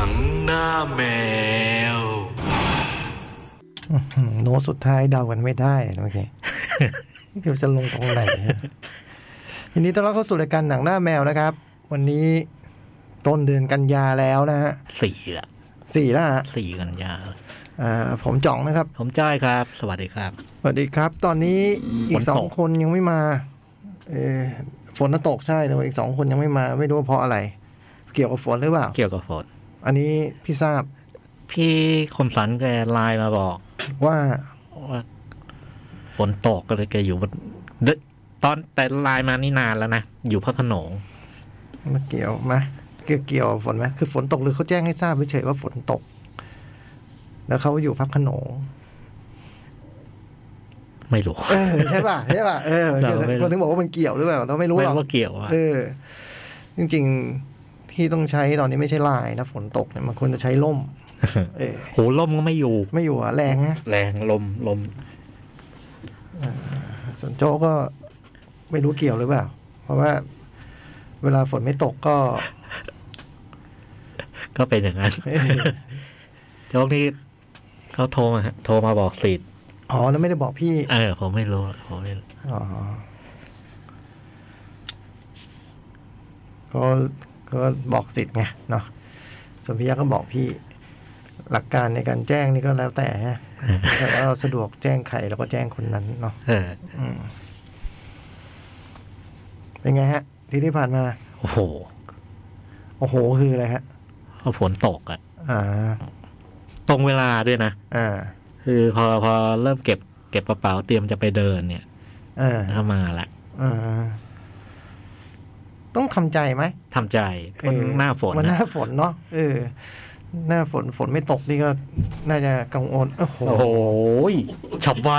งหน้าแมวโน้ตสุดท้ายเดากันไม่ได้โอเค เดี๋ยวจะลงตรงไหนทีนี้ต้อนรับเข้าสู่รายการหนังหน้าแมวนะครับวันนี้ต้นเดือนกันยาแล้วนะฮะ 4ละ 4แล้วฮะ 4กันยาผมจ่องนะครับผมจ้อยครับสวัสดีครับสวัสดีครับตอนนี้อีก2คนยังไม่มาฝนตกใช่แต่ว่าอีก2คนยังไม่มาไม่รู้ว่าเพราะอะไรเกี่ยวกับฝนหรือเปล่าเกี่ยวกับฝนอันนี้พี่ทราบพี่คมสันแกไลน์มาบอกว่าฝนตกก็เลยแกอยู่บนตอนแต่ไลน์มานี่นานแล้วนะอยู่พระโขนงมันเกี่ยวไหมเกี่ยวฝนไหมคือฝนตกหรือเขาแจ้งให้ทราบเฉยๆว่าฝนตกแล้วเขาอยู่พระโขนงไม่รู้ใช่ป่ะคนถึงบอกว่ามันเกี่ยวหรือเปล่าเราไม่รู้หรอกว่าเกี่ยวจริงๆที่ต้องใช้ตอนนี้ไม่ใช่ลายนะฝนตกเนี่ยมันควรจะใช้ล่มโหล่มก็ไม่อยู่อ่ะแรงนะแรงลมส่วนโจ้ก็ไม่รู้เกี่ยวหรือเปล่าเพราะว่าเวลาฝนไม่ตกก็เป็นอย่างนั้นโจ้นี่เขาโทรมาบอกสิทธิ์แล้วไม่ได้บอกพี่ผมไม่รู้ก็บอกสิทธิ์ไงเนาะส่วนพี่ยักษ์ก็บอกพี่หลักการในการแจ้งนี่ก็แล้วแต่ฮะแต่ว่าเราสะดวกแจ้งใครเราก็แจ้งคนนั้นเนาะเป็นไงฮะที่ผ่านมาโอ้โหคืออะไรฮะฝนตกตรงเวลาด้วยนะคือพอเริ่มเก็บกระเป๋าเตรียมจะไปเดินเนี่ยเข้ามาละต้องทำใจไหมทำใจมันหน้าฝนมันหน้าฝนเนาะหน้าฝนไม่ตกนี่ก็น่าจะกังวลโอ้โหฉับไว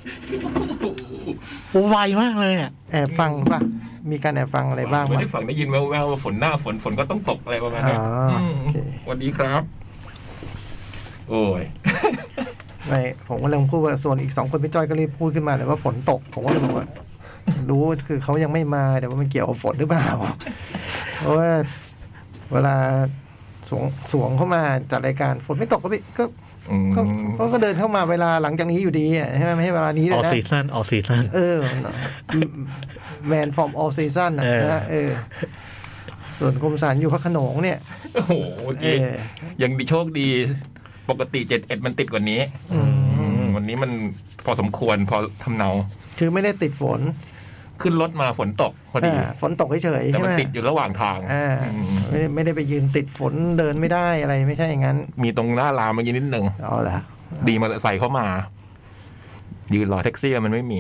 ไวมากเลยแอบฟังป่ะมีการแอบฟังอะไรบ้างไม่ได้ฟังได้ยินแว่วๆว่าฝนหน้าฝนก็ต้องตกอะไรประมาณนี้วันนี้ครับโอ้ยไม่ผมก็เลยพูดว่าส่วนอีก2คนพี่จ้อยก็รีบพูดขึ้นมาเลยว่าฝนตกผมก็เลยบอกว่ารู้คือเขายังไม่มาแต่ว่ามันเกี่ยวกับฝนหรือเปล่าเพราะว่าเวลาสวงเข้ามาจัดรายการฝนไม่ตกก็เดินเข้ามาเวลาหลังจากนี้อยู่ดีใช่ไหมไม่ใช่เวลานี้เลยนะออฟซีซั่นแมนฟอร์มออฟซีซั่นนะส่วนคมสันอยู่พระโขนงเนี่ยโอ้โหยังดีโชคดีปกติ71มันติดกว่านี้วันนี้มันพอสมควรพอทำเนาคือไม่ได้ติดฝนขึ้นรถมาฝนตกพอดีฝนตกเฉยๆแต่มันติดอยู่ระหว่างทางไม่ได้ไปยืนติดฝนเดินไม่ได้อะไรไม่ใช่อย่างนั้นมีตรงหน้ารามเมื่อกี้นิดนึงล่ะดีมอเตอร์ไซค์เข้ามายืนรอแท็กซี่มันไม่มี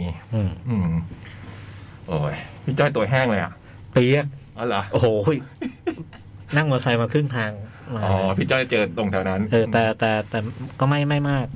โอ้ยพี่จ้อยตัวแห้งเลยเปียกเหรอโอ้โหนั่งมอเตอร์ไซค์มาครึ่งทางพี่จ้อยเจอตรงแถวนั้นแต่ก็ไม่มาก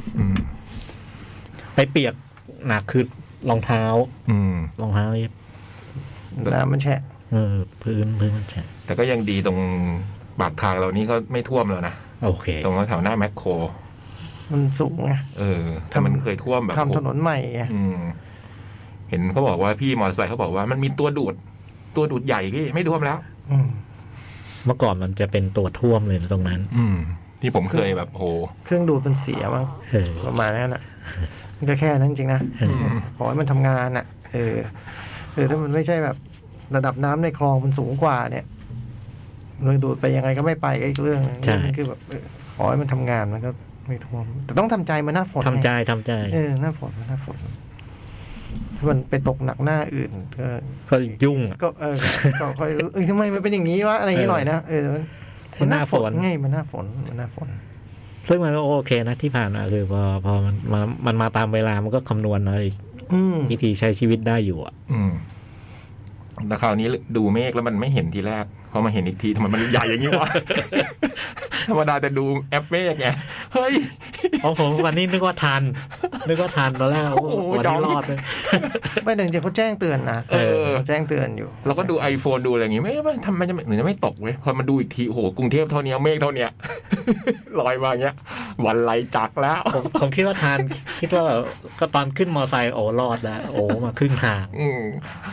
ไปเปียกหนักคือรองเท้ารองเท้าน้ำมันแฉะพื้นมันแฉะแต่ก็ยังดีตรงปากทางเรานี้ก็ไม่ท่วมแล้วนะโอเคตรงแถวหน้าแมคโครมันสูงไงถ้ามันเคยท่วมแบบทำถนนใหม่เห็นเขาบอกว่าพี่มอเตอร์ไซค์เขาบอกว่ามันมีตัวดูดใหญ่พี่ไม่ท่วมแล้วเมื่อก่อนมันจะเป็นตัวท่วมเลยตรงนั้นที่ผมเคยแบบโหเครื่องดูดมันเสียมั้งประมาณนั้นน่ะก็แค่นั้นจริงนะขอให้มันทำงานอ่ะถ้ามันไม่ใช่แบบระดับน้ำในคลองมันสูงกว่าเนี่ยมันดูดไปยังไงก็ไม่ไปอีกเรื่องนี่คือแบบขอให้มันทำงานมันก็ไม่ท่วมแต่ต้องทำใจมันหน้าฝนทำใจหน้าฝนถ้ามันไปตกหนักหน้าอื่นก็ยุ่งก็ค่อยทำไมมันเป็นอย่างนี้วะอะไรอย่างนี้หน่อยนะมันหน้าฝนไงมันหน้าฝนซึ่งมันก็โอเคนะที่ผ่านมาคือพอมันมาตามเวลามันก็คำนวณอะไรวิธีใช้ชีวิตได้อยู่แต่คราวนี้ดูเมฆแล้วมันไม่เห็นทีแรกพอมาเห็นอีกทีทำไมมันใหญ่อย่างนี้วะธรรมดาจะดูแอปเมฆไงเฮ้ยผมวันนี้นึกว่าทันตอนแรกวันนี้รอดเลยไม่เดี๋ยวเขาแจ้งเตือนนะแจ้งเตือนอยู่เราก็ดู iPhone ดูอะไรอย่างงี้ไม่ทำไมจะหรือจะไม่ตกเว้ยพอมาดูอีกทีโอ้โหกรุงเทพเท่านี้เมฆเท่านี้ลอยมาอย่างเงี้ยวันไหลจักแล้วผมคิดว่าทันคิดว่าก็ตอนขึ้นมอไซค์รอดแล้วมาครึ่งทาง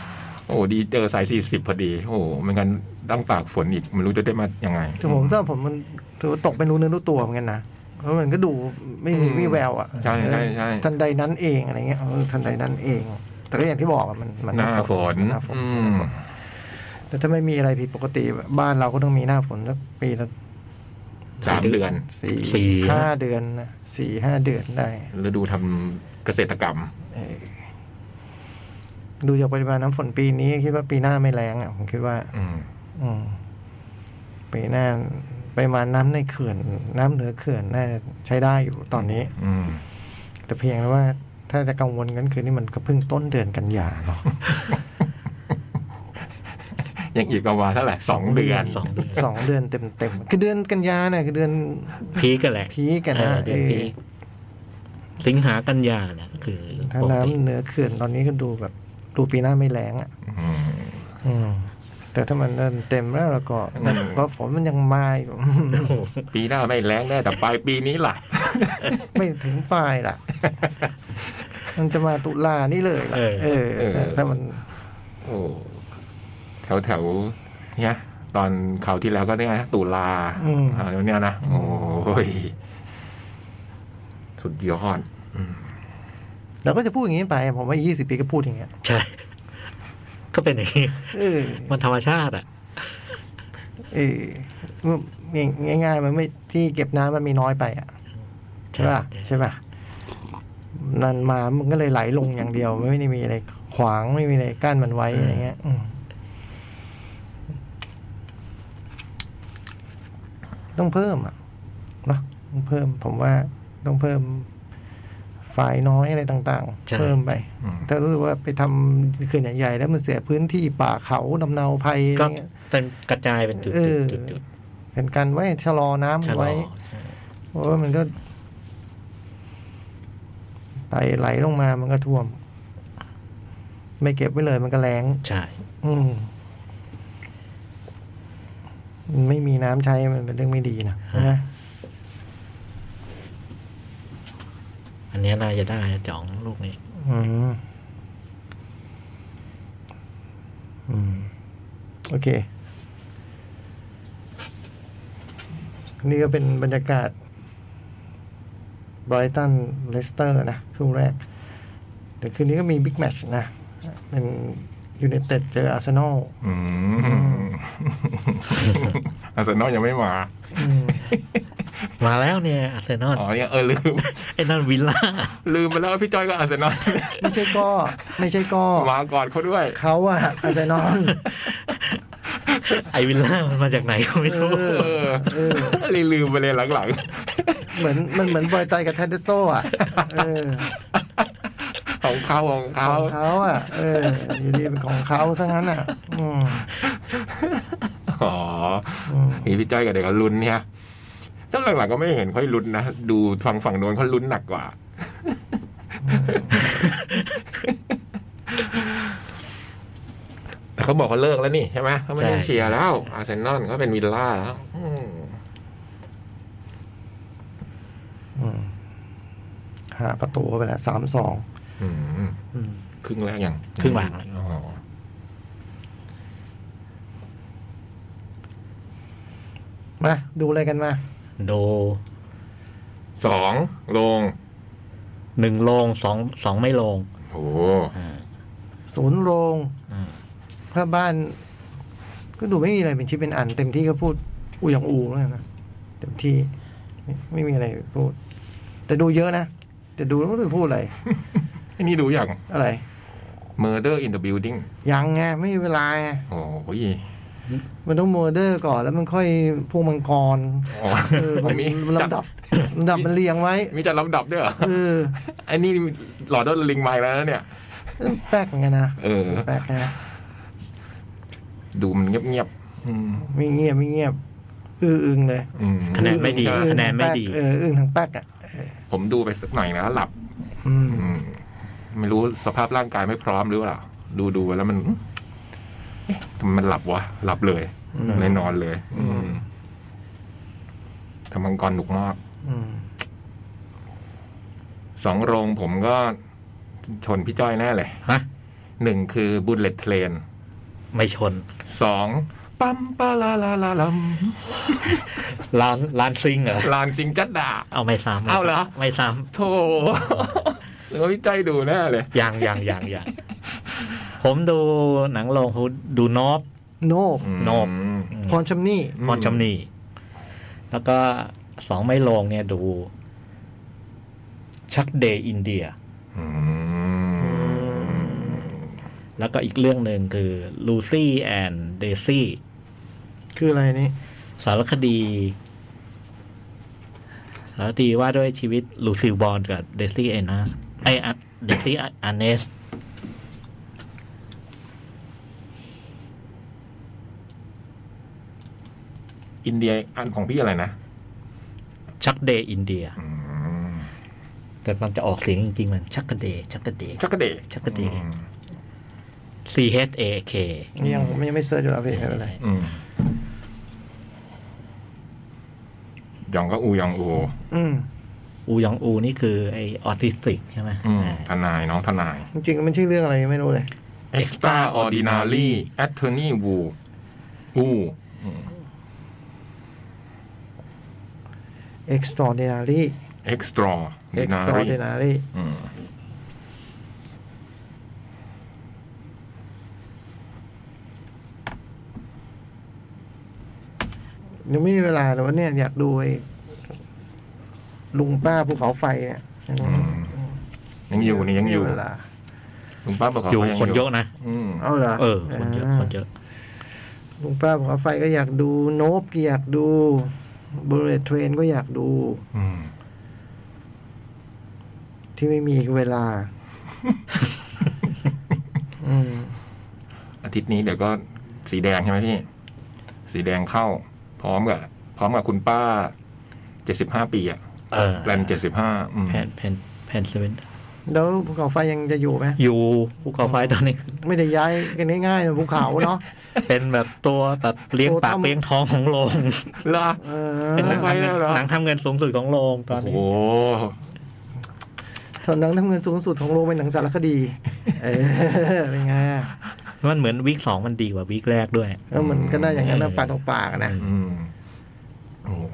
โอ้ดีเจอสาย40พอดีโอ้ไม่งั้นต้องตากฝนอีกไม่รู้จะได้มายังไงคือผมถ้าผมมันถือตกเป็นรู้เนื้อรู้ตัวเหมือนกันนะเพราะมันก็ดูไม่มีวี่แววอ่ะใช่ใช่ใช่ทันใดนั้นเองอะไรเงี้ยทันใดนั้นเองแต่ก็อย่างที่บอกมันหน้าฝนแต่ถ้าไม่มีอะไรผิดปกติบ้านเราก็ต้องมีหน้าฝนสักปีละ 3 เดือน 4-5 เดือนนะ 4-5 เดือนได้ฤดูทำเกษตรกรรมดูจากปริมาณน้ำฝนปีนี้คิดว่าปีหน้าไม่แรงอ่ะผมคิดว่าปีหน้าปริมาณน้ำในเขื่อนน้ำเหนือเขื่อนน่าจะใช้ได้อยู่ตอนนี้แต่เพียงแต่ว่าถ้าจะกังวลกันคือนี่มันก็เพิ่งต้นเดือนกันยาเนาะยังอีกประมาณเท่าไหร่2 เดือน 2 เดือนเต็มคือเดือนกันยาเนี่ยคือเดือนพีกันแหละพีกันนะสิงหากันยาเนี่ยคือถ้าน้ำเหนือเขื่อนตอนนี้ก็ดูแบบดูปีหน้าไม่แรงอ่ะแต่ถ้ามันเต็มแล้วก็เพราะฝนมันยังมาอยู่ปีหน้าไม่แรงแน่แต่ปลายปีนี้ล่ะไม่ถึงปลายล่ะมันจะมาตุลานี่เลยล่ะถ้ามันแถวเนี่ยตอนข่าวที่แล้วก็เนี่ยตุลาแล้วเนี่ยนะโอ้ยสุดยอดเราก็จะพูดอย่างนี้ไปผมว่า20 ปีก็พูดอย่างเงี้ยใช่ก็เป็นอย่างนี้มันธรรมชาติอ่ะง่ายๆมันไม่ที่เก็บน้ำมันมีน้อยไปอ่ะใช่ป่ะนั่นมามันก็เลยไหลลงอย่างเดียวไม่ได้มีอะไรขวางไม่มีอะไรกั้นมันไว้อะไรเงี้ยต้องเพิ่มอ่ะเนาะต้องเพิ่มผมว่าต้องเพิ่มฝ่ายน้อยอะไรต่างๆเพิ่มไปถ้ารู้ว่าไปทำเขื่อนใหญ่ๆแล้วมันเสียพื้นที่ป่าเขาลำเนาภัยก็เป็นกระจายเป็นจุดๆเป็นการไว้ชะลอน้ำไว้เพราะว่ามันก็ไหลลงมามันก็ท่วมไม่เก็บไว้เลยมันก็แล้งใช่ไม่มีน้ำใช้มันเป็นเรื่องไม่ดีนะอันนี้น่าจะได้จ่องลูกนี้โอเคนี่ก็เป็นบรรยากาศไบรตันเลสเตอร์นะคู่แรกเดี๋ยวคืนนี้ก็มีบิ๊กแมตช์นะเป็นยูไนเต็ดเจออาร์เซนอลอาร์เซนอลยังไม่มาแล้วเนี่ยอาร์เซนอลเนี่ยลืมไอ้นั่นวิลล่าลืมไปแล้วพี่จ้อยก็อาร์เซนอลไม่ใช่ก็มาก่อนเขาด้วยเขาอะอาร์เซนอลไอ้วิลล่ามันมาจากไหนไม่รู้ลืมไปเลยหลังๆเหมือนบอยไตกับเทนเดโซอ่ะของเขาอ่ะอยู่ดีเป็นของเขาทั้งนั้นอ่ะนี่พี่จ้อยกับเด็กก็ลุ้นเนี่ยถ้าหลังๆก็ไม่เห็นค่อยลุ้นนะดูฝั่งโน้นเขาลุ้นหนักกว่าแต่เขาบอกเขาเลิกแล้วนี่ใช่ไหมเขาไม่ได้เชียร์แล้วอาร์เซนอลเขาเป็นวิลล่าแล้วหาประตูไปแล้ว3-2 ครึ่งแรกยังครึ่งหลังมาดูอะไรกันมาดู 2ลง 1ลง2ไม่ลงโอ้ 0ลงถ้าบ้านก็ดูไม่มีอะไรเป็นชิ้นเป็นอันเต็มที่ก็พูดอย่างแล้วนะเต็มที่ไม่มีอะไรพูดแต่ดูเยอะนะแต่ดูแล้วไม่รู้พูดอะไรไอ้นี่ดูอย่างอะไร Murder in the Building ยังไงไม่มีเวลาโอ้ยมันต้อง Murder ก่อนแล้วมันค่อยพวกมังกรมันลำดับมันเรียงไว้มีจัดลำดับด้วยเหรอไอ้นี่หลอดลิงไมล์แล้วเนี่ยแปลกเหมือนกันนะแปลกนะดูมันเงียบไม่เงียบอึ้งเลยคะแนนไม่ดีอึ้งทั้งแป๊กอ่ะผมดูไปสักหน่อยนะหลับไม่รู้สภาพร่างกายไม่พร้อมหรือเปล่าดูไปแล้วมันหลับวะหลับเลยเลยนอนเลยทำมังกรหนุกมาก2โรงผมก็ชนพี่จ้อยแน่เลย1คือบุลเลตเทรนไม่ชน 2ปั๊มปาลาลาลาลัมลานซิงเหรอลานซิงจัดดาเอาไม่ซ้ำเอาเหรอไม่ซ้โธ่หรือว่าพี่ใจดูแน่เลยำยังผมดูหนังโรงดูนอบโนโนบพรชัมนี่พรชำนีแล้วก็2ไม่โรงเนี่ยดูชักเดย์อินเดียแล้วก็อีกเรื่องหนึ่งคือลูซี่แอนด์เดซี่คืออะไรนี่สารคดีว่าด้วยชีวิตลูซิลบอลกับเดซี่เดซี่อาร์เนสอินเดียอันของพี่อะไรนะชักเดย์อินเดียแต่มันจะออกเสียงจริงๆมันชักกะเดย์ CHAK ยังไม่เซิร์ชอยู่แล้วพี่ไม่เป็นไรยองก็อูยองอูอูยองอูนี่คือไอออทิสติกใช่ไหมทนายน้องทนายจริงๆมันชื่อเรื่องอะไรไม่รู้เลย Extraordinary Attorney Wu อู extraordinary ยังไม่มีเวลาแต่ว่าเนี่ยอยากดูไอ้ลุงป้าภูเขาไฟเนี่ยยังอยู่นี่ยังอยู่เวลาลุงป้าบอกอยู่คนเยอะนะเอาเหรอคนเยอะลุงป้าภูเขาไฟก็อยากดูโนบก็อยากดูบูเลตเทรนก็อยากดูที่ไม่มีเวลาอาทิตย์นี้เดี๋ยวก็สีแดงใช่ไหมพี่สีแดงเข้าพร้อมกับคุณป้า75 ปีอ่ะแพลน75 แพนเซเว่นแล้วภูเขาไฟยังจะอยู่ไหมอยู่ภูเขาไฟตอนนี้ไม่ได้ย้ายกันง่ายๆภูเขาเนาะเป็นแบบตัวแบบเลี้ยงปากเลี้ยงท้องของโรงเหรอเป็นหนังทำเงินสูงสุดของโรงตอนนี้โอ้ตอนหนังทำเงินสูงสุดของโรงเป็นหนังสารคดีเป็นไงมันเหมือนวีค2มันดีกว่าวีคแรกด้วยมันก็ได้อย่างนั้นนะปากต่อปากนะโอ้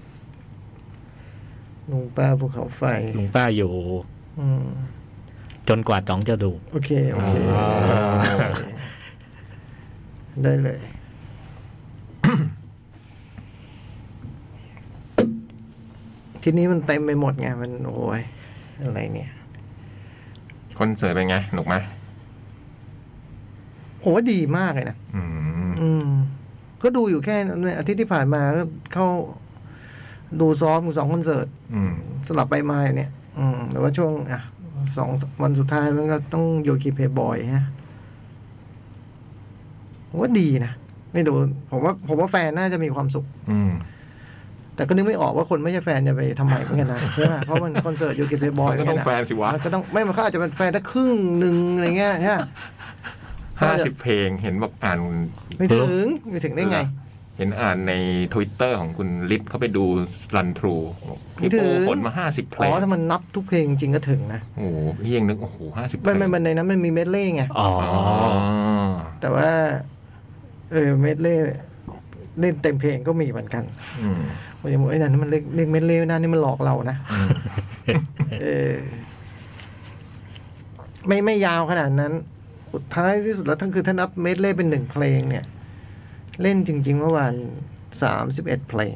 ลุงป้าภูเขาไฟลุงป้าอยู่จนกว่าจ้องจะดูโอเคได้เลย ทีนี้มันเต็มไปหมดไงมันโอ้ยอะไรเนี่ยคอนเสิร์ตเป็นไงหนุกไหมผมว่าดีมากเลยนะก็ดูอยู่แค่อาทิตย์ที่ผ่านมาก็เข้าดูซ้อม2 คอนเสิร์ตสลับไปมาอย่างเนี้ยแต่ว่าช่วง2 วันสุดท้ายมันก็ต้องโยคีเพย์บอยฮะผมว่าดีนะไม่ดูผมว่าแฟนน่าจะมีความสุขแต่ก็นึกไม่ออกว่าคนไม่ใช่แฟนจะไปทำไมเหมือนกันนะใช่ไหมเพราะมันคอนเสิร์ตโยคีเพย์บอยก็ต้องแฟนสิวะก็ต้องไม่มันก็อาจจะเป็นแฟนถ้าครึ่งนึงอะไรเงี้ยใช่ 50 เพลงเห็นบอกอ่านไม่ถึงได้ไงเห็นอ่านใน Twitter ของคุณลิศเขาไปดูรันทรูพี่โป้ขนมา50 เพลงถ้ามันนับทุกเพลงจริงก็ถึงนะโอ้โหพี่ยังนึกโอ้โห50 เพลงไม่ในนั้นมันมีเมดเล่ไงแต่ว่าเมดเล่เล่นเต็มเพลงก็มีเหมือนกันผมยังบอกไอ้นั่นมันเล่นเมดเล่นั่นนี่มันหลอกเรานะไม่ยาวขนาดนั้นสุดท้ายที่สุดแล้วทั้งคือถ้านับเมดเล่เป็น1 เพลงเนี่ยเล่นจริงๆเมื่อวาน31 เพลง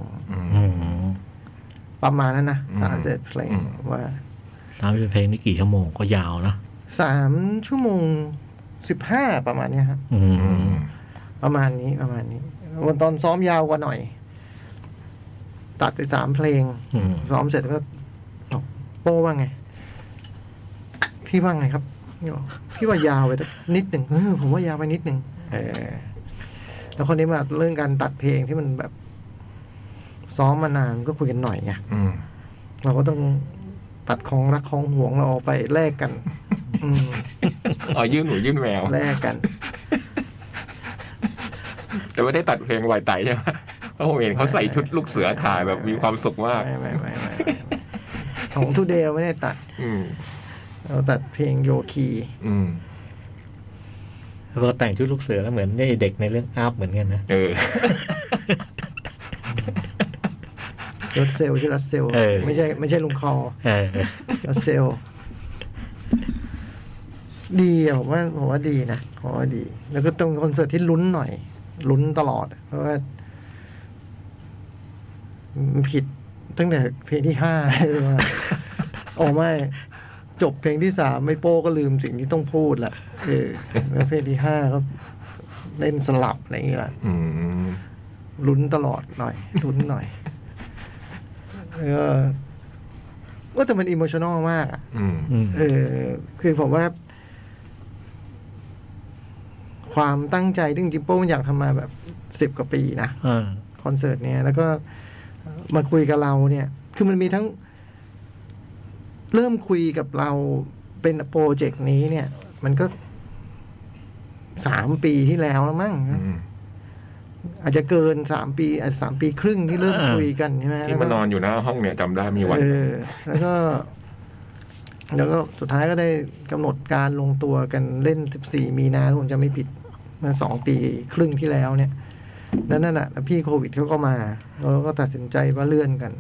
ประมาณนั้นนะ31 เพลงว่า 31 เพลงนี่กี่ชั่วโมงก็ยาวนะ 3 ชั่วโมง 15ประมาณนี้ครับประมาณนี้วันตอนซ้อมยาวกว่าหน่อยตัดไป3 เพลงซ้อมเสร็จก็โป้ว่าไงพี่ว่าไงครับพี่ว่ายาวไปนิดหนึ่งผมว่ายาวไปนิดหนึ่งแล้วคนนี้มาเรื่องการตัดเพลงที่มันแบบซ้อมมานานก็คุยกันหน่อยไงเราก็ต้องตัดของรักของหวงเราออกไปแลกกันยื่นหนูยื่นแววแลกกันแต่ไม่ได้ตัดเพลงไหวไตใช่ไหมเพราะผมเห็นเขาใส่ชุดลูกเสือถ่ายแบบมีความสุขมากไม่ของทูเดย์เราไม่ได้ตัดเราตัดเพลงโยคีพอแต่งชุดลูกเสือแล้วเหมือนไอ้เด็กในเรื่องอัพเหมือนกันนะรัสเซลชื่อรัสเซลไม่ใช่ลุงคอรัสเซลดีอะผมว่าดีนะผมว่าดีแล้วก็ตรงคอนเสิร์ตที่ลุ้นหน่อยลุ้นตลอดเพราะว่ามันผิดตั้งแต่เพลงที่5เลยว่าอ๋อไม่จบเพลงที่3ไม่โป้ก็ลืมสิ่งที่ต้องพูดละแล้วเพลงที่5ก็เล่นสลับอะไรอย่างเงี้ยละลุ้นตลอดหน่อยลุ้นหน่อยว่าแต่มันอิโมชันอลมากอ่ะคือผมว่าความตั้งใจที่จริงๆโป้มันอยากทำมาแบบ10 กว่าปีนะคอนเสิร์ตเนี้ยแล้วก็มาคุยกับเราเนี่ยคือมันมีทั้งเริ่มคุยกับเราเป็นโปรเจกต์นี้เนี่ยมันก็3 ปีที่แล้วแล้วมั้งอาจจะเกิน3 ปีอาจจะ3 ปีครึ่งที่เริ่มคุยกันใช่ไหมที่มานอนอยู่หน้าห้องเนี่ยจำได้มีวันแล้วก็สุดท้ายก็ได้กำหนดการลงตัวกันเล่น14 มีนาคมผมจะไม่ผิดมา2 ปีครึ่งที่แล้วเนี่ยนั่นน่ะพี่โควิดเขาก็มาเราก็ตัดสินใจว่าเลื่อนกัน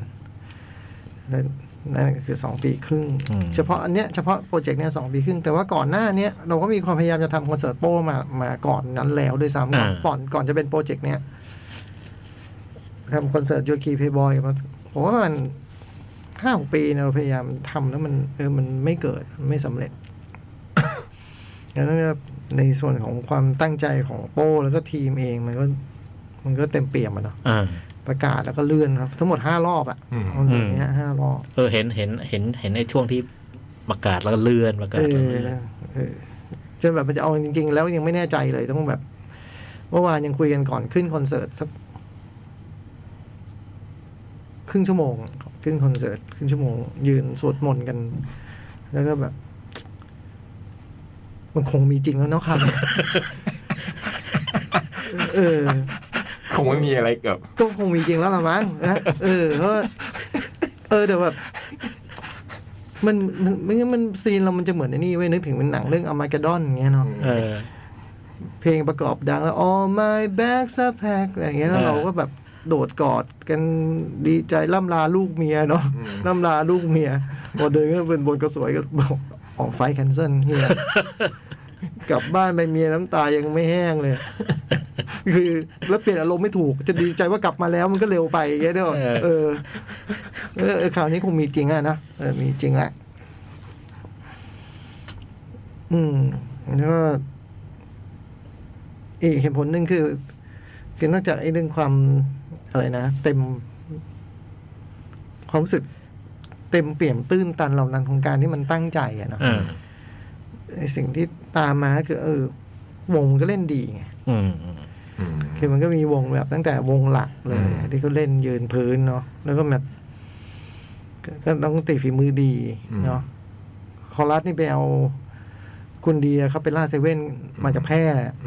นั่นคือ2 ปีครึ่งเฉพาะอันเนี้ยเฉพาะโปรเจกต์เนี้ย2 ปีครึ่งแต่ว่าก่อนหน้านี้เราก็มีความพยายามจะทำคอนเสิร์ตโป้มาก่อนนั้นแล้วด้วยซ้ำก่อนจะเป็นโปรเจกต์เนี้ยทำคอนเสิร์ตโยคีเพย์บอยมาผมว่ามัน5-6 ปีเราพยายามทำแล้วมันไม่เกิดไม่สำเร็จงั้นในส่วนของความตั้งใจของโป้แล้วก็ทีมเองมันก็เต็มเปี่ยมอ่ะเนาะประกาศแล้วก็เลื่อนครับทั้งหมด5 รอบอ่ะอย่างเงี้ย5 รอบเห็นในช่วงที่ประกาศแล้วก็เลื่อนประกาศจนแบบมันจะเอาจริงๆแล้วยังไม่แน่ใจเลยต้องแบบเมื่อวานยังคุยกันก่อนขึ้นคอนเสิร์ตสักครึ่งชั่วโมงขึ้นคอนเสิร์ตครึ่งชั่วโมงยืนสวดมนต์กันแล้วก็แบบมันคงมีจริงแล้วเนาะครับคงไม่มีอะไรเกือบก็คงมีจริงแล้วละมั้งนะแต่แบบมันซีนเรามันจะเหมือนไอ้นี่เว้ยนึกถึงเป็นหนังเรื่อง Armageddon อย่างเงี้ยเนาะเพลงประกอบดังแล้ว All my bags are packed อะไรอย่างเงี้ยแล้วเราก็แบบโดดกอดกันดีใจล่ำลาลูกเมียเนาะล่ำลาลูกเมียพอเดินก็เป็นบนกระสวยก็บอกออกไฟแคนเซิลเฮียกลับบ้านไปเมียน้ำตายังไม่แห้งเลยคือแล้วเปลี่ยนอารมณ์ไม่ถูกจะดีใจว่ากลับมาแล้วมันก็เร็วไปอย่างเงี้ยด้วยคราวนี้คงมีจริงอะนะมีจริงแหละแล้วก็อีกเหตุผลหนึ่งคือนอกจากไอ้เรื่องความอะไรนะเต็มความรู้สึกเต็มเปี่ยมตื้นตันเหล่านั้นของการที่มันตั้งใจอะเนาะไอ้สิ่งที่ตามมาคือวงก็เล่นดีไงคือมันก็มีวงแบบตั้งแต่วงหลักเลยที่เขาเล่นยืนพื้นเนาะแล้วก็แบบก็ต้องตีฝีมือดีเนาะคอรัสนี่ไปเอาคุณเดียเขาไปล่าเซเว่นมาจากแพร่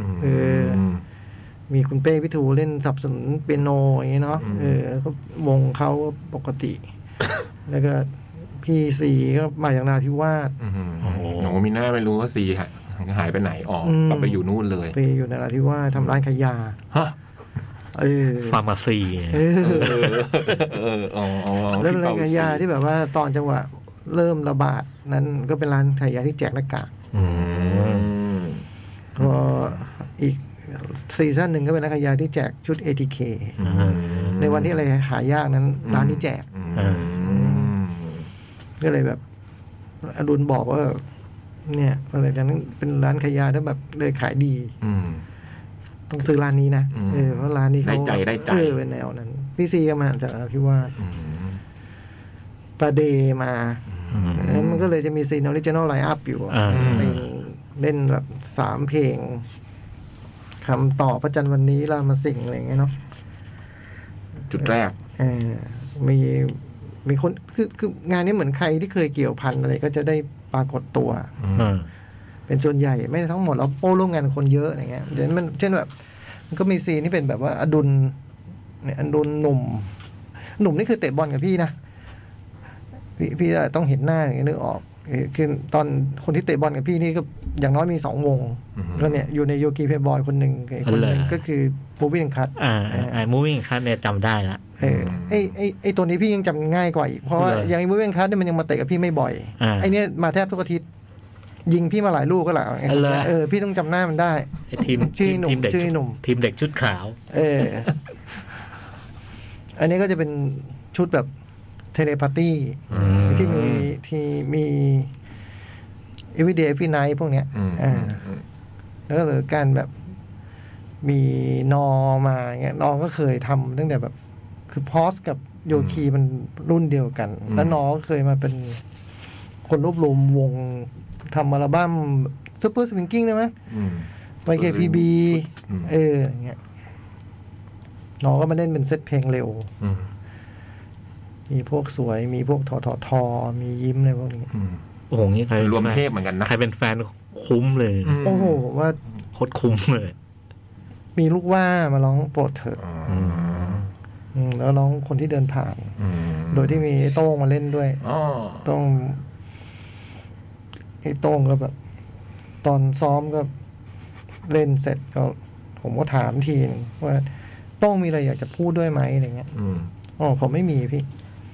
มีคุณเป้พิทูเล่นสนับสนุนเปียโนอย่างเงี้ยเนาะก็วงเขาปกติแล้วก็พี่ซีก็มาจากนาทิวาสโอ้มีหน้าไม่รู้ว่าซีหายไปไหนออกกลับไปอยู่นู่นเลยไปอยู่นาทิวาสทำร้านขายยาฮะฟาร์มาซีแล้วร้านขายยาที่แบบว่าตอนจังหวะเริ่มระบาดนั้นก็เป็นร้านขายยาที่แจกหน้ากากพออีกซีซั่นหนึ่งก็เป็นร้านขายยาที่แจกชุด ATK ในวันที่อะไรหายากนั้นร้านนี้แจกก็เลยแบบอดุลบอกว่าเนี่ยอะไรอย่างนั้นเป็นร้านขายยาแล้วแบบเลยขายดีต้องซื้อร้านนี้นะเพราะร้านนี้เขาได้ใจเป็นแนวนั้นพี่ซีก็มาจากพี่ว่าประเดมาแล้วมันก็เลยจะมีซีนออริจินอลไลน์อัพอยู่ซีนเล่นแบบ3 เพลงคำต่อพระจันทร์วันนี้รามาสิงอะไรอย่างเงี้ยเนาะจุดแรกมีคนคืองานนี้เหมือนใครที่เคยเกี่ยวพันอะไรก็จะได้ปรากฏตัวเป็นส่วนใหญ่ไม่ทั้งหมดแล้วโป้ร่วมงานคนเยอะอย่างเงี้ยเช่นแบบมันก็มีซีนที่เป็นแบบว่าอดุลเนี่ยอดุลหนุ่มนี่คือเตะบอลกับพี่นะพี่ต้องเห็นหน้าอย่างเงี้ยนึกออกคือตอนคนที่เตะบอลกับพี่นี่ก็อย่างน้อยมี2 วงก็เนี่ยอยู่ในโยกีเพย์บอยคนหนึ่งคนหนึ่งก็คือมูวี่คัทมูวี่คัทเนี่ยจำได้ละไอตัวนี้พี่ยังจำง่ายกว่าอีกเพราะว่าอย่างมูวี่คัทเนี่ยมันยังมาเตะกับพี่ไม่บ่อยไอเนี้ยมาแทบทุกอาทิตย์ยิงพี่มาหลายลูกก็แหละพี่ต้องจำหน้ามันได้ทีมชื่อหนุ่มทีมเด็กชุดขาวอันนี้ก็จะเป็นชุดแบบเทเลพาตี้ที่มี everyday every night พวกเนี้ยแล้วก็เลยการแบบมีนอมาเงี้ยนอก็เคยทำตั้งแต่แบบคือพอสกับโยคีมันรุ่นเดียวกันแล้วนอก็เคยมาเป็นคนรวบรวมวงทำอัลบั้ม Super Swinging ได้ไหมYKPB อย่างเงี้ยนอก็มาเล่นเป็นเซตเพลงเร็วมีพวกสวยมีพวกทอมียิ้มอะไรพวกนี้โอ้โหนี่ใครรวมเทพเหมือนกันนะใครเป็นแฟนคุ้มเลยโอ้โหว่าโคตรคุ้มเลยมีลูกว่ามาร้องโปรดเถอะแล้วร้องคนที่เดินผ่านโดยที่มีโต้งมาเล่นด้วยต้องไอ้โต้งก็แบบตอนซ้อมก็เล่นเสร็จก็ผมก็ถามทีนึงว่าโต้งมีอะไรอยากจะพูดด้วยไหมอะไรเงี้ยผมไม่มีพี่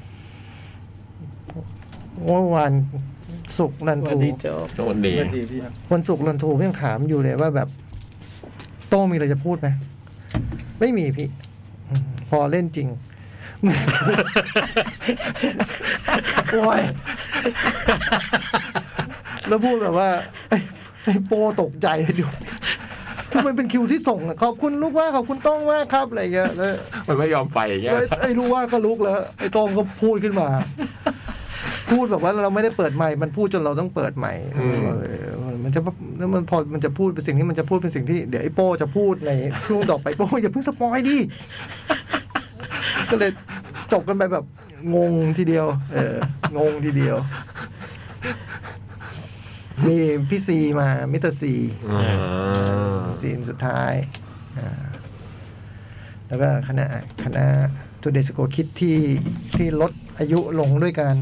วันศุกร์รันทูวันศุกร์รันทูพี่ยังถามอยู่เลยว่าแบบโต้งมีอะไรจะพูดไหมไม่มีพี่พอเล่นจริงโอ้ยแล้วพูดแบบว่าไอ้โปตกใจดูมันเป็นคิวที่ส่งขอบคุณลูกว่าขอบคุณต้องมากครับอะไรเงี้ยแล้วมันไม่ยอมไปอย่างเงี้ยไอ้ลูกว่าก็ลุกแล้วไอ้ต้องก็พูดขึ้นมาพูดแบบว่าเราไม่ได้เปิดไมค์มันพูดจนเราต้องเปิดไมค์มันจะแล้วมันพอมันจะพูดเป็นสิ่งที่มันจะพูดเป็นสิ่งที่เดี๋ยวไอ้โป้จะพูดในช่วงต่อไปโป้อย่าเพิ่งสปอยดิก็เลยจบกันไปแบบงงทีเดียวงงทีเดียวมีพี่ซีมามิสเตอร์ซีซีนสุดท้ายแล้วก็คณะทูเดย์สโกคิดที่ลดอายุลงด้วยการ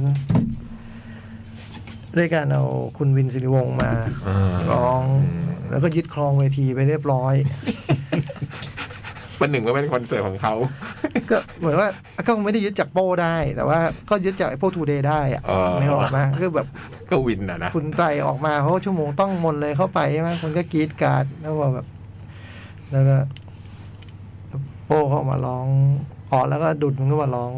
เอาคุณวินศิริวงศ์มาร้องแล้วก็ยึดครองเวทีไปเรียบร้อยวันหนึ่งก็เป็นคอนเสิร์ตของเขาก็เหมือนว่าก็ไม่ได้ยึดจากโป้ได้แต่ว่าก็ยึดจากโป้ทูเดย์ได้อะไม่ออกมาคือแบบก็วินนะคุณไตรออกมาเพราะชั่วโมงต้องมนเลยเข้าไปใช่ไหมคนก็กรี๊ดกราดแล้วว่าแบบแล้วก็โป้เขามาร้องแล้วก็ดุดมันก็มาร้อง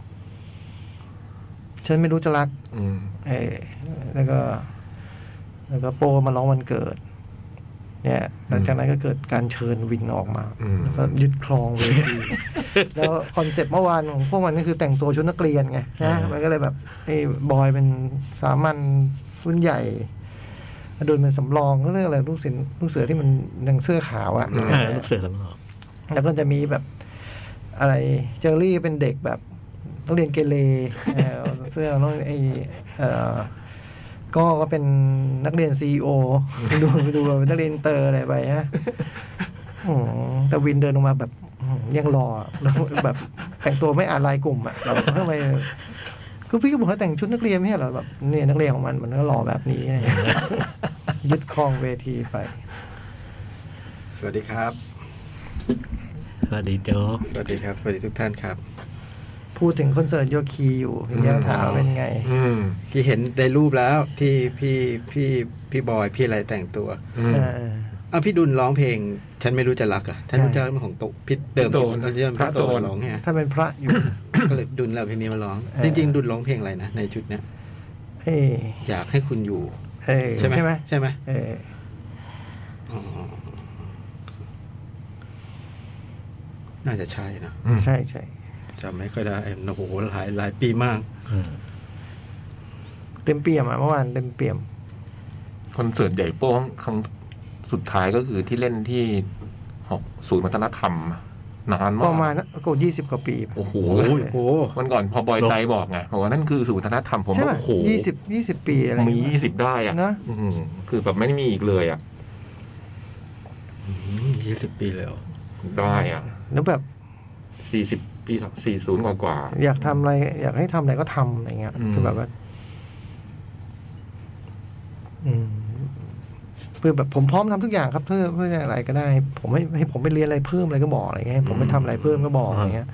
ฉันไม่รู้จะรักแล้วก็โป้มาร้องวันเกิดเนี่ยหลังจากนั้นก็เกิดการเชิญวินออกมาแล้วก็ยึดครองเวทีแล้วคอนเซ็ปต์เมื่อวานของพวกมันก็คือแต่งตัวชุดนักเรียนไงนะมันก็เลยแบบไอ้บอยเป็นสามัญรุ่นใหญ่โดนเป็นสำรองก็เรื่องอะไรลูกเสือที่มันยังเสื้อขาวอะลูกเสือสำรองแล้วก็จะมีแบบอะไรเจอรี่เป็นเด็กแบบต้องเรียนเกเรเสื้อต้องก็เป็นนักเรียน CEO ดูเป็นนักเรียนเตอร์อะไรไปฮะแต่วินเดินลงมาแบบยังรอแบบแต่งตัวไม่อ่านลายกลุ่มอ่ะเราทำไมคือพี่ก็บอกว่าแต่งชุดนักเรียนไม่ใช่เหรอแบบเนี่ยนักเรียนของมันก็รอแบบนี้ยึดครองเวทีไปสวัสดีครับสวัสดีโจ๊กสวัสดีครับสวัสดีทุกท่านครับพูดถึงคอนเสิร์ตโยคีอยู่พี่ยังถามเป็นไงพี่เห็นในรูปแล้วที่พี่บอยพี่อะไรแต่งตัวพี่ดุลร้องเพลงฉันไม่รู้จะรักอ่ะฉันรู้จะรักของโตพิษเดิมเขาเรียกพระโตร้องไงถ้าเป็นพระอยู่ก็เลยดุลแล้วเพลงนี้มาร้องจริงๆดุลร้องเพลงอะไรนะในชุดเนี้ยอยากให้คุณอยู่ใช่ไหมน่าจะใช่นะใช่จำไม่ค่อยได้โอ้โหหลายปีมากเต็มเปี่ยมเมื่อวานเต็มเปี่ยมคอนเสิร์ตใหญ่โป้งครั้งสุดท้ายก็คือที่เล่นที่ศูนย์วัฒนธรรมนานมากประมาณก็20 กว่าปีโอ้โหวันก่อนพอบอยไซบอกไงบอกว่านั่นคือศูนย์วัฒนธรรมผมว่าโอ้โห 20 ปีอะไรมี20ได้อ่ะนะคือแบบไม่ได้มีอีกเลยอ่ะ 20 ปีแล้วได้อ่ะแล้วแบบ 40 ปี40กว่าอยากทำอะไรอยากให้ทำอะไรก็ทำอะไรเงี้ยคือแบบว่าเพื่อแบบผมพร้อมทำทุกอย่างครับเพื่ออะไรก็ได้ผมให้ผมไปเรียนอะไรเพิ่มอะไรก็บอกอะไรเงี้ยผมไปทำอะไรเพิ่มก็บอกอะไรเงี้ย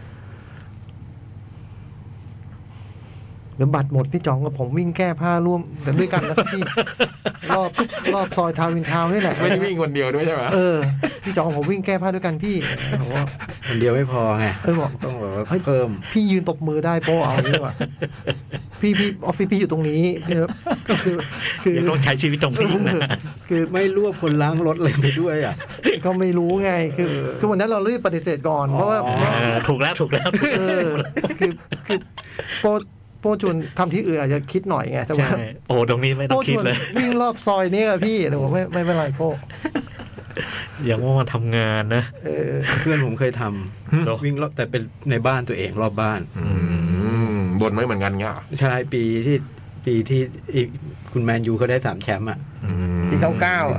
เดี๋ยวบัตรหมดพี่จ๋องกับผมวิ่งแก้ผ้าร่วมแต่ด้วยกันนะครับพี่รอบซอยทาวน์อินทาวน์นี่แหละไม่ได้วิ่งคนเดียวด้วยใช่ไหมพี่จ๋องผมวิ่งแก้ผ้าด้วยกันพี่ผมว่าคนเดียวไม่พอไงบอกต้องแบบว่าเพิ่มพี่ยืนตบมือได้โป้เอาดีกว่าพี่ออฟฟิศพี่อยู่ตรงนี้คือต้องใช้ชีวิตตรงนี้นะคือไม่รวบคนล้างรถเลยไปด้วยอ่ะก็ไม่รู้ไงคือวันนั้นเรารีบปฏิเสธก่อนเพราะว่าถูกแล้วคือโป้จุนทำที่อื่นอาจจะคิดหน่อยไงแต่ว่าโอ้ตรงนี้ไม่ต้องคิดเลยวิ่งรอบซอยนี่อะพี่แต่ผมไม่เป็นไรโป้อย่างว่ามาทำงานนะเพื่อนผมเคยทำวิ่งรอบแต่เป็นในบ้านตัวเองรอบบ้านบนไม่เหมือนกันเงี้ยใช่ปีที่คุณแมนยูเขาได้3 แชมป์อ่ะปี99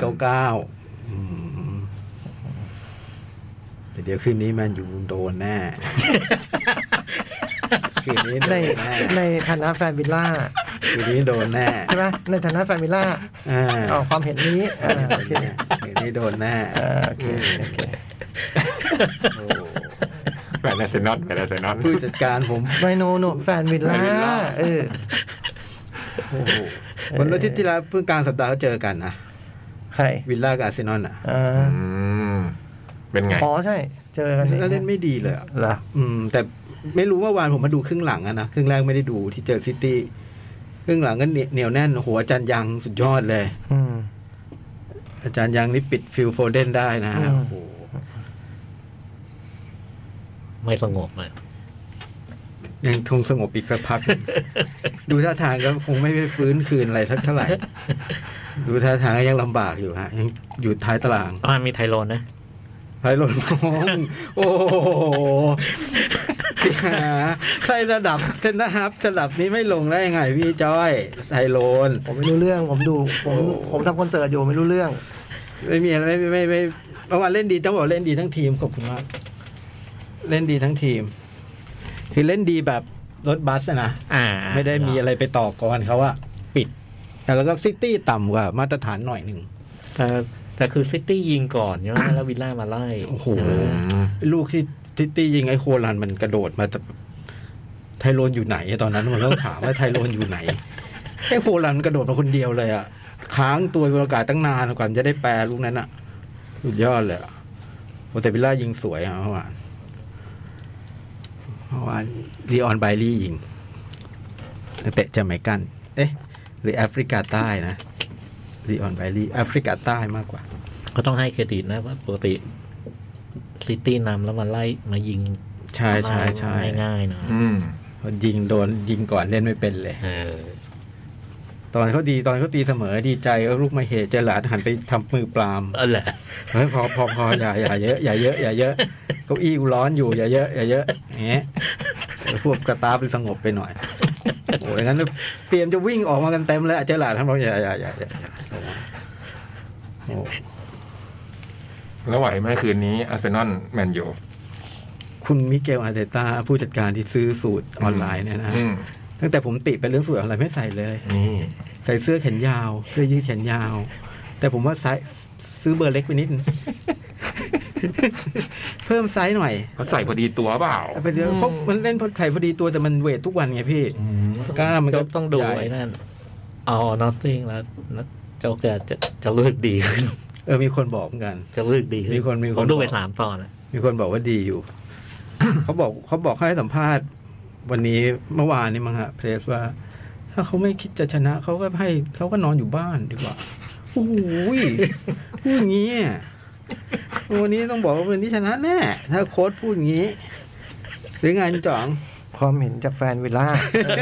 แต่เดี๋ยวคืนนี้แมนยูโดนแน่คืนนี้ในฐานะแฟนวิลล่าคืนนี้โดนแน่ใช่ไหมในฐานะแฟนวิลล่าความเห็นนี้โอเคคืนนี้โดนแน่โอเคแฟนอาร์เซนอลผู้จัดการผมไม่โนแฟนวิลล่าวันอาทิตย์ที่แล้วเพิ่งกลางสัปดาห์เขาเจอกันนะใครวิลล่ากับอาร์เซนอลอ่ะเป็นไงใช่เจอกันก็เล่นไม่ดีเลยเหรอแต่ไม่รู้เมื่อวานผมมาดูครึ่งหลังนะครึ่งแรกไม่ได้ดูที่เจอซิตี้ครึ่งหลังก็เหนียวแน่นหัวอาจารย์ยังสุดยอดเลยอาจารย์ยังนี่ปิดฟิลโฟเดนได้นะโอ้โหไม่สงบเลยยังคงสงบอีกสักพักดูท่าทางก็คงไม่ได้ฟื้นคืนอะไรสักเท่าไหร่ดูท่าทางก็ยังลำบากอยู่ฮะยังอยู่ท้ายตารางมีไทโรนนะไทโรนโอ้ใครระดับเทนนะครับระดับนี้ไม่ลงได้ยังไงพี่จ้อยไทโรนผมไม่รู้เรื่องผมทำคอนเสิร์ตอยู่ไม่รู้เรื่องไม่มีอะไรไม่เมื่อวานเล่นดีต้องบอกเล่นดีทั้งทีมขอบคุณมากเล่นดีทั้งทีมคือเล่นดีแบบรถบัสนะไม่ได้มีอะไรไปต่อก่อนเขาว่าปิดแล้วก็ซิตี้ต่ำกว่ามาตรฐานหน่อยหนึ่งแต่คือซิตี้ยิงก่อนใช่ไหมแล้ววิลล่ามาไล่โอ้โหลูกที่ซิตี้ยิงไอ้โคลันมันกระโดดมาไทโรนอยู่ไหนตอนนั้นมันต้องถามว่าไทโรนอยู่ไหนไอ้โคลันกระโดดมาคนเดียวเลยอ่ะค้างตัวบนอากาศตั้งนานก่อนจะได้แปรลูกนั้นอ่ะสุดยอดเลยแต่วิลล่ายิงสวยเมื่อวานลีออนไบลี่ยิงเตะจาเมกันหรือแอฟริกาใต้นะลีออนไบลี่แอฟริกาใต้มากกว่าก็ต้องให้เครดิตนะว่าปกติซิตี้นำแล้วมาไล่มายิงใช่ง่ายๆนะยิงโดนยิงก่อนเล่นไม่เป็นเลยตอนเขาตีเสมอดีใจก็ลูกมาเหตุเจหลาดหันไปทำมือปรามแหละพออย่าเยอะอย่าเยอะเก้าอี้กูร้อนอยู่อย่าเยอะอย่างเงี้ยพวกกระตาไปสงบไปหน่อยโอ้ยงั้นเตรียมจะวิ่งออกมากันเต็มเลยเจหลาดทำเราอย่าแล้วไหวไหมคืนนี้อาร์เซนอลแมนยูคุณมิเกลอาร์เตต้าผู้จัดการที่ซื้อสูตรออนไลน์เนี่ยนะตั้งแต่ผมติไปเรื่องสูตรอะไรไม่ใส่เลยใส่เสื้อแขนยาวเสื้อยืดแขนยาวแต่ผมว่าไซส์ซื้อเบอร์เล็กไปนิดเพิ่มไซส์หน่อยเขาใส่พอดีตัวเปล่าเพราะมันเล่นพอใส่พอดีตัวแต่มันเวททุกวันไงพี่กล้ามันก็ต้องดูไอ้นั่นนอตติ้งแล้วโจ๊กจะรู้สึกดีขึ้นมีคนบอกเหมือนกันจะรู้สึกดีขึ้นผมดูไป3 ตอนมีคนบอกว่าดีอยู่ เขาบอกให้สัมภาษณ์วันนี้เมื่อวานนี้มั้งฮะเพรสว่าถ้าเขาไม่คิดจะชนะเขาก็นอนอยู่บ้านดีกว่าโอ้โหพูดอย่างนี้วันนี้ต้องบอกว่าวันนี้ชนะแน่ถ้าโค้ชพูดอย่างนี้หรือไงจ่องความเห็นจากแฟนวิลล่า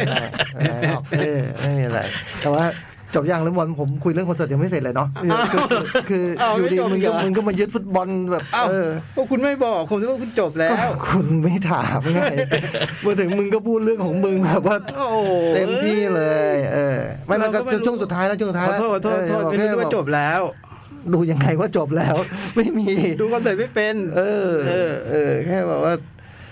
ไม่มีอะไรแต่ว่าจบยังเรื่องบอลผมคุยเรื่องคอนเสิร์ตยังไม่เสร็จเลยเนาะคืออยู่ดีมึงก็มายึดฟุตบอลแบบพวกคุณไม่บอกผมว่าคุณจบแล้วคุณไม่ถามไงมาถึงมึงก็พูดเรื่องของมึงแบบว่าเต็มที่เลยไม่มันก็ช่วงสุดท้ายแล้วช่วงสุดท้ายโทษไม่รู้ว่าจบแล้วดูยังไงว่าจบแล้วไม่มีดูคอนเสิร์ตไม่เป็นแค่บอกว่า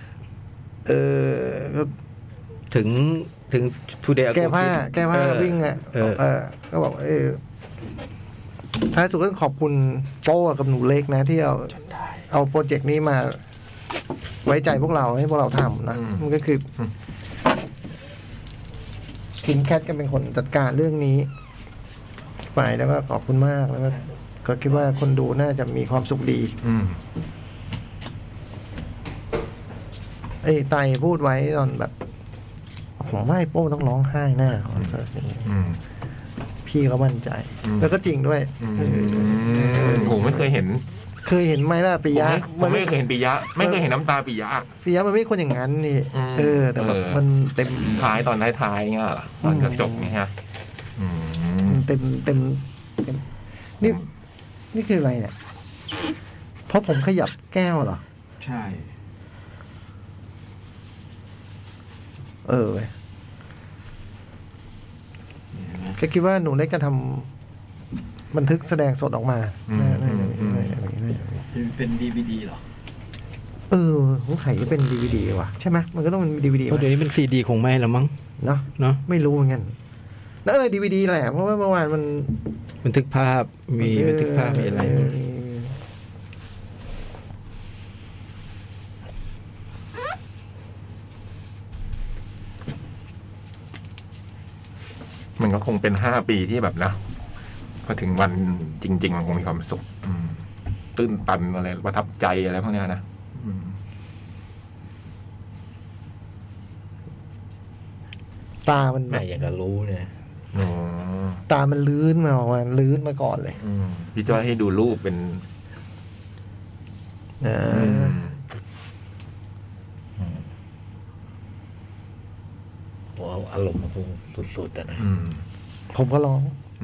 ถึงทูเดย์แก้ผ้าวิ่งอ่ะก็บอกไทท้ายสุดก็ขอบคุณโป้กับหนูเล็กนะที่เอาโปรเจกต์นี้มาไว้ใจพวกเราให้พวกเราทำนะมันก็คือคินแคทก็เป็นคนจัดการเรื่องนี้ไปแล้วก็ขอบคุณมากแล้วก็คิดว่าคนดูน่าจะมีความสุขดีไอ้ไตพูดไว้ตอนแบบผมว่าไอ้โป้ต้องร้องไห้แน่คอนเสิร์ตนี้พี่เขามั่นใจแล้วก็จริงด้วยผมไม่เคยเห็นไหมล่ะปิยะมันไม่เคยเห็นปิยะไม่เคยเห็นน้ำตาปิยะมันไม่คนอย่างนั้นนี่แต่แบบมันเต็มท้ายตอนท้ายเงี้ยตอนจบเนี่ยฮะเต็มนี่คืออะไรเนี่ยเพราะผมขยับแก้วเหรอใช่ก็คิดว่าหนูเล็กจะทำบันทึกแสดงสดออกมาเป็น DVD เหรอผมไข่ก็เป็น DVD ว่ะใช่ไหมมันก็ต้องเป็น DVD เดี๋ยวนี้เป็น CD คงไม่แล้วมั้งเนาะไม่รู้เหมือนกันแล้วDVD แหละเพราะว่าเมื่อวานมันบันทึกภาพมีบันทึกภาพมีอะไรมันก็คงเป็น5 ปีที่แบบนะพอถึงวันจริงๆมันคงมีความสุขตื้นตันอะไรประทับใจอะไรพวกนี้นะตามันไม่อยากจะรู้เนี่ยตามันลื้นมาลื้นมาก่อนเลยพี่จ้อยให้ดูรูปเป็นอารมณ์มันคงสุดๆนะผมก็ร้อง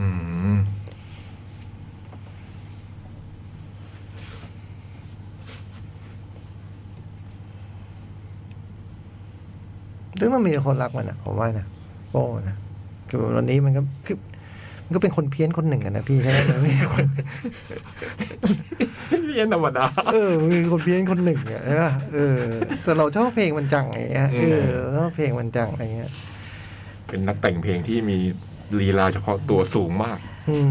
ซึ่งมันมีคนรักมันนะผมว่านะโป้นะคือวันนี้มันก็เป็นคนเพี้ยนคนหนึ่งกันนะพี่ใช่ไหมไม่ใช่คนเพี้ยนธรรมดามีคนเพี้ยนคนหนึ่งอ่ะแต่เราชอบเพลงมันจังไงชอบเพลงมันจังอะไรเงี้ยเป็นนักแต่งเพลงที่มีลีลาเฉพาะตัวสูงมาก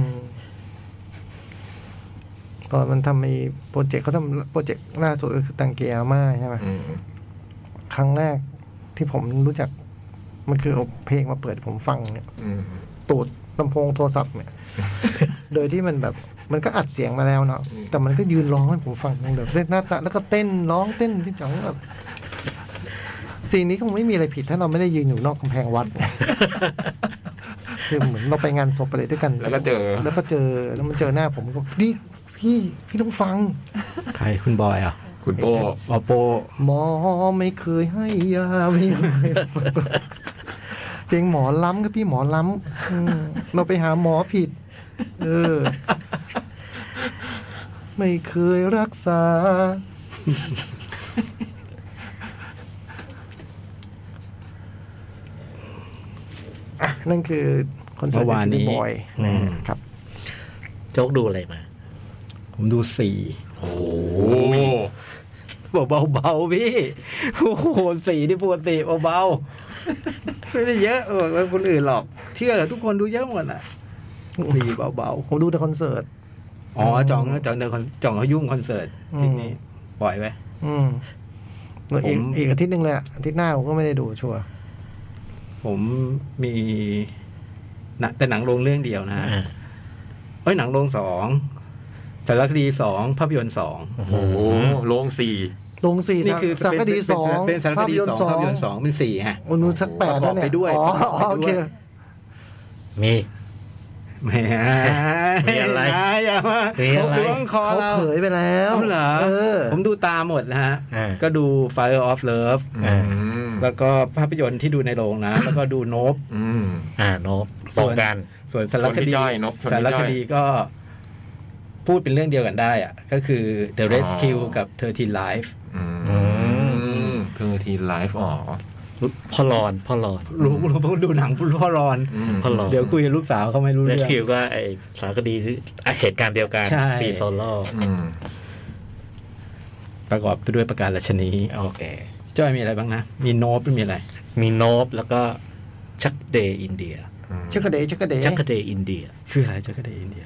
ตอนมันทำไอ้โปรเจกต์เขาทำโปรเจกต์ล่าสุดก็คือตังเกียม่าใช่ไหมครั้งแรกที่ผมรู้จักมันคือเอาเพลงมาเปิดผมฟังเนี่ยตูดลำโพงโทรศัพท์เนี่ยโดยที่มันแบบมันก็อัดเสียงมาแล้วเนาะแต่มันก็ยืนร้องให้ผมฟังแบบเล่นหน้าตาแล้วก็เต้นร้องเต้นพี่จ๋องแบบซีนนี้คงไม่มีอะไรผิดถ้าเราไม่ได้ยืนอยู่นอกกำแพงวัดคือเหมือนเราไปงานศพอะไรด้วยกันแล้วก็เจอแล้วมันเจอหน้าผมก็พี่ต้องฟังใครคุณบอยอ่ะคุณโป้โป้หมอไม่เคยให้ยาไม่เพลงหมอล้ำกับพี่หมอล้ำเราไปหาหมอผิดไม่เคยรักษานั่นคือคอนเสิร์ตของพี่บอยครับโจ๊กดูอะไรมาผมดู4 โอ้เบาๆพี่โอ้โห4ที่ปกติเบาๆไม่ได้เยอะคนอื่นหรอกเชื่อเหรอทุกคนดูเยอะหมดอ่ะ4เบาๆผมดูแต่คอนเสิร์ตจ่องเขายุ่งคอนเสิร์ตทีนี้ปล่อยไปอีกอาทิตย์นึงเลยอาทิตย์หน้าผมก็ไม่ได้ดูชัวร์ผมมีแต่หนังโรงเรื่องเดียวนะหนังโรง2สารคดี2ภาพยนตร์2 โอ้โหโรง4 นี่คือสารคดี2 เป็นสารคดี2ภาพยนตร์2เป็น4ฮะนูสัก8แล้วเนี่ยไปด้วยโอเคมีอะไรอย่ามาเขาเผยไปแล้วเหรอผมดูตามหมดนะฮะก็ดู Fire of Love แล้วก็ภาพยนตร์ที่ดูในโรงนะแล้วก็ดูโนบโนบส่วนสารคดีก็พูดเป็นเรื่องเดียวกันได้อ่ะก็คือ The Rescue กับ 13 Life 13 Life พ่อรอนรู้ดูหนังพ่อรอนเดี๋ยวคุยกับลูกสาวเขาไม่รู้เรื่อง Rescue ก็ไอสารคดีเหตุการณ์เดียวกันฟรีโซโล่ประกอบด้วยประการราชนีโอเคจ้อยมีอะไรบ้างนะมีโนบมีอะไรมีโนบแล้วก็ชักเดย์อินเดียจักรเดย์อินเดียคืออะไรจักรเดย์อินเดีย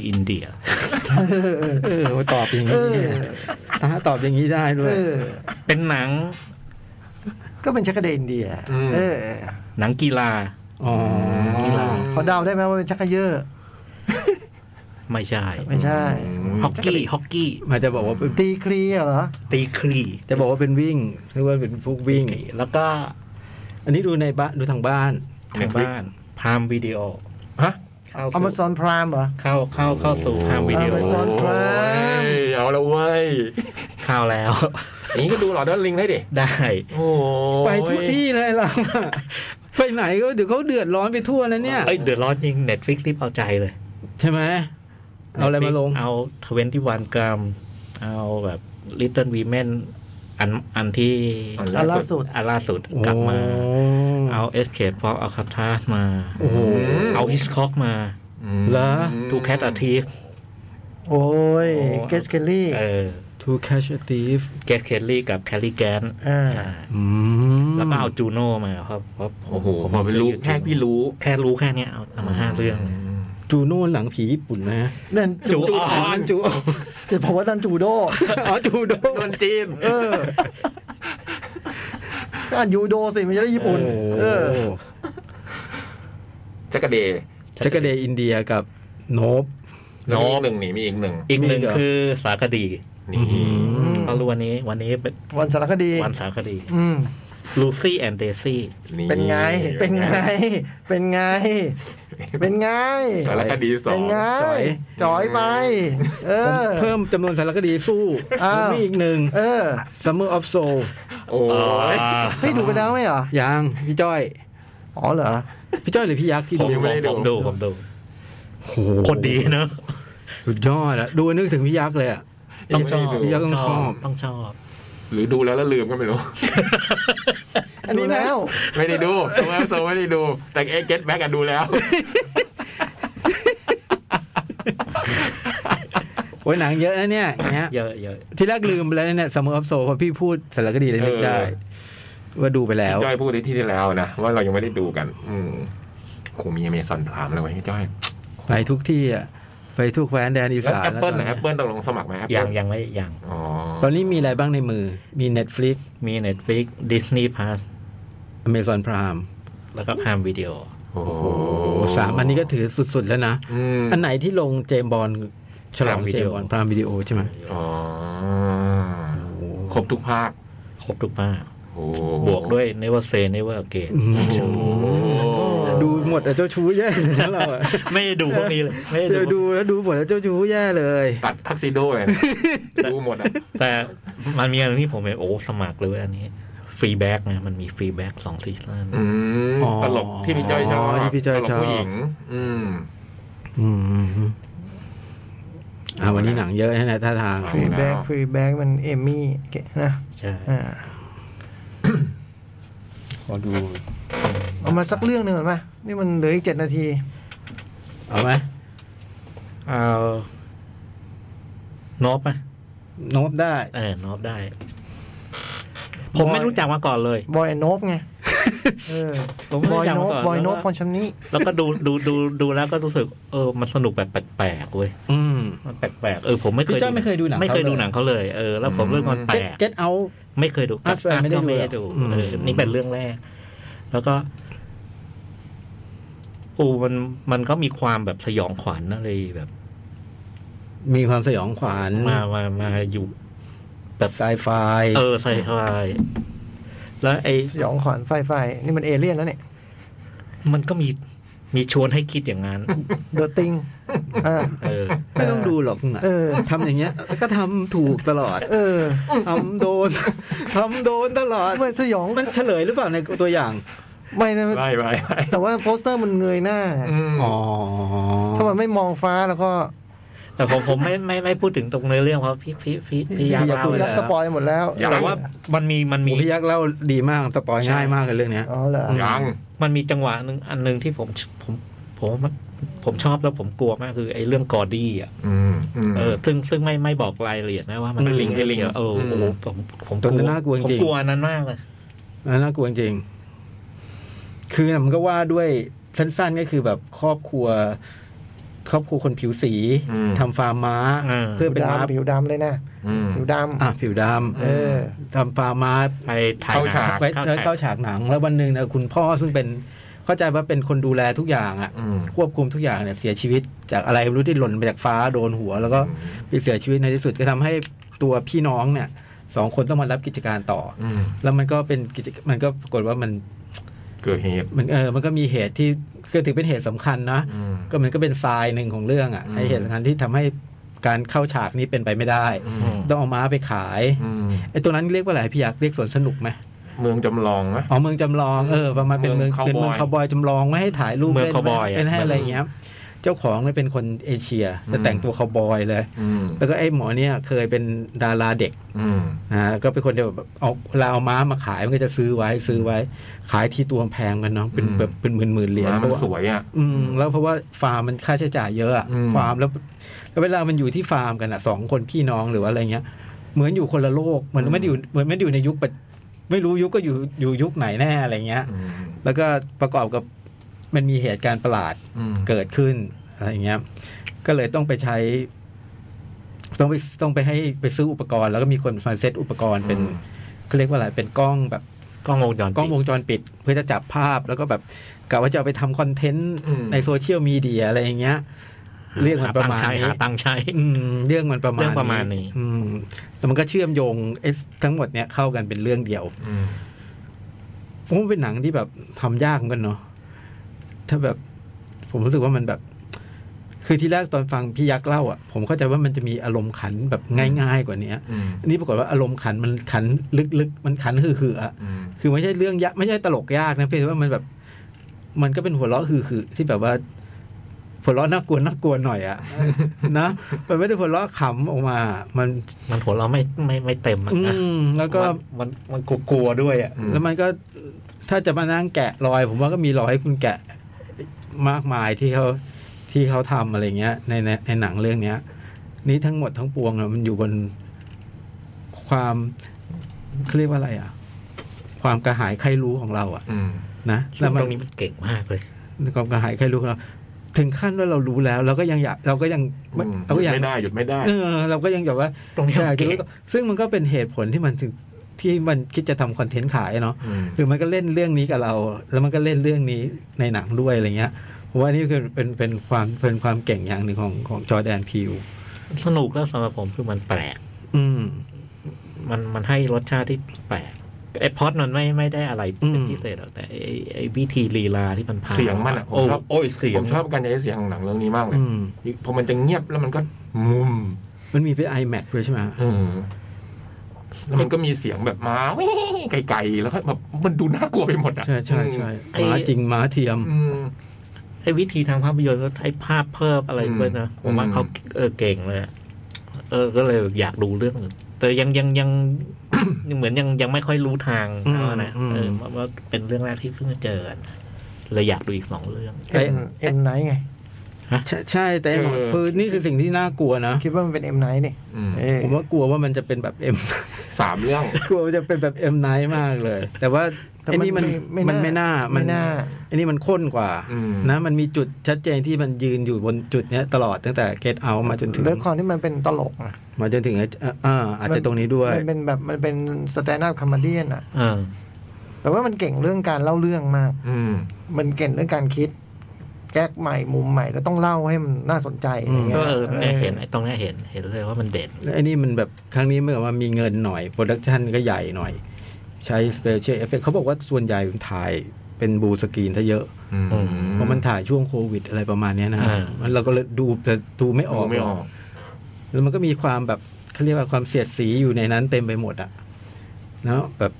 ตอบอย่างนี้ถ้าตอบอย่างนี้ได้ด้วยเป็นหนังก็เป็นจักรเดย์อินเดียหนังกีฬาเขาเดาได้ไหมว่าเป็นชักกระเยอะไม่ใช่ฮอกกี้มันจะบอกว่าเป็นตีคลีเหรอตีคลีจะบอกว่าเป็นวิ่งหรือว่าเป็นพวกวิ่งแล้วก็อันนี้ดูในบ้านดูทางบ้านพรามวิดีโอฮะ Amazon Prime เหรอเข้าสู่พรามวิดีโอ Amazon Prime เอาละเว้ยเข้าแล้วนี่ก็ดูหลอดดอลลิงได้ดิได้โอ้ไปทุกที่เลยล่ะไปไหนก็เดี๋ยวเขาเดือดร้อนไปทั่วนะเนี่ยเดือดร้อนจริง Netflix รีบเอาใจเลยใช่ไหมเอาอะไรมาลงเอา21 กรัมเอาแบบ Little Women อันที่อันล่าสุดกลับมาเอา Escape from Alcatraz มาเอา Hitchcock มาแล้ว To Catch a Thief โอ้ยเกสเคลลี่ To Catch a Thief เกสเคลลี่กับแคลลี่แกนแล้วก็เอาจูโน่มาครับโอ้โหผมไม่รู้แค่พี่รู้แค่นี้เอามา5 เรื่องจูโน่หนังผีญี่ปุ่นนะนั่นจูจะบอกว่านั่นจูโดจูโดโดนจีนก็อ่านยูโดสิไม่ใช่ญี่ปุ่นจักรเดย์อินเดียกับโนบหนึ่งนี่มีอีกหนึ่งคือสารคดีนี่เขารู้วันนี้เป็นวันสารคดีลูซี่แอนเดซี่เป็นไงสารคดี2 เป็นไงจ่อยไปเพิ่มจำนวนสารคดีสู้มีอีกหนึ่งSummer of Soul โอ้ยให้ดูไปแล้วไหมเหรอยังพี่จ้อยอ๋อเหรอพี่จ้อยหรือพี่ยักษ์ผมไม่ได้ดูโหคนดีเนอะสุดยอดอะดูนึกถึงพี่ยักษ์เลยอะต้องชอบพี่ยักษ์ต้องชอบหรือดูแล้วลืมก็ไม่รู้อันนี้แล้วไม่ได้ดูตัวโซไม่ได้ดูแต่เก็ตแบ็กดูแล้วโอ้ยหนังเยอะนะเนี่ยเยอะที่แรกลืมไปแล้วเนี่ย Summer of Soul พอพี่พูดสารคดีเลยนึกได้ว่าดูไปแล้วจ้อยพูดที่แล้วนะว่าเรายังไม่ได้ดูกันโหมีAmazon Primeเลยจ้อยไปทุกที่อ่ะไปทุกแคว้นแดนอีสานแล้ว Apple ต้องลงสมัครไหมยังไม่ตอนนี้มีอะไรบ้างในมือมี Netflix Disney Plus Amazon Prime แล้วก็ Prime Video โอ้โห3อันนี้ก็ถือสุดๆแล้วนะอันไหนที่ลงเจมส์บอนด์ฉลองเจมส์บอนด์ Prime Video ใช่ไหมครบทุกภาคบวกด้วย Never Say Never Again ดูหมดเจ้าชู้แย่เลยนะเราไม่ดูพวกนี้เลยไม่ดูแล้วดูหมดเจ้าชู้แย่เลยตัดทักซิโดเลยดูหมดอ่ะแต่มันมีอะไรที่ผมสมัครเลยอันนี้ฟรีแบ็กนะมันมีฟรีแบ็ก2 ซีซั่นตลกที่พี่จ้อยชอบที่พี่จ้อยชอบผู้หญิงวันนี้หนังเยอะนะท่าทางฟรีแบ็กมันเอมี่นะใช่ขอดูเอามาสักเรื่องหนึ่งก่อนไหมนี่มันเหลืออีก7 นาทีเอาไหมเอาโนบไหมโนบได้โนบได้ผมไม่รู้จักมาก่อนเลยบอยโนบไงผมไม่รู้จักมาก่อนบอยโนบคนชั้นนี้แล้วก็ดูแล้วก็รู้สึกมันสนุกแบบแปลกๆเว้ยมันแปลกๆผมไม่เคยดูหนังเขาเลยแล้วผมเรื่องมันแปลก Get Out ไม่เคยดูไม่ได้ดูนี่เป็นเรื่องแรกแล้วก็มันก็มีความแบบสยองขวัญอะไรแบบมีความสยองขวัญมาอยู่แบบไซไฟไซไฟแล้วสยองขวัญไฟนี่มันเอเลี่ยนแล้วเนี่ยมันก็มีชวนให้คิดอย่างนั้น The Thing ไม่ต้องดูหรอกทำอย่างเงี้ยแล้วก็ทำถูกตลอดทำโดนตลอดมันสยองมันเฉลยหรือเปล่าในตัวอย่างไม่แต่ว่าโปสเตอร์มันเงยหน้าถ้ามันไม่มองฟ้าแล้วก็แต่ผมไม่พูดถึงตรงเนื้อเรื่องเพราะพี่ยักษ์เล่าสปอยหมดแล้วแต่ว่ามันมีพี่ยักษ์เล่าดีมากสปอยง่ายมากเลยเรื่องนี้ยังมันมีจังหวะนึงอันนึงที่ผมชอบแล้วผมกลัวมากคือไอ้เรื่องกอดี้อ่ะซึ่งไม่บอกรายละเอียดนะว่ามันลิงผมตอนนั้นน่ากลัวจริงผมกลัวนั้นมากเลยน่ากลัวจริงคือมันก็ว่าด้วยสั้นๆก็คือแบบครอบครัวคนผิวสีทำฟาร์มม้าเพื่อเป็นม้าผิวดำเลยนะผิวดำผิวดำทำฟาร์มม้าไปถ่ายหนังเข้าฉากหนังแล้ววันหนึ่งนะคุณพ่อซึ่งเป็นเข้าใจว่าเป็นคนดูแลทุกอย่างอ่ะควบคุมทุกอย่างเนี่ยเสียชีวิตจากอะไรไม่รู้ที่หล่นมาจากฟ้าโดนหัวแล้วก็ไปเสียชีวิตในที่สุดก็ทำให้ตัวพี่น้องเนี่ย2 คนต้องมารับกิจการต่อแล้วมันก็เป็นมันก็ปรากฏว่ามันเกิดเหตุมันก็มีเหตุที่ก็ถือเป็นเหตุสำคัญนะก็มันก็เป็นทรายหนึ่งของเรื่องอ่ะให้เหตุสำคัญที่ทำให้การเข้าฉากนี้เป็นไปไม่ได้ต้องเอาม้าไปขายไอ้ตัวนั้นเรียกว่าอะไรพี่ยักษ์เรียกสวนสนุกไหมเมืองจำลองนะเมืองจำลองประมาณเป็นเมืองคาวบอยจำลองไม่ให้ถ่ายรูปเล่นเป็นให้อะไรอย่างเงี้ยเจ้าของเนี่ยเป็นคนเอเชียแต่แต่งตัวคาวบอยเลยแล้วก็ไอ้หมอเนี่ยเคยเป็นดาราเด็กก็เป็นคนที่แบบเอาม้ามาขายมันก็จะซื้อไว้ขายที่ตัวแพงกันเนาะเป็นแบบเป็นหมื่นเหรียญมันสวยอ่ะแล้วเพราะว่าฟาร์มมันค่าใช้จ่ายเยอะอ่ะฟาร์มแล้วเวลามันอยู่ที่ฟาร์มกันอ่ะ2 คนพี่น้องหรือว่าอะไรเงี้ยเหมือนอยู่คนละโลกมันไม่ได้อยู่ในยุคไม่รู้ยุคก็อยู่ยุคไหนแน่อะไรเงี้ยแล้วก็ประกอบกับมันมีเหตุการณ์ประหลาดเกิดขึ้นอะไรอย่างเงี้ยก็เลยต้องไปใช้ต้องไปให้ไปซื้ออุปกรณ์แล้วก็มีคนมาเซตอุปกรณ์เป็นเขาเรียกว่าอะไรเป็นกล้องแบบกล้องวงจรปิดเพื่อจะจับภาพแล้วก็แบบกะว่าจะเอาไปทำคอนเทนต์ในโซเชียลมีเดียอะไรอย่างเงี้ยเรื่องมันประมาณนี้ตั้งใช้เรื่องมันประมาณนี้แล้วมันก็เชื่อมโยงทั้งหมดเนี้ยเข้ากันเป็นเรื่องเดียวผมว่าเป็นหนังที่แบบทำยากเหมือนกันเนาะถ้าแบบผมรู้สึกว่ามันแบบคือที่แรกตอนฟังพี่ยักษ์เล่าอ่ะผมเข้าใจว่ามันจะมีอารมณ์ขันแบบง่ายๆกว่านี้นี่ปรากฏว่าอารมณ์ขันมันขันลึกๆมันขันหือๆอ่ะคือไม่ใช่เรื่องยากไม่ใช่ตลกยากนะเพียงแต่ว่ามันแบบมันก็เป็นหัวเราะหือๆที่แบบว่าหัวเราะน่ากลัวหน่อยอ่ะนะมันไม่ได้หัวเราะขำออกมามันหัวเราะไม่เต็มนะแล้วก็มันกลัวด้วยอ่ะแล้วมันก็ถ้าจะมานั่งแกะรอยผมว่าก็มีรอยให้คุณแกะมากมายที่เขาทำอะไรเงี้ยในหนังเรื่องเนี้ยนี้ทั้งหมดทั้งปวงมันอยู่บนความเขาเรียกว่าอะไรอ่ะความกระหายใคร่รู้ของเราอ่ะนะแล้วตรงนี้มันเก่งมากเลยความกระหายใคร่รู้ของเราถึงขั้นว่าเรารู้แล้วเราก็ยังอยากเราก็ยังไม่ได้หยุดไม่ได้เราก็ยังแบบว่าตรงนี้ซึ่งมันก็เป็นเหตุผลที่มันถึงที่มันคิดจะทำคอนเทนต์ขายเนาะคือมันก็เล่นเรื่องนี้กับเราแล้วมันก็เล่นเรื่องนี้ในหนังด้วยอะไรเงี้ยผมว่านี่คือเป็นความเก่งอย่างหนึ่งของจอร์แดนพีลสนุกแล้วสำหรับผมคือมันแปลกมันให้รสชาติที่แปลกไอ้พอดมันไม่ได้อะไรเป็นพิเศษหรอกแต่ไอ้วิธีลีลาที่มันพาเสียงมันอ่ะผมชอบการใช้เสียงของหนังเรื่องนี้มากเลยพอมันจะเงียบแล้วมันก็มุมมันมีเป็น iMac ด้วยใช่ไหมแล้วมันก็มีเสียงแบบม้าไกลๆแล้วแบบมันดูน่ากลัวไปหมดอ่ะใช่ม้าจริงม้าเทียมไอ้วิธีทางภาพยนตร์ก็ใช้ภาพเพิ่มอะไรด้วยนะผมว่าเขาเก่งเลยก็เลยอยากดูเรื่องแต่ยังเหมือนยังไม่ค่อยรู้ทางนะว่าเป็นเรื่องแรกที่เพิ่งเจอกันเลยอยากดูอีก2 เรื่องเอ็มไนท์ไงใช่แต่คือนี่คือสิ่งที่น่ากลัวนะคิดว่ามันเป็นเอ็มไนท์นี่ผมว่ากลัวว่ามันจะเป็นแบบเอ็ม 3 เรื่องกลัวจะเป็นแบบเอ็มไนท์มากเลยแต่ว่าไอ้นี่มันไม่น่าไอ้นี่มันข้นกว่านะมันมีจุดชัดเจนที่มันยืนอยู่บนจุดเนี้ยตลอดตั้งแต่เกตเอามาจนถึงเรื่องความที่มันเป็นตลกมาจนถึงอาจจะตรงนี้ด้วยมันเป็นแบบมันเป็นสแตนด์อัพคอมเมดี้อ่ะแต่ว่ามันเก่งเรื่องการเล่าเรื่องมากมันเก่งเรื่องการคิดแก๊กใหม่มุมใหม่แล้วต้องเล่าให้มันน่าสนใจอะไรเงี้ยก็เห็นตรงนี้เห็นเลยว่ามันเด่นไอ้นี่มันแบบครั้งนี้เมื่อว่ามีเงินหน่อยโปรดักชันก็ใหญ่หน่อยใช้สเปเชียลเอฟเฟคเขาบอกว่าส่วนใหญ่ถ่ายเป็นบูสกรีนซะเยอะเพราะมันถ่ายช่วงโควิดอะไรประมาณนี้นะมันเราก็เลยดูแต่ดูไม่ออกแล้วมันก็มีความแบบเขาเรียกว่าความเสียดสีอยู่ในนั้นเต็มไปหมดอ่ะแล้วแบบ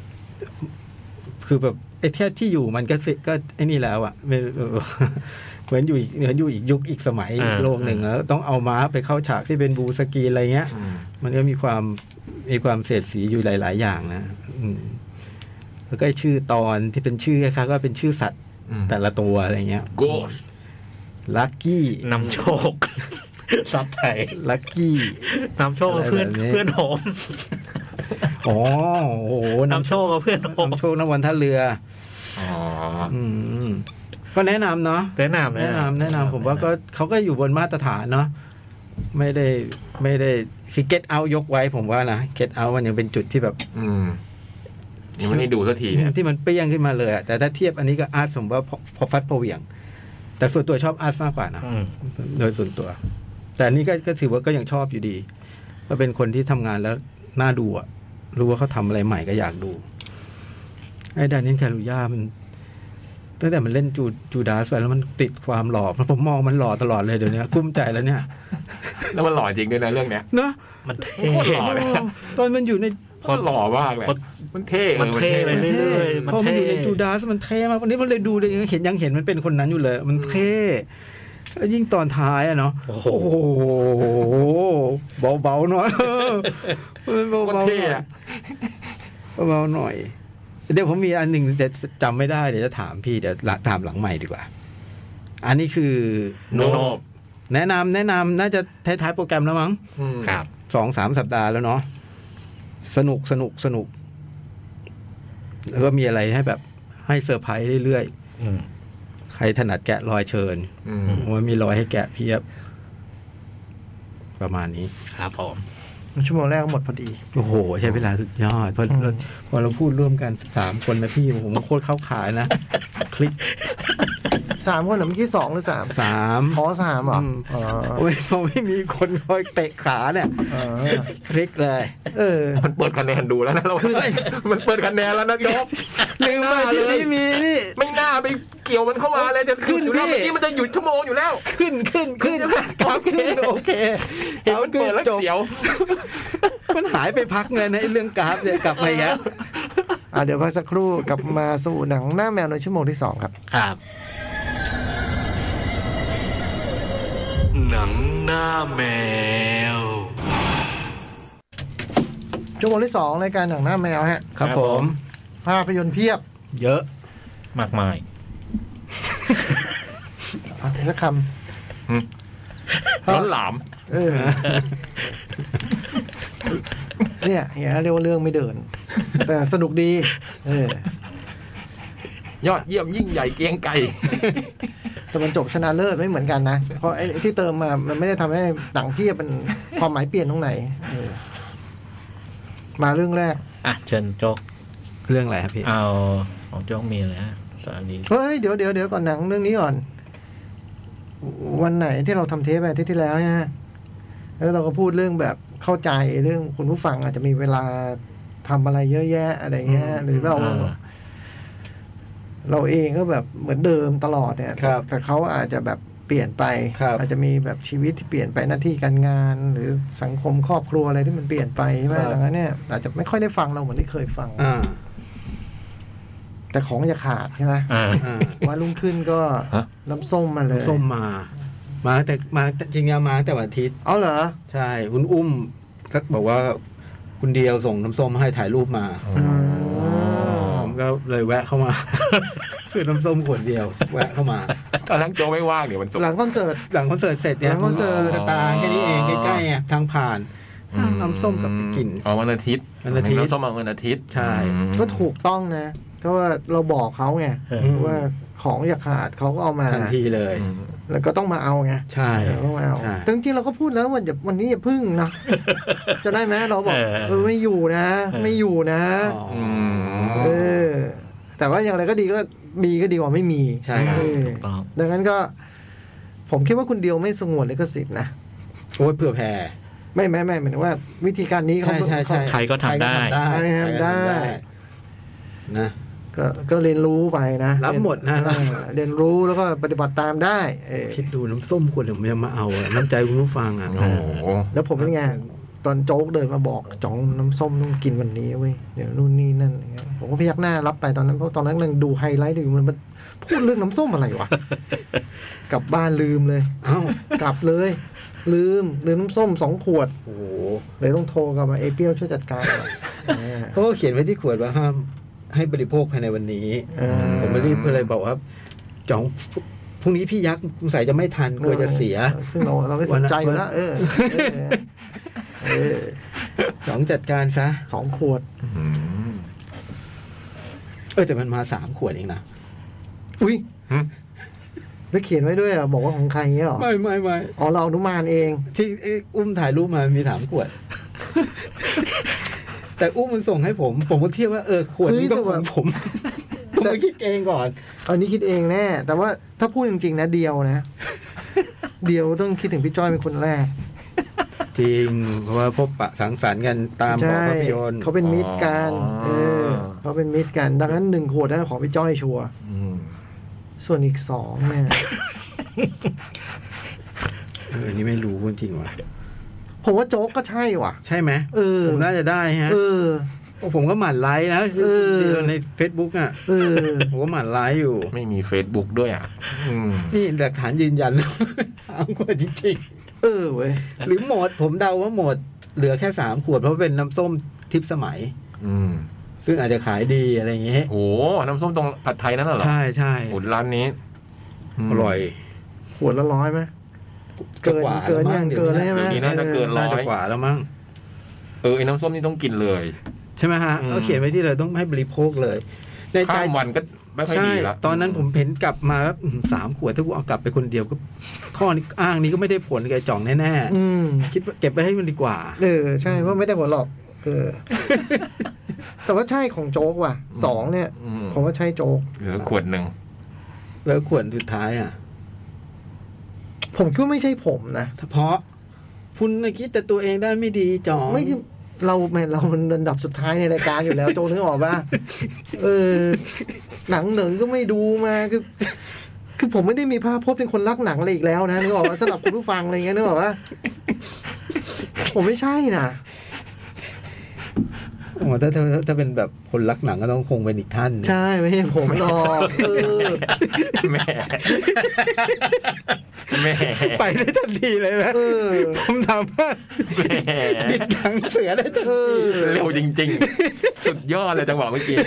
คือแบบไอ้ที่อยู่มันก็ไอ้นี่แล้วอ่ะเหมือนอยู่อีกยุคอีกสมัยโลกหนึ่งแล้วต้องเอาม้าไปเข้าฉากที่เป็นบูสกรีนอะไรเงี้ยมันก็มีความเสียดสีอยู่หลายๆอย่างนะแล้วก็ชื่อตอนที่เป็นชื่อคล้ายๆก็เป็นชื่อสัตว์แต่ละตัวอะไรเงี้ย Ghost Lucky นำโชคซับไทย Lucky นำโชคเพื่อนผมอ๋อโอ้โหนำโชคกับเพื่อนผมนำโชคน้ำวันท่าเรือก็แนะนำเนาะแนะนำผมว่าก็เขาก็อยู่บนมาตรฐานเนาะไม่ได้คือ Get Out ยกไว้ผมว่านะ Get Out มันยังเป็นจุดที่แบบยังไม่ได้ดูสักทีเนี่ยที่มันเปรี้ยงขึ้นมาเลยอะแต่ถ้าเทียบอันนี้ก็อาร์ตผมว่าพอฟัดพอเหวี่ยงแต่ส่วนตัวชอบอาร์ตมากกว่านะโดยส่วนตัว แต่อันนี้ก็ถือว่าก็ยังชอบอยู่ดีก็เป็นคนที่ทำงานแล้วน่าดูอะรู้ว่าเขาทำอะไรใหม่ก็อยากดูไอ้ดานิเอล คาลูย่ามันตั้งแต่มันเล่นจูดาสไปแล้วมันติดความหล่อผมมองมันหล่อตลอดเลยเดี๋ยวนี้กุ้มใจแล้วเนี่ยแล้วมันหล่อจริงด้วยนะเรื่องเนี้ยเนาะมันเท่โคตรหล่อเลยตอนมันอยู่ในโคตรหล่อมากเลยมันเท่มันเท่ไปเรื่อยๆพอมันอยู่ในจูดาสมันเท่มากวันนี้มันเลยดูเลยยังเห็นมันเป็นคนนั้นอยู่เลย มันเท่ยิ่งตอนท้ายอะเนาะโอ้โหเบาๆหน่อยเบาๆหน่อยเบาๆหน่อยเดี๋ยวผมมีอันหนึ่งแต่จำไม่ได้เดี๋ยวจะถามพี่เดี๋ยวถามหลังใหม่ดีกว่าอันนี้คือโนบแนะนำน่าจะท้ายๆโปรแกรมแล้วมั้งครับ 2-3 สัปดาห์แล้วเนาะสนุกแล้วก็มีอะไรให้แบบให้เซอร์ไพรส์เรื่อยๆใครถนัดแกะรอยเชิญว่ามีรอยให้แกะเพียบประมาณนี้ครับผมชั่วโมงแรกหมดพอดีโอ้โหใช้เวลาสุดยอดพอเราพูดร่วมกัน3คนนะพี่ผมโคตรเข้าขายนะคลิก 3 คนเหรอเมื่อกี้2 หรือ 3 3 อ๋อ 3เหรอพอไม่มีคนคอยเตะขาเนี่ยคลิกเลยมันเปิดคะแนนดูแล้วนะเรามันเปิดคะแนนแล้วนะโจ๊กลืมไปที่นี่มีนี่ไม่น่าไปเกี่ยวมันเข้ามาเลยจะขึ้นอยู่แล้วเมื่อกี้มันจะหยุดชั่วโมงอยู่แล้วขึ้นครับขึ้นโอเคเห็นมันเปิดแล้วเสียวมันหายไปพักเลยนะเรื่องกราฟเนี่ยกลับมาอีกแล้วเดี๋ยวพักสักครู่กลับมาสู่หนังหน้าแมวในชั่วโมงที่2ครับหนังหน้าแมวชั่วโมงที่2รายการหนังหน้าแมวฮะครับผมภาพยนตร์เพียบเยอะมากมายสักคำร้อนหลามเนี่ยเรียกว่าเรื่องไม่เดินแต่สนุกดียอดเยี่ยมยิ่งใหญ่เกรียงไกรแต่มันจบชนะเลิศไม่เหมือนกันนะเพราะไอ้ที่เติมมามันไม่ได้ทำให้หนังเพียบเป็นความหมายเปลี่ยนตรงไหนมาเรื่องแรกเชิญโจ๊กเรื่องอะไรครับพี่เอาของโจ๊กมีอะไรสวัสดีเฮ้ยเดี๋ยวก่อนหนังเรื่องนี้ก่อนวันไหนที่เราทำเทปไปที่แล้วเนี่ยแล้วเราก็พูดเรื่องแบบเข้าใจเรื่องคุณผู้ฟังอาจจะมีเวลาทำอะไรเยอะแยะอะไรเงี้ยหรือเราเองก็แบบเหมือนเดิมตลอดเนี่ยแต่เขาอาจจะแบบเปลี่ยนไปอาจจะมีแบบชีวิตที่เปลี่ยนไปหน้าที่การงานหรือสังคมครอบครัวอะไรที่มันเปลี่ยนไปใช่ไหมดังนั้นเนี่ยอาจจะไม่ค่อยได้ฟังเราเหมือนที่เคยฟังแต่ของอย่าขาดใช่ไหมวันรุ่งขึ้นก็น้ำส้มมาเลยน้ำส้มมาแต่จริงๆมาแต่วันอาทิตย์เหรอใช่คุณอุ้มก็บอกว่าคุณเดียวส่งน้ำส้มให้ถ่ายรูปมาผมก็เลยแวะเข้ามาคือน้ำส้มขวดเดียวแวะเข้ามาตอนนั้นโจไม่ว่างเดี๋ยวมันหลังคอนเสิร์ตเสร็จเนี่ยคอนเสิร์ตตาแค่นี้เองใกล้ๆทางผ่านน้ำส้มกับไปกินวันอาทิตย์น้ำส้มวันอาทิตย์ใช่ก็ถูกต้องนะก็ว่าเราบอกเขาไงว่าของอย่าขาดเขาก็เอามาทันทีเลยแล้วก็ต้องมาเอาไงใช่ต้องมาเอาจริงๆเราก็พูดแล้วว่าวันนี้อย่าพึ่งนะจะได้ไหมเราบอกไม่อยู่นะแต่ว่าอย่างไรก็ดีก็ดีกว่าไม่มีใช่ดังนั้นก็ผมคิดว่าคุณเดียวไม่สงวนลิขสิทธิ์นะโอ้ยเผื่อแผ่ไม่หมายถึงว่าวิธีการนี้เขาใครก็ทำได้นะก็เรียนรู้ไปนะรับหมดนะเรียนรู้แล้วก็ปฏิบัติตามได้คิดดูน้ำส้มคนผมยังมาเอาน้ำใจคุณผู้ฟังแล้วผมเป็นไงตอนโจ๊กเดินมาบอกจ๋องน้ำส้มต้องกินวันนี้เว้ยเดี๋ยวนู่นนี่นั่นผมก็พยักหน้ารับไปตอนนั้นเพราะตอนนั้นยังดูไฮไลท์อยู่มันพูดเรื่องน้ำส้มอะไรวะกลับบ้านลืมเลยกลับเลยลืมน้ำส้ม2 ขวดโอ้เลยต้องโทรกลับมาเปรี้ยวช่วยจัดการเพราะเขียนไว้ที่ขวดว่าห้ามให้บริโภคภายในวันนี้ผมไม่รีบเลยบอกว่าจ๋องพรุ่งนี้พี่ยักษ์สงสัยจะไม่ทันกลัวจะเสียซึ่งเราไม่สนใจแล้วจ๋องจัดการซะ 2 ขวดแต่มันมา3 ขวดเองนะอุ้ยแล้วเขียนไว้ด้วยอ่ะบอกว่าของใครเงี้ยหรอไม่อ๋อเราอนุมานเองที่อุ้มถ่ายรูปมามี3 ขวด แต่อุ้มมันส่งให้ผมก็เทียบว่าขวดนี้ก็ของผมผมก็คิดเองก่อนอันนี้คิดเองแน่แต่ว่าถ้าพูดจริงๆนะเดียวนะ เดียวต้องคิดถึงพี่จ้อยเป็นคนแรกจริงเพราะว่าพบปะสังสรรค์กันตามบ่อภาพยนตร์เขาเป็นมิตรกันเขาเป็นมิตรกันดังนั้น1 ขวดนั้นของพี่จ้อยชัวร์ส่วนอีก2เนี่ยนี่ไม่รู้จริงว่ะผมว่าโจ๊กก็ใช่ว่ะใช่ไหมผมน่าจะได้ฮะผมก็หมั่นไลค์นะคือใน Facebook อ่ะผมก็หมั่นไลค์อยู่ไม่มี Facebook ด้วยอ่ะนี่หลักฐานยืนยัน3 ขวดจริงๆเว้ยหรือหมดผมเดาว่าหมดเหลือแค่3 ขวดเพราะเป็นน้ำส้มทิพย์สมัยซึ่งอาจจะขายดีอะไรอย่างเงี้ยโอ้น้ำส้มตรงผัดไทยนั่นเหรอใช่ใช่ร้านนี้อร่อยขวดละ100ไหมเกินยังเกินใช่ไหมนี่น่าจะเกิน100 กว่าแล้วมั้งไอ้น้ำส้มนี่ต้องกินเลยใช่ไหมฮะเขาเขียนไว้ที่เลยต้องให้บริโภคเลยในใจวันก็ไม่ค่อยดีแล้วตอนนั้นผมเห็นกลับมาแล้ว3 ขวดถ้ากูเอากลับไปคนเดียวก็ข้อนี้อ้างนี้ก็ไม่ได้ผลกับไอ้จ่องแน่ๆคิดว่าเก็บไปให้มันดีกว่าใช่เพราะไม่ได้ผลหรอกแต่ว่าใช่ของโจ๊กว่ะ2เนี่ยผมว่าใช่โจ๊กเหลือขวดนึงแล้วขวดสุดท้ายผมคิดว่าไม่ใช่ผมนะเพราะคุณคิดแต่ตัวเองได้ไม่ดีจ่องไม่เรามันอันดับสุดท้ายในรายการอยู่แล้วโจนึกออกป่ะหนังเหนึ่งก็ไม่ดูมาคือผมไม่ได้มีภาพพจน์เป็นคนรักหนังอะไรอีกแล้วนะนึกออกว่าสำหรับคุณผู้ฟังอะไรเงี้ยนึกออกว่าผมไม่ใช่นะโอ้ถ้าเป็นแบบคนรักหนังก็ต้องคงเป็นอีกท่านใช่ไม่ใช่ผมหรอกแม่ไปได้ทันทีเลยนะผมถามว่าบิดหนังเสือได้ทันทีเร็วจริงๆสุดยอดเลยจังหวะเมื่อกี้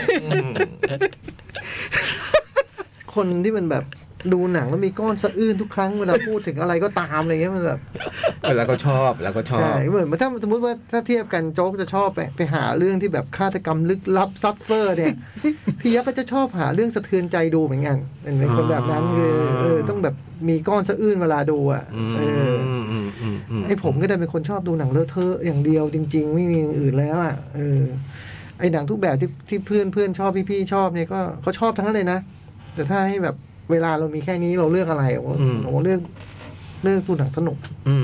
คนที่มันแบบดูหนังแล้วมีก้อนสะอื้นทุกครั้งเวลาพูดถึงอะไรก็ตามอะไรเงี้ยมันแบบแล้วก็ชอบใช่เหมือนถ้าสมมติว่าถ้าเทียบกันโจ๊กจะชอบไปหาเรื่องที่แบบฆาตกรรมลึกลับซับเฟอร์เนี่ยพี่ยักษ์ก็จะชอบหาเรื่องสะเทือนใจดูเหมือนกันเป็นคนแบบนั้นคือต้องแบบมีก้อนสะอื้นเวลาดูอ่ะไอ้ผมก็ได้เป็นคนชอบดูหนังเลอะเทอะอย่างเดียวจริงๆไม่มีอย่างอื่นแล้วอ่ะไอ้หนังทุกแบบที่เพื่อนชอบพี่ชอบเนี่ยก็เขาชอบทั้งนั้นเลยนะแต่ถ้าให้แบบเวลาเรามีแค่นี้เราเลือกอะไรผมเลือกดูหนังสนุก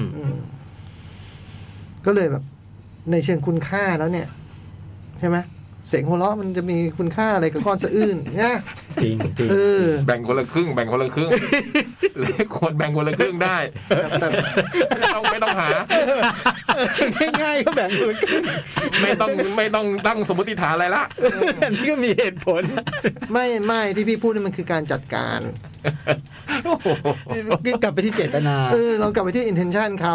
ก็เลยแบบในเชิงคุณค่าแล้วเนี่ยใช่ไหมเสียงหัวเราะมันจะมีคุณค่าอะไรกับก้อนสะอื้นเนี่ยจริงแบ่งคนละครึ่งเลยคนแบ่งคนละครึ่งได้ไม่ต้องหาง่ายๆก็แบ่งคนไม่ต้องตั้งสมมติฐานอะไรละอันนี้ก็มีเหตุผลไม่ที่พี่พูดนี่มันคือการจัดการกลับไปที่เจตนาเรากลับไปที่ intention เขา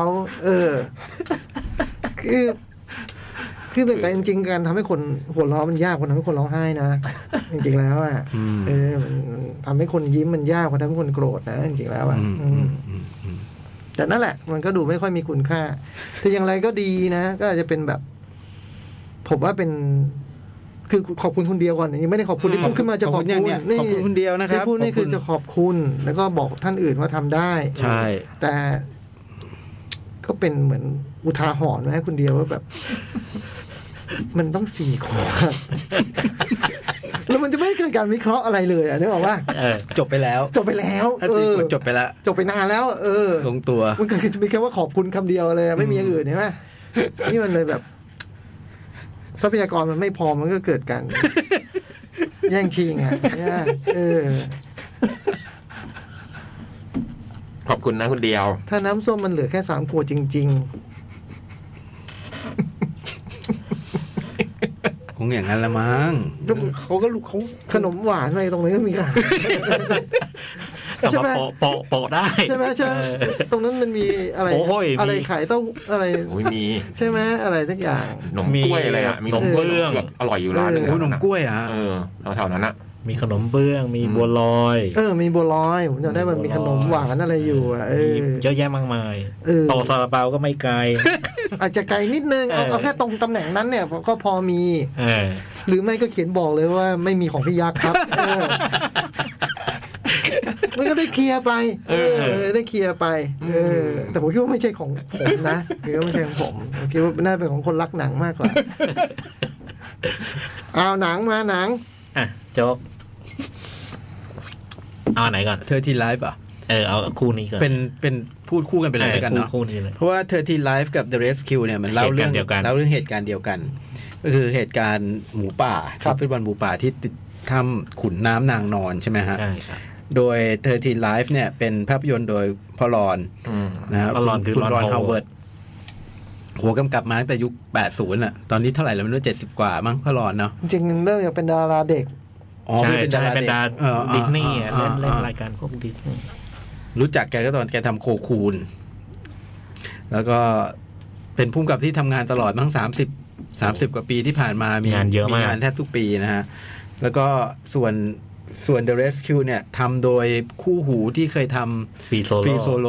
คือแต่จริงๆการทำให้คนหัวเราะมันยากกว่าทำให้คนร้องไห้นะจริงๆแล้วอ่ะมันทำให้คนยิ้มมันยากกว่าทำให้คนโกรธนะจริงๆแล้วอ่ะแต่นั่นแหละมันก็ดูไม่ค่อยมีคุณค่าแต่อย่างไรก็ดีนะก็อาจจะเป็นแบบผมว่าเป็นคือขอบคุณคนเดียวก่อนยังไม่ได้ขอบคุณที่พูดขึ้นมาจะขอบคุณขอบคุณคนเดียวนะครับที่พูดนี่คือจะขอบคุณแล้วก็บอกท่านอื่นว่าทำได้ใช่แต่ก็เป็นเหมือนอุทาหรณ์ไว้ให้คนเดียวว่าแบบมันต้อง4 ขวดแล้วมันจะไม่เกิดการวิเคราะห์อะไรเลยนึกออกว่าจบไปแล้วจบไปแล้วจบไปแล้วจบไปนานแล้วลงตัวมันก็มีแค่ว่าขอบคุณคำเดียวเลยไม่มีอย่างอื่นใช่ไหมนี่มันเลยแบบทรัพยากรมันไม่พอมันก็เกิดการแย่งชิงอ่ะขอบคุณนะคุณเดียวถ้าน้ำส้มมันเหลือแค่3 ขวดจริงๆคงอย่างนั้นละมั้งเขาก็เขาขนมหวานอะไรตรงนี้ก็มีค่ะใช่ไหมโปะได้ใช่ไหมใช่ตรงนั้นมันมีอะไรขายเต้าอะไรมีใช่ไหมอะไรทุกอย่างนมกล้วยอะไรอ่ะมีนมเบื้องอร่อยอยู่ร้านนึงนมกล้วยอ่ะแถวๆนั้นอ่ะมีขนมเบื้องมีบัวลอยมีบัวลอยผมจำได้มันมีขนมหวานอะไรอยู่อ่ะเยอะแยะมากมายต่อซาลาเปาก็ไม่ไกลอาจจะไกลนิดนึงเอาแค่ตรงตำแหน่งนั้นเนี่ยก็พอมีหรือไม่ก็เขียนบอกเลยว่าไม่มีของพี่ยักษ์ครับมันก็ได้เคลียร์ไปได้เคลียร์ไปแต่ผมคิดว่าไม่ใช่ของผมนะคิดว่าไม่ใช่ของผมคิดว่าน่าเป็นของคนรักหนังมากกว่าเอาหนังมาหนังโจ๊กเอาไหนก่อน 13 Live อ่ะเอาคู่นี้ก่อนเป็นพูดคู่กันไปเลยกันเนาะเพราะว่า13 Live กับ The Rescue เนี่ยมันเล่าเรื่องเหตุการณ์เดียวกันก็คือเหตุการณ์หมูป่าทีมฟุตบอลหมูป่าที่ติดถ้ำขุนน้ำนางนอนใช่ไหมฮะโดย13 Live เนี่ยเป็นภาพยนตร์โดยพอลอนนะครับคุณรอนฮาวเวิร์ดหัวกำกับมาตั้งแต่ยุค80อ่ะตอนนี้เท่าไหร่แล้วไม่รู้70กว่ามั้งพอลอนเนาะจริงๆเริ่มจากเป็นดาราเด็กใช่เป็นดาราดิสนีย์เล่นรายการพวกดิสนีย์รู้จักแกก็ตอนแกทำโคคูนแล้วก็เป็นผู้กำกับที่ทำงานตลอดมั้ง30กว่าปีที่ผ่านมามีงานเยอะมากมีงานแทบทุกปีนะฮะแล้วก็ส่วน The Rescue เนี่ยทำโดยคู่หูที่เคยทำฟรีโซโล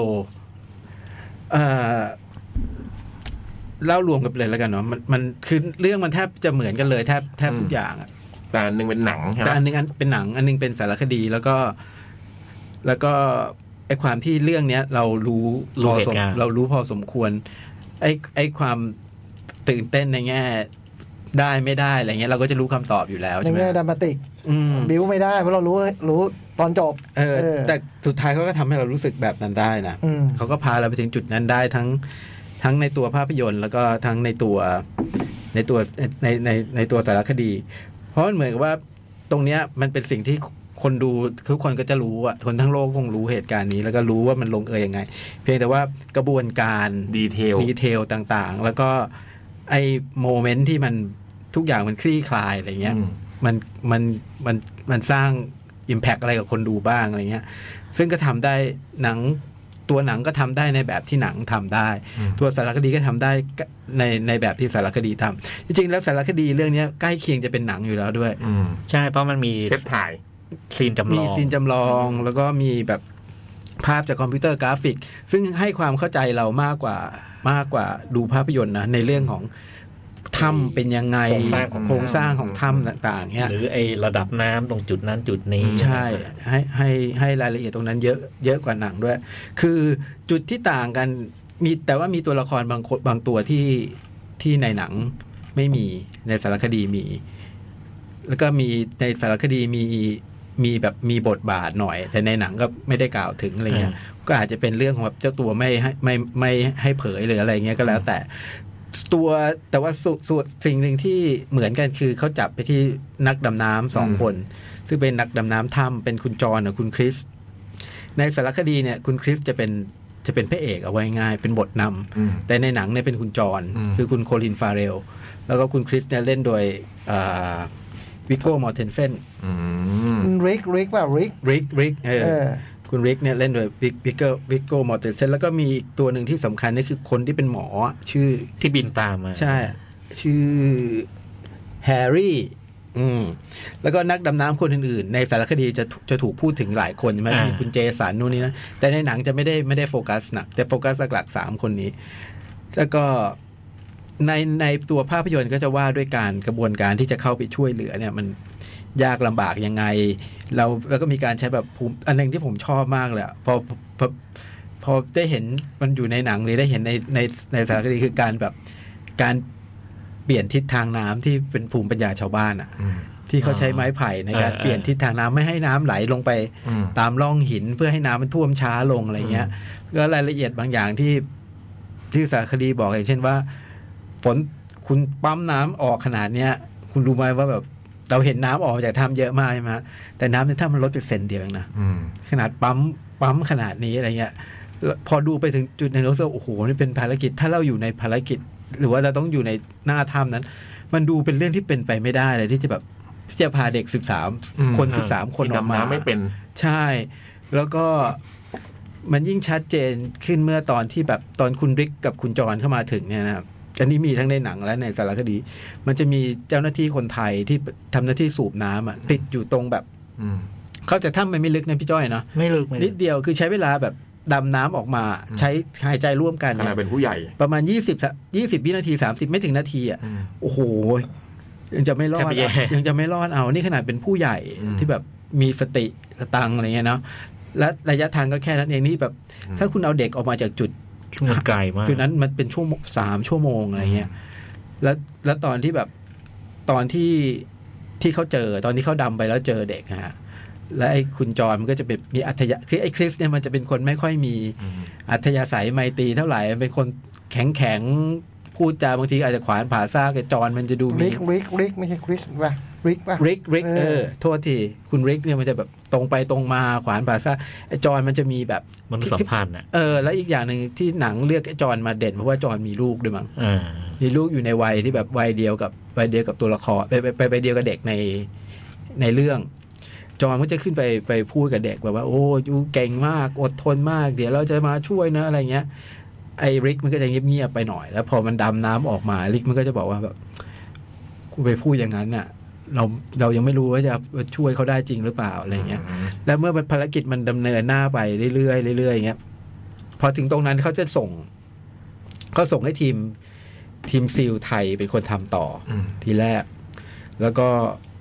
เล่ารวมกันเลยแล้วกันเนาะมันคือเรื่องมันแทบจะเหมือนกันเลยแทบทุกอย่างอ่ะแต่อันนึงเป็นหนังแต่อันนึงเป็นหนังอันนึงเป็นสารคดีแล้วก็ไอ้ความที่เรื่องเนี้ยเรารู้พอสมควรไอ้ความตื่นเต้นในแง่ได้ไม่ได้อะไรเงี้ยเราก็จะรู้คำตอบอยู่แล้วใช่ไหมในแง่ดรามาติกบิ้วไม่ได้เพราะเรารู้ตอนจบแต่สุดท้ายเขาก็ทำให้เรารู้สึกแบบนั้นได้นะเขาก็พาเราไปถึงจุดนั้นได้ทั้งในตัวภาพยนตร์แล้วก็ทั้งในตัวสารคดีเพราะมันเหมือนกับว่าตรงเนี้ยมันเป็นสิ่งที่คนดูทุกคนก็จะรู้อ่ะคนทั้งโลกคงรู้เหตุการณ์นี้แล้วก็รู้ว่ามันลงยังไงเพียงแต่ว่ากระบวนการดีเทลต่างๆแล้วก็ไอ้โมเมนต์ที่มันทุกอย่างมันคลี่คลายอะไรเงี้ยมันสร้าง impact อะไรกับคนดูบ้างอะไรเงี้ยซึ่งก็ทำได้ตัวหนังก็ทำได้ในแบบที่หนังทำได้ตัวสารคดีก็ทำได้ในแบบที่สารคดีทำจริงๆแล้วสารคดีเรื่องนี้ใกล้เคียงจะเป็นหนังอยู่แล้วด้วยใช่เพราะมันมีเซตถ่ายซีนจำลองแล้วก็มีแบบภาพจากคอมพิวเตอร์กราฟิกซึ่งให้ความเข้าใจเรามากกว่าดูภาพยนตร์นะในเรื่องของถ้ำเป็นยังไงโครงสร้างของถ้ำต่างๆเนี่ยหรือไอระดับน้ำตรงจุดนั้นจุดนี้ใช่ให้รายละเอียดตรงนั้นเยอะกว่าหนังด้วยคือจุดที่ต่างกันแต่ว่ามีตัวละครบางตัวที่ในหนังไม่มีในสารคดีมีแล้วก็มีในสารคดีมีแบบมีบทบาทหน่อยแต่ในหนังก็ไม่ได้กล่าวถึงอะไรเงี้ยก็อาจจะเป็นเรื่องของแบบเจ้าตัวไม่ให้เผยหรืออะไรเงี้ยก็แล้วแต่ว่าสิ่งหนึ่งที่เหมือนกันคือเขาจับไปที่นักดำน้ำ2คนซึ่งเป็นนักดำน้ำถ้ำเป็นคุณจอห์นกับคุณคริสในสารคดีเนี่ยคุณคริสจะเป็นพระเอกเอาไว้ง่ายเป็นบทนำแต่ในหนังเนี่ยเป็นคุณจอห์นคือคุณโคลินฟาเรลแล้วก็คุณคริสเนี่ยเล่นโดยวิโก้มอร์เทนเซนริกคุณริกเนี่ยเล่นโดยวิโก้มอร์เทนเซนแล้วก็มีอีกตัวหนึ่งที่สำคัญนี่คือคนที่เป็นหมอชื่อที่บินตามมาใช่ชื่อแฮร์รี่แล้วก็นักดำน้ำคนอื่นๆในสารคดีจะถูกพูดถึงหลายคนใช่ไหมมีคุณเจสันนู่นนี่นะแต่ในหนังจะไม่ได้โฟกัสหนักแต่โฟกัสหลักๆ3คนนี้แล้วก็ในตัวภาพยนตร์ก็จะว่าด้วยการกระบวนการที่จะเข้าไปช่วยเหลือเนี่ยมันยากลำบากยังไงแล้วก็มีการใช้แบบภูมิอันนึงที่ผมชอบมากเลยพอได้เห็นมันอยู่ในหนังเลยได้เห็นในสารคดีคือการเปลี่ยนทิศทางน้ำที่เป็นภูมิปัญญาชาวบ้านอ่ะที่เขาใช้ไม้ไผ่ในการเปลี่ยนทิศทางน้ำไม่ให้น้ำไหลลงไปตามร่องหินเพื่อให้น้ำมันท่วมช้าลงอะไรเงี้ยก็รายละเอียดบางอย่างที่สารคดีบอกอย่างเช่นว่าฝนคุณปั๊มน้ำออกขนาดเนี้ยคุณรู้ไหมว่าแบบเราเห็นน้ำออกจากถ้ำเยอะมากใช่ไหมแต่น้ำในถ้ำมันลดไปเซนเดียวเองนะขนาดปั๊มขนาดนี้อะไรเงี้ยพอดูไปถึงจุดในโลกโอ้โหนี่เป็นภารกิจถ้าเราอยู่ในภารกิจหรือว่าเราต้องอยู่ในหน้าถ้ำนั้นมันดูเป็นเรื่องที่เป็นไปไม่ได้เลยที่จะพาเด็ก13คนออกมาไม่เป็นใช่แล้วก็มันยิ่งชัดเจนขึ้นเมื่อตอนที่แบบตอนคุณริกกับคุณจอห์นเข้ามาถึงเนี่ยนะครับอันนี้มีทั้งในหนังและในสารคดีมันจะมีเจ้าหน้าที่คนไทยที่ทำหน้าที่สูบน้ำติดอยู่ตรงแบบเขาจะถ้ำมันไม่ลึกนะพี่จ้อยเนาะไม่ลึกนิดเดียวคือใช้เวลาแบบดำน้ำออกมาใช้หายใจร่วมกันขณะเป็นผู้ใหญ่ประมาณ20วินาที30ไม่ถึงนาทีอ่ะโอ้โหยังจะไม่รอดเอานี่ขนาดเป็นผู้ใหญ่ที่แบบมีสติสตังอะไรเงี้ยเนาะและระยะทางก็แค่นั้นเองนี่แบบถ้าคุณเอาเด็กออกมาจากจุดมันไกลมากจุดนั้นมันเป็น3 ชั่วโมงอะไรเงี้ยแล้วตอนที่แบบตอนที่เขาเจอตอนที่เขาดำไปแล้วเจอเด็กฮะและไอ้คุณจอยมันก็จะเป็นมีอัธยาคือไอ้คริสเนี่ยมันจะเป็นคนไม่ค่อยมีอัธยาศัยไมตรีเท่าไหร่เป็นคนแข็งพูดจาบางทีอาจจะขวานผ่าซากไอ้จอยมันจะดูมีริกไม่ใช่คริสป่ะริกป่ะริกโทษทีคุณริกเนี่ยมันจะแบบตรงไปตรงมาขวานผ่าซากไอ้จอยมันจะมีแบบมันสัมพันธ์อ่ะแล้วอีกอย่างนึงที่หนังเลือกไอ้จอยมาเด่นเพราะว่าจอยมีลูกด้วยมั้งมีลูกอยู่ในวัยที่แบบวัยเดียวกับตัวละครไปเดียวกับเด็กในเรื่องจอยมันจะขึ้นไปพูดกับเด็กแบบว่าโอ้ยูเก่งมากอดทนมากเดี๋ยวเราจะมาช่วยนะอะไรเงี้ยไอ้ริกมันก็จะเงียบๆไปหน่อยแล้วพอมันดำน้ำออกมาริกมันก็จะบอกว่าแบบกูไปพูดอย่างนั้นน่ะเรายังไม่รู้ว่าจะช่วยเขาได้จริงหรือเปล่าอะไรเงี้ยแล้วเมื่อภารกิจมันดำเนินหน้าไปเรื่อยๆเรื่อยๆอย่างเงี้ยพอถึงตรงนั้นเขาจะส่งให้ทีมซีลไทยเป็นคนทำต่อทีแรกแล้วก็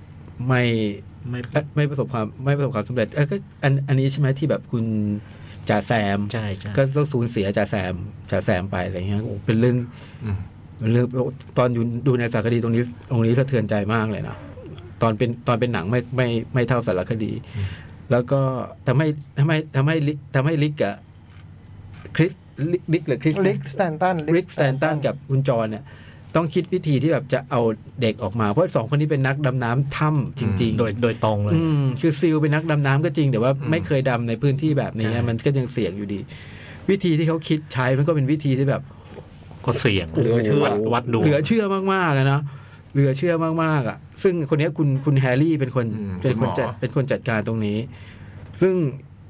ไม่ประสบความสำเร็จก็อันนี้ใช่ไหมที่แบบคุณจ่าแซมใช่ก็ต้องสูญเสียจ่าแซมไปอะไรเงี้ยเป็นเรื่องตอนดูในสารคดีตรงนี้สะเทือนใจมากเลยนะตอนเป็นหนังไม่เท่าสารคดีแล้วก็ทำให้ลิกกับคริสลิกสแตนตันกับคุณจอนเนี่ยต้องคิดวิธีที่แบบจะเอาเด็กออกมาเพราะ2 คนนี้เป็นนักดำน้ำถ้ำจริงๆโดยตรงเลยคือซิลเป็นนักดำน้ำก็จริงแต่ว่าไม่เคยดำในพื้นที่แบบนี้มันก็ยังเสี่ยงอยู่ดีวิธีที่เขาคิดใช้มันก็เป็นวิธีที่แบบก็เสี่ยงเหลือเชื่อวัดดูเหลือเชื่อมากๆนะเหลือเชื่อมากๆอ่ะซึ่งคนนี้คุณแฮร์รี่เป็นคนจัดการตรงนี้ซึ่ง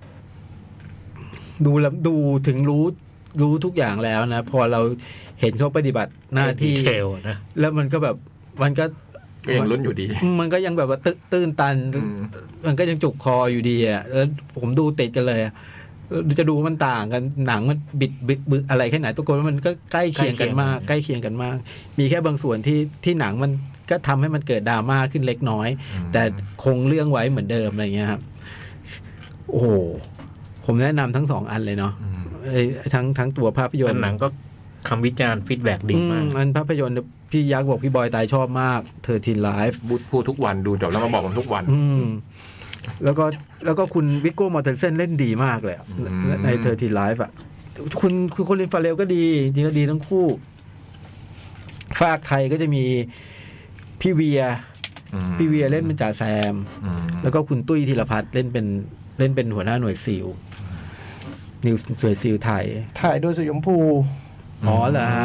ดูถึงรู้ทุกอย่างแล้วนะพอเราเห็นเขาปฏิบัติหน้าที่นะแล้วมันก็แบบมันก็ยังลุ้นอยู่ดีมันก็ยังแบบว่าตื้นตันมันก็ยังจุกคออยู่ดีอ่ะแล้วผมดูติดกันเลยจะดูมันต่างกันหนังมันบิดอะไรแค่ไหนทุกคนมันก็ใกล้เคียงกันมากมีแค่บางส่วนที่หนังมันก็ทำให้มันเกิดดราม่าขึ้นเล็กน้อยแต่คงเรื่องไว้เหมือนเดิมอะไรเงี้ยครับโอ้โหผมแนะนำทั้ง2 อันเลยเนาะทั้งตัวภาพยนตร์หนังก็คำวิจารณ์ฟีดแบ็กดีมากอันภาพยนตร์พี่ยักษ์บอกพี่บอยตายชอบมาก13 Live พูดทุกวันดูจบแล้วมาบอกกันทุกวันแล้วก็คุณวิโก้มอร์เทนเซนเล่นดีมากเลยใน13 Live อ่ะคุณโคลินฟาเรลก็ดีทั้งคู่ฝากไทยก็จะมีพี่เวียเล่นเป็นจ่าแซมแล้วก็คุณตุ้ยธีรพัฒน์เล่นเป็นหัวหน้าหน่วยซีลนิวหน่วยซีลไทยถ่ายโดยสยมภูเหรอ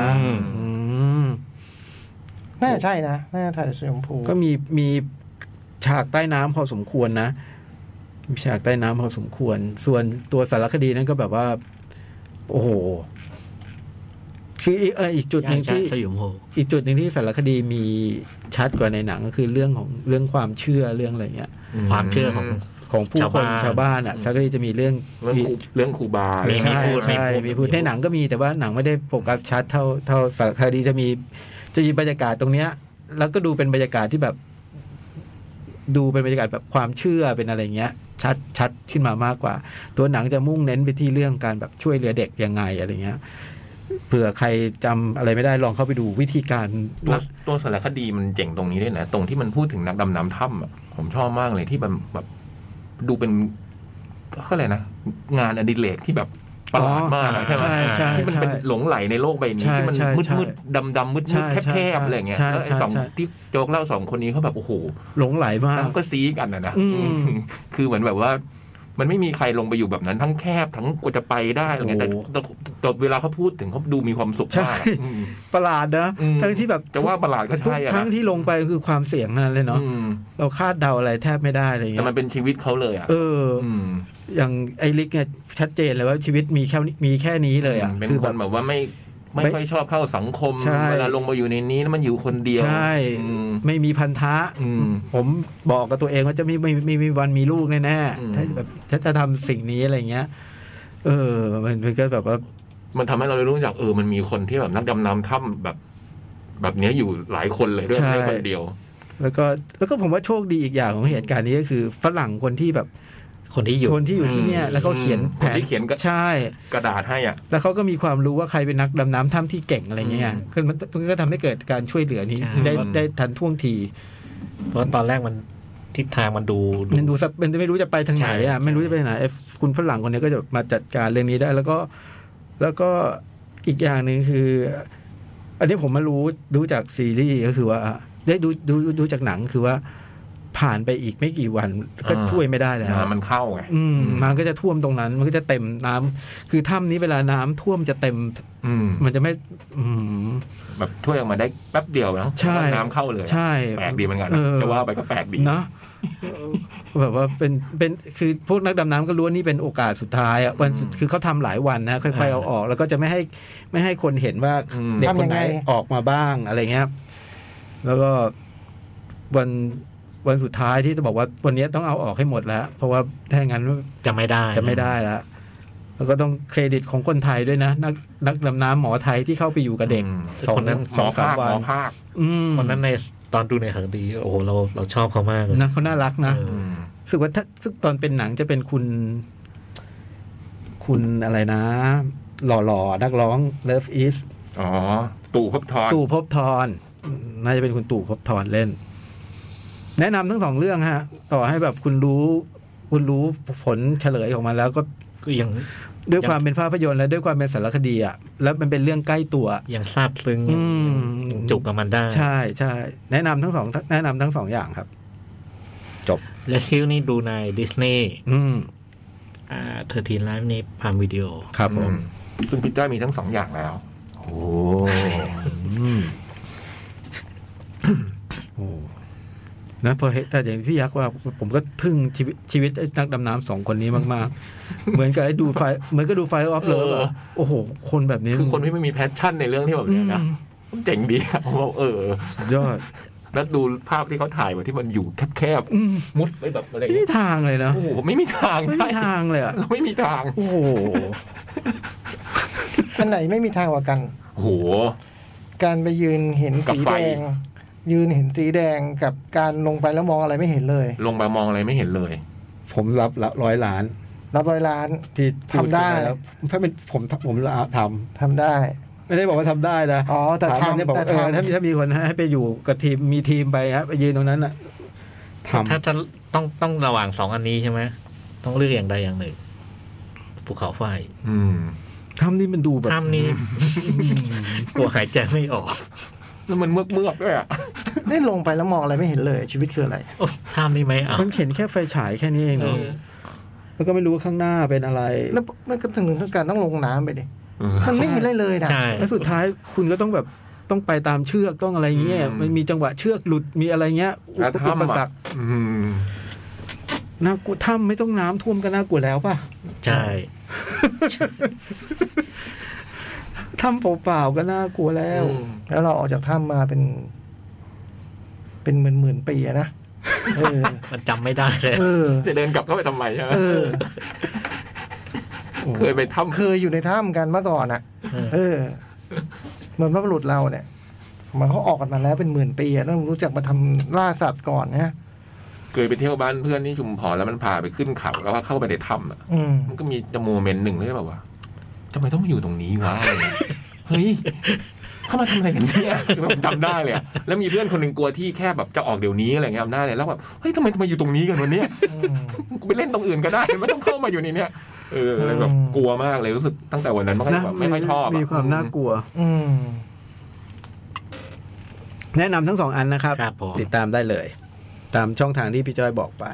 น่าใช่นะน่าถ่ายโดยสยมภูก็มีฉากใต้น้ำพอสมควรนะมีฉากใต้น้ำพอสมควรส่วนตัวสารคดีนั้นก็แบบว่าโอ้โหคืออีกจุดหนึ่งที่สารคดีมีชัดกว่าในหนังก็คือเรื่องความเชื่อเรื่องอะไรเงี้ยความเชื่อของผู้คนชาวบ้านอ่ะสารคดีจะมีเรื่องครูบามีพูดในหนังก็มีแต่ว่าหนังไม่ได้โฟกัสชัดเท่าสารคดีจะมีบรรยากาศตรงเนี้ยแล้วก็ดูเป็นบรรยากาศที่แบบดูเป็นบรรยากาศแบบความเชื่อเป็นอะไรเงี้ยชัดขึ้นมามากกว่าตัวหนังจะมุ่งเน้นไปที่เรื่องการแบบช่วยเหลือเด็กยังไงอะไรเงี้ยเผื่อใครจำอะไรไม่ได้ลองเข้าไปดูวิธีการตัวสารคดีมันเจ๋งตรงนี้ด้วยนะตรงที่มันพูดถึงนักดำน้ำถ้ำอ่ะผมชอบมากเลยที่แบบดูเป็นก็อะไรนะงานอดิเรกที่แบบประหลาดมากใช่ไหมที่มันเป็นหลงไหลในโลกใบนี้ที่มันมืดดำมืดแคบๆอะไรเงี้ยแล้วไอ้2ที่โจ๊กเล่า2คนนี้เขาแบบโอ้โหหลงไหลมากแล้วก็ซีกันนะคือเหมือนแบบว่ามันไม่มีใครลงไปอยู่แบบนั้นทั้งแคบทั้งกว่าจะไปได้อะไรเงี้ยแต่เวลาเขาพูดถึงเขาดูมีความสุขมากประหลาดนะทั้งที่แบบจะว่าประหลาดก็ใช่ทั้งที่ลงไปคือความเสี่ยงนั่นเลยเนาะเราคาดเดาอะไรแทบไม่ได้อะไรเงี้ยแต่มันเป็นชีวิตเขาเลยอ่ะอย่างไอริกเนี่ยชัดเจนเลยว่าชีวิตมีแค่นี้เลยอ่ะคือแบบว่าไม่ค่อยชอบเข้าสังคมเวลาลงมาอยู่ในนี้แล้วมันอยู่คนเดียวใช่ไม่มีพันธะผมบอกกับตัวเองว่าจะไม่มีวันมีลูกแน่ๆถ้าแบบจะทำสิ่งนี้อะไรเงี้ยมันก็แบบว่ามันทำให้เรารู้จักมันมีคนที่แบบนักดำน้ำถ้ำแบบนี้อยู่หลายคนเลยด้วยไม่คนเดียวแล้วก็ผมว่าโชคดีอีกอย่างของเหตุการณ์นี้ก็คือฝรั่งคนที่แบบคนที่อยู่ที่เนี่ยแล้วเขาเขียนแผนที่เขียนใช่กระดาษให้อ่ะแล้วเขาก็มีความรู้ว่าใครเป็นนักดำน้ำถ้ำที่เก่งอะไรเงี้ยคือมันก็ทำให้เกิดการช่วยเหลือนี้ได้ทันท่วงทีเพราะตอนแรกมันทิศทางมันดูมันไม่รู้จะไปทางไหนอ่ะไม่รู้จะไปไหนคุณฝรั่งคนนี้ก็จะมาจัดการเรื่องนี้ได้แล้วก็อีกอย่างนึงคืออันนี้ผมมารู้จากซีรีส์ก็คือว่าได้ดูจากหนังคือว่าผ่านไปอีกไม่กี่วันก็ช่วยไม่ได้แล้วมันเข้าไงมันก็จะท่วมตรงนั้นมันก็จะเต็มน้ำคือถ้ำนี้เวลาน้ำท่วมจะเต็มมันจะไม่แบบช่วยออกมาได้แป๊บเดียวนะน้ำเข้าเลยใช่แปลกดีเหมือนกันจะว่าไปก็แปลกดีนะแบบว่าเป็นคือพวกนักดำน้ำก็รู้ว่านี่เป็นโอกาสสุดท้ายอ่ะวันคือเขาทำหลายวันนะค่อยๆเอาออกแล้วก็จะไม่ให้คนเห็นว่าเด็กคนไหนออกมาบ้างอะไรเงี้ยแล้วก็วันสุดท้ายที่จะบอกว่าวันนี้ต้องเอาออกให้หมดแล้วเพราะว่าถ้างั้นจะไม่ได้แล้วแล้วก็ต้องเครดิตของคนไทยด้วยนะนักดำน้ำหมอไทยที่เข้าไปอยู่กับเด็กคนนั้นหมอภาคคนนั้นในตอนดูในหนังดีโอ้โหเราชอบเขามากเลยนะเขาน่ารักนะรู้สึกว่าถ้าตอนเป็นหนังจะเป็นคุณอะไรนะหล่อๆนักร้อง Love Is ตู่ภพทรน่าจะเป็นคุณตู่ภพทรเล่นแนะนำทั้งสองเรื่องฮะต่อให้แบบคุณรู้ผลเฉลยออกมาแล้วก็ยังด้วยความเป็นภาพยนตร์และด้วยความเป็นสารคดีอ่ะแล้วมันเป็นเรื่องใกล้ตัวยังซาบซึ้งจุกกับมันได้ใช่แนะนำทั้งสองอย่างครับจบและชิลนี่ดูในดิสนีย์13 Live ในพามวิดีโอครับผมซึ่งพี่จ้อยมีทั้งสองอย่างแล้วโอ้นะพอเห็นแต่อย่างพี่ยักษ์ว่าผมก็ทึ่งชีวิตนักดำน้ำสองคนนี้มากๆเหมือนกับดูไฟออฟเลิฟโอ้โหคนแบบนี้คือคนที่ไม่มีแพชชั่นในเรื่องที่แบบนี้นะเจ๋งดีผมว่ายอดแล้วดูภาพที่เขาถ่ายมาที่มันอยู่แคบๆมุดไปแบบอะไรไม่มีทางเลยนะโอ้โหไม่มีทางเลยอ่ะไม่มีทางโอ้โหอันไหนไม่มีทางกว่ากันโอ้โหการไปยืนเห็นสีแดงยืนเห็นสีแดงกับการลงไปแล้วมองอะไรไม่เห็นเลยลงไปมองอะไรไม่เห็นเลยผมรับ100 ล้านที่ทำได้ถ้าเป็นผมทำได้ไม่ได้บอกว่าทำได้นะแต่ทำเนี่ยบอกถ้ามีคนให้ไปอยู่กับทีมมีทีมไปครับไปยืนตรงนั้นน่ะถ้าจะต้องระหว่าง2อันนี้ใช่ไหมต้องเลือกอย่างใดอย่างหนึ่งภูเขาไฟทำนี่มันดูแบบทำนี่กลัวหายใจไม่ออกแล้วมันเมือกด้วยอ่ะได้ลงไปแล้วมองอะไรไม่เห็นเลยชีวิตคืออะไรทำนี่ไหมมันเห็นแค่ไฟฉายแค่นี้เองเนาะแล้วก็ไม่รู้ว่าข้างหน้าเป็นอะไรแล้วมันก็ถึงการต้องลงน้ำไปดิมันไม่เห็นอะไรเลยนะแล้วสุดท้ายคุณก็ต้องแบบต้องไปตามเชือกต้องอะไรเงี้ยมันมีจังหวะเชือกหลุดมีอะไรเงี้ยอุปสรรคน่ากลัวถ้ำไม่ต้องน้ำท่วมก็น่ากลัวแล้วป่ะใช่ถ้ำเปล่าๆก็น่ากลัวแล้วเราออกจากถ้ำมาเป็นหมื่นปีนะมันจำไม่ได้เลยจะเดินกลับเข้าไปทำไมใช่ไหมเคยไปถ้ำเคยอยู่ในถ้ำกันเมื่อก่อนอ่ะเหมือนพระบุรุษเราเนี่ยมันเขาออกกันมาแล้วเป็นหมื่นปีต้องรู้จักมาทำล่าสัตว์ก่อนนะเคยไปเที่ยวบ้านเพื่อนที่ชุมพรแล้วมันพาไปขึ้นเขาแล้วว่าเข้าไปในถ้ำอ่ะมันก็มีโมเมนต์หนึ่งที่แบบว่าทำไมต้องมาอยู่ตรงนี้วะเฮ้ยเข้ามาทำอะไรกันเนี่ยจำได้เลยแล้วมีเพื่อนคนหนึ่งกลัวที่แค่แบบจะออกเดี๋ยวนี้อะไรเงี้ยจำได้เลยแล้วแบบเฮ้ยทำไมมาอยู่ตรงนี้กันวันนี้กูไปเล่นตรงอื่นก็ได้ไม่ต้องเข้ามาอยู่ในเนี้ยอะไรแบบกลัวมากเลยรู้สึกตั้งแต่วันนั้นมันก็แบบไม่ค่อยชอบมีความน่ากลัวแนะนำทั้ง2 อันนะครับติดตามได้เลยตามช่องทางที่พี่จ้อยบอกไป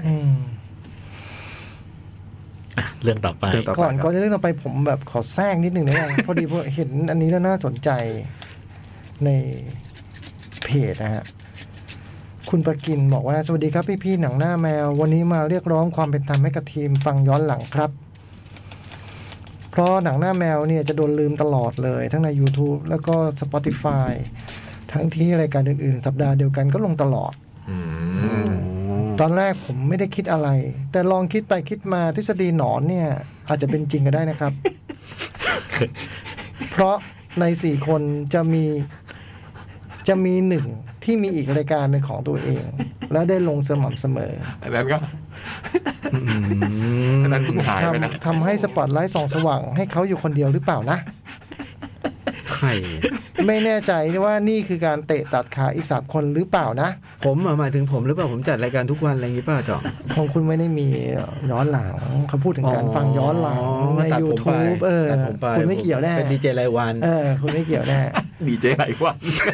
เรื่องต่อไปก่อนจะเรื่องต่อไปผมแบบขอแทรกนิดนึงนะพอดีพอเห็นอันนี้แล้วน่าสนใจในเพจนะฮะคุณประกินบอกว่าสวัสดีครับพี่ๆหนังหน้าแมววันนี้มาเรียกร้องความเป็นธรรมให้กับทีมฟังย้อนหลังครับเพราะหนังหน้าแมวเนี่ยจะโดนลืมตลอดเลยทั้งใน YouTube แล้วก็ Spotify ทั้งที่รายการอื่นๆสัปดาห์เดียวกันก็ลงตลอดตอนแรกผมไม่ได้คิดอะไรแต่ลองคิดไปคิดมาทฤษฎีหนอนเนี่ยอาจจะเป็นจริงก็ได้นะครับ เพราะใน4 คนจะมี1 ที่มีอีกรายการเป็นของตัวเอง แล้วได้ลงสม่ำเสมออันนั้นก็อันนั้นเพิ่งหายไปนะทำให้สปอตไลท์ส่องสว่างให้เขาอยู่คนเดียวหรือเปล่านะใครไม่แน่ใจว่านี่คือการเตะตัดขาอีก3 คนหรือเปล่านะผมหมายถึงผมหรือเปล่าผมจัดรายการทุกวันอะไรอย่างนี้ป่ะจ่องของคุณไม่ได้มีย้อนหลังเขาพูดถึงการฟังย้อนหลังในตัดผมไป YouTube ตัดผมไปคุณไม่เกี่ยวแน่เป็นดีเจรายวันคุณไม่เกี่ยวแน่ดีเจไหนวะ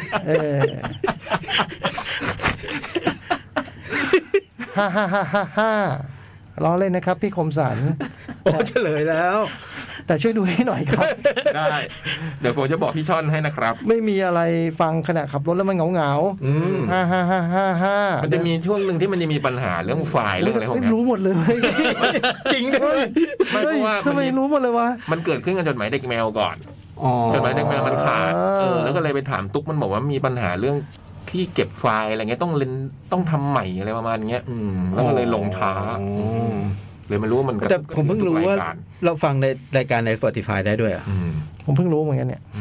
ฮ่าฮ่าฮ่าฮ่าฮ่าล้อเล่นนะครับพี่คมสันโอ้เฉลยแล้วแต่ช่วยดูให้หน่อยครับได้ เดี๋ยวผมจะบอกพี่ช่อนให้นะครับไม่มีอะไรฟังขณะขับรถแล้วมันเหงาๆฮ่าฮ่าฮ่าฮ่าฮ่ามันจะมีช่วงหนึ่งที่มันจะมีปัญหาเรื่องไฟล์เรื่องอะไรของเนี้ยรู้หมดเลยจริงด้วยไม่เพราะว่าทำไมรู้หมดเลยวะมันเกิดขึ้นกับจดหมายเด็กแมวก่อนอ๋อจดหมายเด็กแมวมันขาดแล้วก็เลยไปถามตุ๊กมันบอกว่ามีปัญหาเรื่องที่เก็บไฟล์อะไรเงี้ยต้องทำใหม่อะไรประมาณเงี้ยแล้วก็เลยลงช้าเลยไม่รู้ว่ามันแต่ผมเพิ่งรู้ว่าเราฟังในรายการใน Spotify ได้ด้วยอ่ะผมเพิ่งรู้เหมือนกันเนี่ย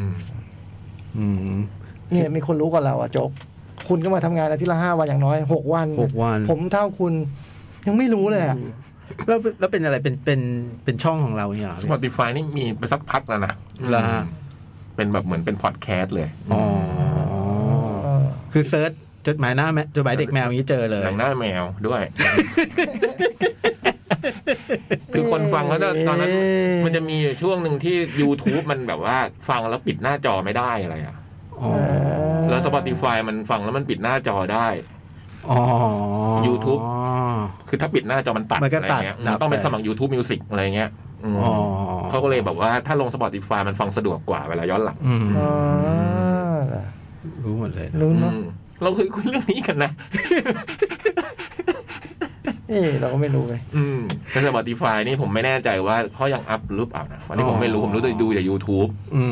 เนี่ยมีคนรู้ก่อนเราอ่ะโจ๊กคุณก็มาทำงานอาทิตย์ละ5 วันอย่างน้อย6 วัน 6 วันผมเท่าคุณยังไม่รู้เลยอ่ะแล้วเป็นอะไรเป็นช่องของเราเนี่ย Spotify นี่มีไปสักพักแล้วนะเหรอเป็นแบบเหมือนเป็นพอดแคสต์เลยอ๋อคือเซิร์ชจดหมายเด็กแมวอย่างนี้เจอเลยหนังหน้าแมวด้วย คือคนฟังแล้วตอนนั้นมันจะมีช่วงหนึ่งที่ YouTube มันแบบว่าฟังแล้วปิดหน้าจอไม่ได้อะไรอ่ะแล้ว Spotify มันฟังแล้วมันปิดหน้าจอได้ YouTube คือถ้าปิดหน้าจอมันตัดอะไรเงี้ยต้องไปสมัคร YouTube Music อะไรเงี้ยเขาก็เลยแบบว่าถ้าลง Spotify มันฟังสะดวกกว่าเวลาย้อนหลังรู้หมดเลยรู้เนาะเราเคยคุยเรื่องนี้กันนะเราก็ไม่รู้เลยแต่ Spotify นี่ผมไม่แน่ใจว่าเขายังอัพหรือเปล่านะวันนี้ผมไม่รู้ผมรู้แต่ดูจาก YouTube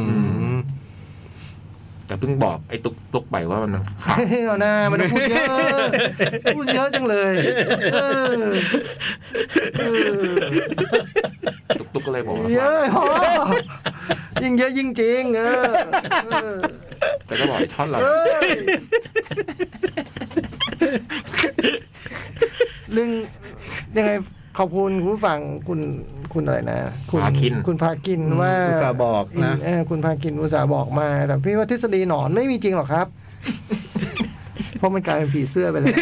แต่เพิ่งบอกไอ้ตุ๊กไปว่ามันขาดเอาหน้ามันพูดเยอะพูดเยอะจังเลยตุ๊กก็เลยบอกว่าเยอะพอยิ่งเยอะยิ่งจริงแต่ก็บอกไอ้ช่อนเราเรื่องยังไงขอบคุณผู้ฟังคุณอะไรนะคุณพากินว่าอุตส่าห์บอกนะคุณพากินอุตส่าห์บอกมาแต่พี่ว่าทฤษฎีหนอนไม่มีจริงหรอกครับ เพราะมันกลายเป็นผีเสื้อไปเลย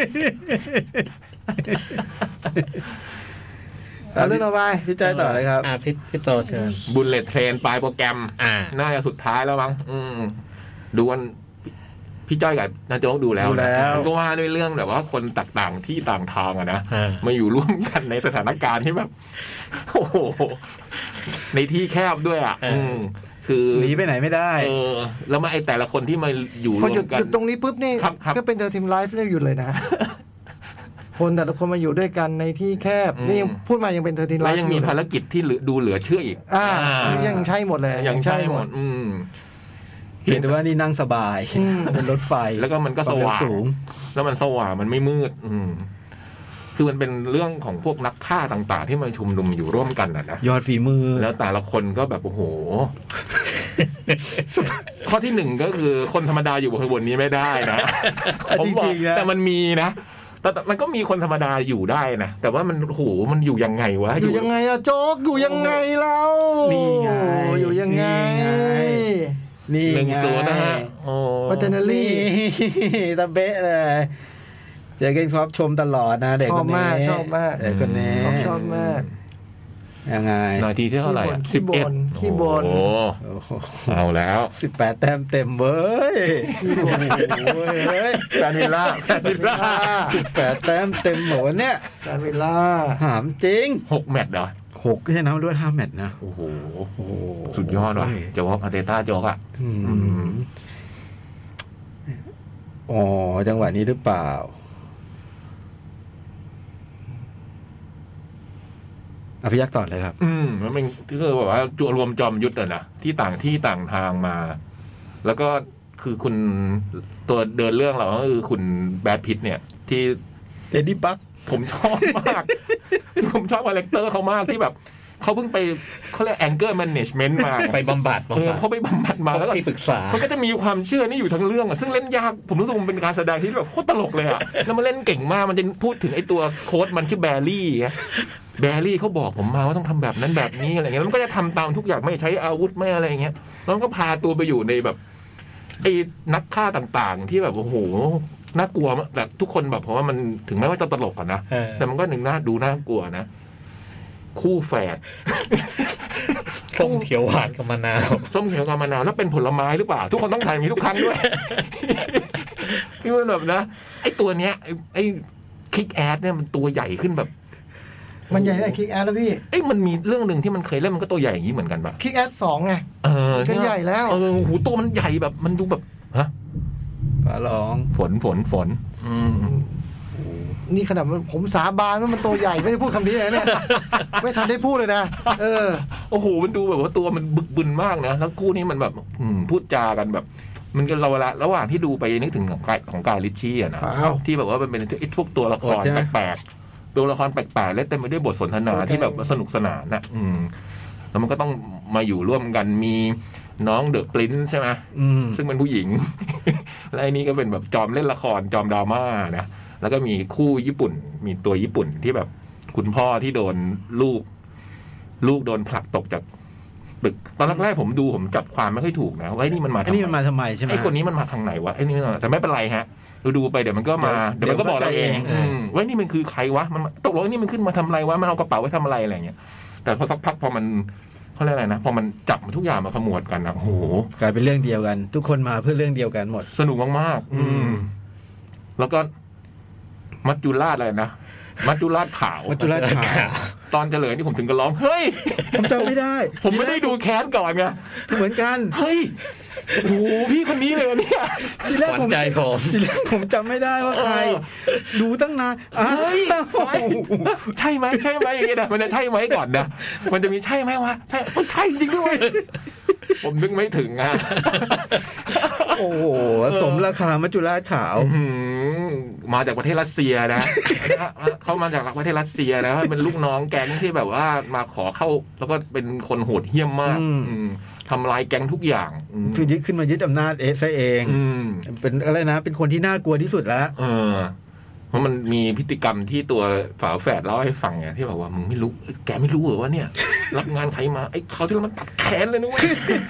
เอาเรื่องต่อไปพี่ใจต่อเลยครับพี่โตเชิญบุลเลตเทรนปลายโปรแกรมน่าจะสุดท้ายแล้วมั้งดูวันพี่จ้อยกับนาโจ๊กดูแล้วก็ว่าด้วยเรื่องแบบว่าคนต่างที่ต่างทางอะนะมาอยู่ร่วมกันในสถานการณ์ที่แบบโอ้โหในที่แคบด้วยอ่ะคือหนีไปไหนไม่ได้แล้วมาไอแต่ละคนที่มาอยู่ร่วมกันตรงนี้ปุ๊บนี่ก็เป็นเดอะทีมไลฟ์เรียกหยุดเลยนะคนแต่ละคนมาอยู่ด้วยกันในที่แคบนี่พูดมายังเป็นเดอะทีมไลฟ์แล้วยังมีภารกิจที่ดูเหลือเชื่ออีกยังใช่หมดเลยยังใช่หมดเห็นแต่ว่านี่นั่งสบายเป็นรถไฟแล้วก็มันก็สว่างแล้วมันสว่างมันไม่มืดคือมันเป็นเรื่องของพวกนักฆ่าต่างๆที่มาชุมนุมอยู่ร่วมกันนะยอดฝีมือแล้วแต่ละคนก็แบบโอ้โห ข้อที่1ก็คือคนธรรมดาอยู่บนขบวนนี้ไม่ได้นะผมบอกแต่มันมีนะแต่มันก็มีคนธรรมดาอยู่ได้นะแต่ว่ามันโหมันอยู่ยังไงวะอยู่ยังไงอะโจ๊กอยู่ยังไงเรานี่ไงอยู่ยังไงนี่ 1-0นะฮะวัฒนลี่ตะเบะเลยเจอกันครับชมตลอดนะเด็กคนนี้ชอบมากเด็กคนนี้ชอบมากยังไงนาทีที่เท่าไหร่ 11ขี้บนเอาแล้ว 18แต้มเต็มเว้ยแฟนวิลล่า 18แต้มเต็มหมดเนี่ยแฟนวิลล่าถามจริง 6แมตช์เหรอ 6ก็ใช่นะด้วย5แมตช์นะโอ้โหสุดยอดว่ะโจ๊กอาร์เตต้าโจ๊กอ่ะอ๋อจังหวะนี้หรือเปล่าอภิยักษ์ต่อเลยครับมันเป็นคือแบบว่ารวมจอมยุทธ์อะนะที่ต่างทางมาแล้วก็คือคุณตัวเดินเรื่องเราก็คือคุณแบดพิตเนี่ยที่เอ็ดดี้บัคผมชอบมาก ผมชอบคาแรคเตอร์เขามากที่แบบเขาเพิ่งไปเขาเรียก anger management มาไปบำบัดเขาไปบำบัดมาแล้วก็ที่ปรึกษามันก็จะมีความเชื่อนี่อยู่ทั้งเรื่องอ่ะซึ่งเล่นยากผมรู้สึกมันเป็นการแสดงที่แบบโคตรตลกเลยอ่ะแล้วมันเล่นเก่งมากมันจะพูดถึงไอ้ตัวโค้ดมันชื่อแบรี่แบรี่เขาบอกผมมาว่าต้องทำแบบนั้นแบบนี้อะไรเงี้ยแล้วมันก็จะทำตามทุกอย่างไม่ใช้อาวุธไม่อะไรเงี้ยแล้วมันก็พาตัวไปอยู่ในแบบไอ้นักฆ่าต่างๆที่แบบโอ้โหน่ากลัวแบบทุกคนแบบเพราะว่ามันถึงแม้ว่าจะตลกอะนะแต่มันก็หนึ่งน่าดูน่ากลัวนะคู่แฝดส้มเขียวหวานกับมะนาวส้มเขียวกับมะนาวแล้วเป็นผลไม้หรือเปล่าทุกคนต้องทานอย่างนี้ทุกครั้งด้วย พี่ว่าแบบนะไอ้ตัวเนี้ยไอ้คิกแอดเนี่ยมันตัวใหญ่ขึ้นแบบมันใหญ่ได้คิกแอดแล้วพี่มันมีเรื่องนึงที่มันเคยเล่นมันก็ตัวใหญ่อย่างนี้เหมือนกันป่ะคิกแอด2ไงมันใหญ่แล้วหูตัวมันใหญ่แบบมันดูแบบฮะฟ้าร้องฝนนี่ขนาดผมสาบานว่ามันตัวใหญ่ไม่ได้พูดคำนี้เลยเนี่ยไม่ทันได้พูดเลยนะโอ้โหมันดูแบบว่าตัวมันบึกบึนมากนะแล้วคู่นี้มันแบบพูดจากันแบบมันก็เราระหว่างที่ดูไปนึกถึงของกายริชชี่อะนะที่แบบว่ามันเป็นไอ้พวกตัวละครแปลกๆตัวละครแปลกๆและเต็มไปด้วยบทสนทนาที่แบบสนุกสนานนะแล้วมันก็ต้องมาอยู่ร่วมกันมีน้องเดอะปรินซ์ใช่ไหมซึ่งเป็นผู้หญิงและไอ้นี่ก็เป็นแบบจอมเล่นละครจอมดราม่านะแล้วก็มีคู่ญี่ปุ่นมีตัวญี่ปุ่นที่แบบคุณพ่อที่โดนลูกโดนผลักตกจากตึกตอนแรกๆผมจับความไม่ค่อยถูกนะว่าไอ้นี่มันมาทำไมใช่ไหมไอ้คนนี้มันมาทางไหนวะไอ้นี่แต่ไม่เป็นไรฮะดูไปเดี๋ยวมันก็มาเดี๋ยวมันก็บอกเราเองว่านี่มันคือใครวะมันตกลงนี่มันขึ้นมาทำอะไรวะมันเอากระเป๋าไว้ทำอะไรอะไรเงี้ยแต่พอสักพักพอมันเขาเรียกอะไรนะพอมันจับมันทุกอย่างมาขมวดกันนะโอ้โหกลายเป็นเรื่องเดียวกันทุกคนมาเพื่อเรื่องเดียวกันหมดสนุกมากๆแล้วก็มัจจุราชอะไรนะมัจจุราชขาวตอนเฉลยนี่ผมถึงกับร้องเฮ้ยผมจำไม่ได้ผมไม่ได้ดูแคสก่อนไงเหมือนกันเฮ้ยโอ้พี่คนนี้เลยเนี่ยทีแรกผมจำไม่ได้ว่าใครดูตั้งนานเฮ้ยใช่ไหมอย่างเงี้ยนะมันจะใช่ไหมก่อนนะมันจะมีใช่ไหมวะใช่จริงด้วยผมนึกไม่ถึงอ่ะโอ้โหสมราคามัจจุราชขาวมาจากประเทศรัสเซียนะเขามาจากประเทศรัสเซียนะเป็นลูกน้องแก๊งที่แบบว่ามาขอเข้าแล้วก็เป็นคนโหดเหี้ยมมากทำลายแก๊งทุกอย่างคือยึดขึ้นมายึดอำนาจซะเองเป็นอะไรนะเป็นคนที่น่ากลัวที่สุดแล้วเพราะมันมีพฤติกรรมที่ตัวฝาแฝดเล่าให้ฟังไงที่บอกว่ามึงไม่รู้แกไม่รู้เหรอว่าเนี่ยรับงานใครมาไอ้เขาที่มันตัดแขนเลยนะเว้ย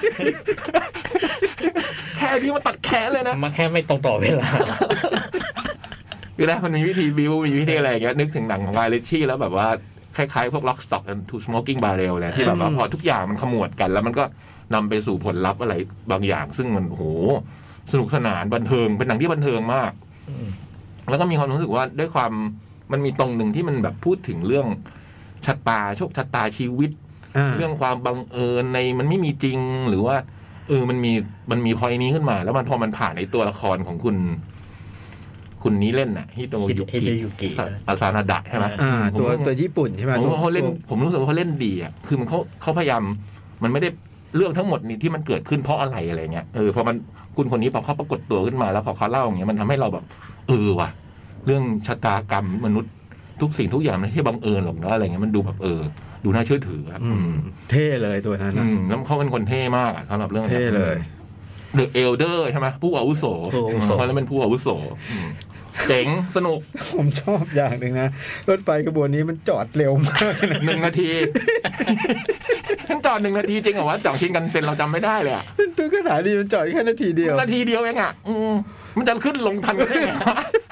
แค่ที่มันตัดแขนเลยนะมาแค่ไม่ตรงต่อเวลาคือแล้วมันมีวิธีบิวมีวิธีอะไรอย่างเงี้ยนึกถึงหนังของกายริชชี่แล้วแบบว่าคล้ายๆพวก Lock Stock and Two Smoking Barrels เลยที่แบบว่าพอทุกอย่างมันขมวดกันแล้วมันก็นำไปสู่ผลลัพธ์อะไรบางอย่างซึ่งมันโหสนุกสนานบันเทิงเป็นหนังที่บันเทิงมากแล้วก็มีความรู้สึกว่าด้วยความมันมีตรงหนึ่งที่มันแบบพูดถึงเรื่องชะตาโชคชะตาชีวิตเรื่องความบังเอิญในมันไม่มีจริงหรือว่ามันมีพอยนี้ขึ้นมาแล้วมันพอมันผ่านในตัวละครของคุณนี้เล่นน่ะฮิโตยุกิอาซานาดะใช่ไหมตัวญี่ปุ่นใช่ไหมเขาเล่นผมรู้สึกว่าเขาเล่นดีอ่ะคือมันเขาพยายามมันไม่ได้เรื่องทั้งหมดนี่ที่มันเกิดขึ้นเพราะอะไรอะไรเงี้ยพอมันคุณคนนี้พอเขาปรากฏตัวขึ้นมาแล้วพอเขาเล่าอย่างเงี้ยมันทำให้เราแบบว่ะเรื่องชะตากรรมมนุษย์ทุกสิ่งทุกอย่างไม่ใช่บังเอิญหรอกนะอะไรเงี้ยมันดูแบบดูน่าเชื่อถือครับเท่เลยตัวนั้นแล้วเขาเป็นคนเท่มากสำหรับเรื่องเท่เลย The Elder ใช่ไหมผู้อาวุโสเขาเป็นผู้อาวุโสเจ๋งสนุกผมชอบอย่างหนึ่งนะรถไฟขบวนนี้มันจอดเร็วมาก 1 นาทีมันจอด1 นาทีจริงเหรอวะจอดชินกันเซ็นเราจำไม่ได้เลยอ่ะตัวขนาดนี้มันจอดแค่นาทีเดียวเองอ่ะมันจะขึ้นลงทันได้ไง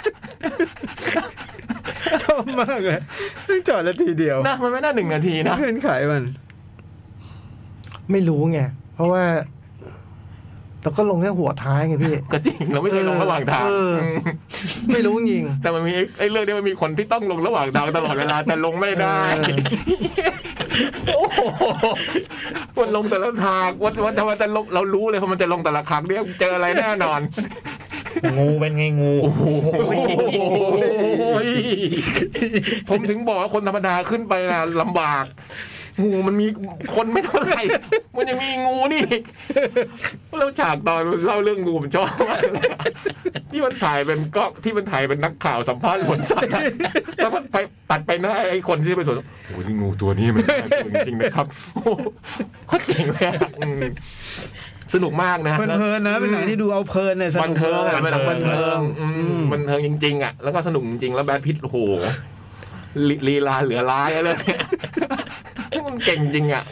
ชอบมากเลยมันจอดนาทีเดียวนะมันไม่น่า1 นาทีนะเพื่อนขายมันไม่รู้ไงเพราะว่าแต่ก็ลงแค่หัวท้ายไงพี่ก็จริงเราไม่เคยลงระหว่างทางไม่รู้จริงแต่มันมีไอ้เรื่องนี้มันมีคนที่ต้องลงระหว่างทางตลอดเวลาแต่ลงไม่ได้โอ้โหวันลงแต่ละทางวันทำไมจะลงเรารู้เลยเพราะมันจะลงแต่ละครั้งเนี่ยเจออะไรแน่นอนงูเป็นไงงูผมถึงบอกว่าคนธรรมดาขึ้นไปนะลำบากงูมันมีคนไม่เท่าไหร่มันยังมีงูนี่แล้วฉากตอนเล่าเรื่องงูผมชอบมากเลยที่มันถ่ายเป็นกล้องที่มันถ่ายเป็นนักข่าวสัมภาษณ์ผลสัตว์แล้วมันไปตัดไปหน้าไอ้คนที่ไปสวนโอ้ยงูตัวนี้มันน่ากลัวจริงๆนะครับโคตรเก่งเลยสนุกมากนะเพลินนะเป็นหนังที่ดูเอาเพลินเลยบันเทิงเป็นหนังบันเทิงบันเทิงจริงๆอ่ะแล้วก็สนุกจริงๆแล้วแบทพิตต์โอ้โหลีลาเหลือร้ายอะไรเนี่ยมันเก่งจริงอ่ะ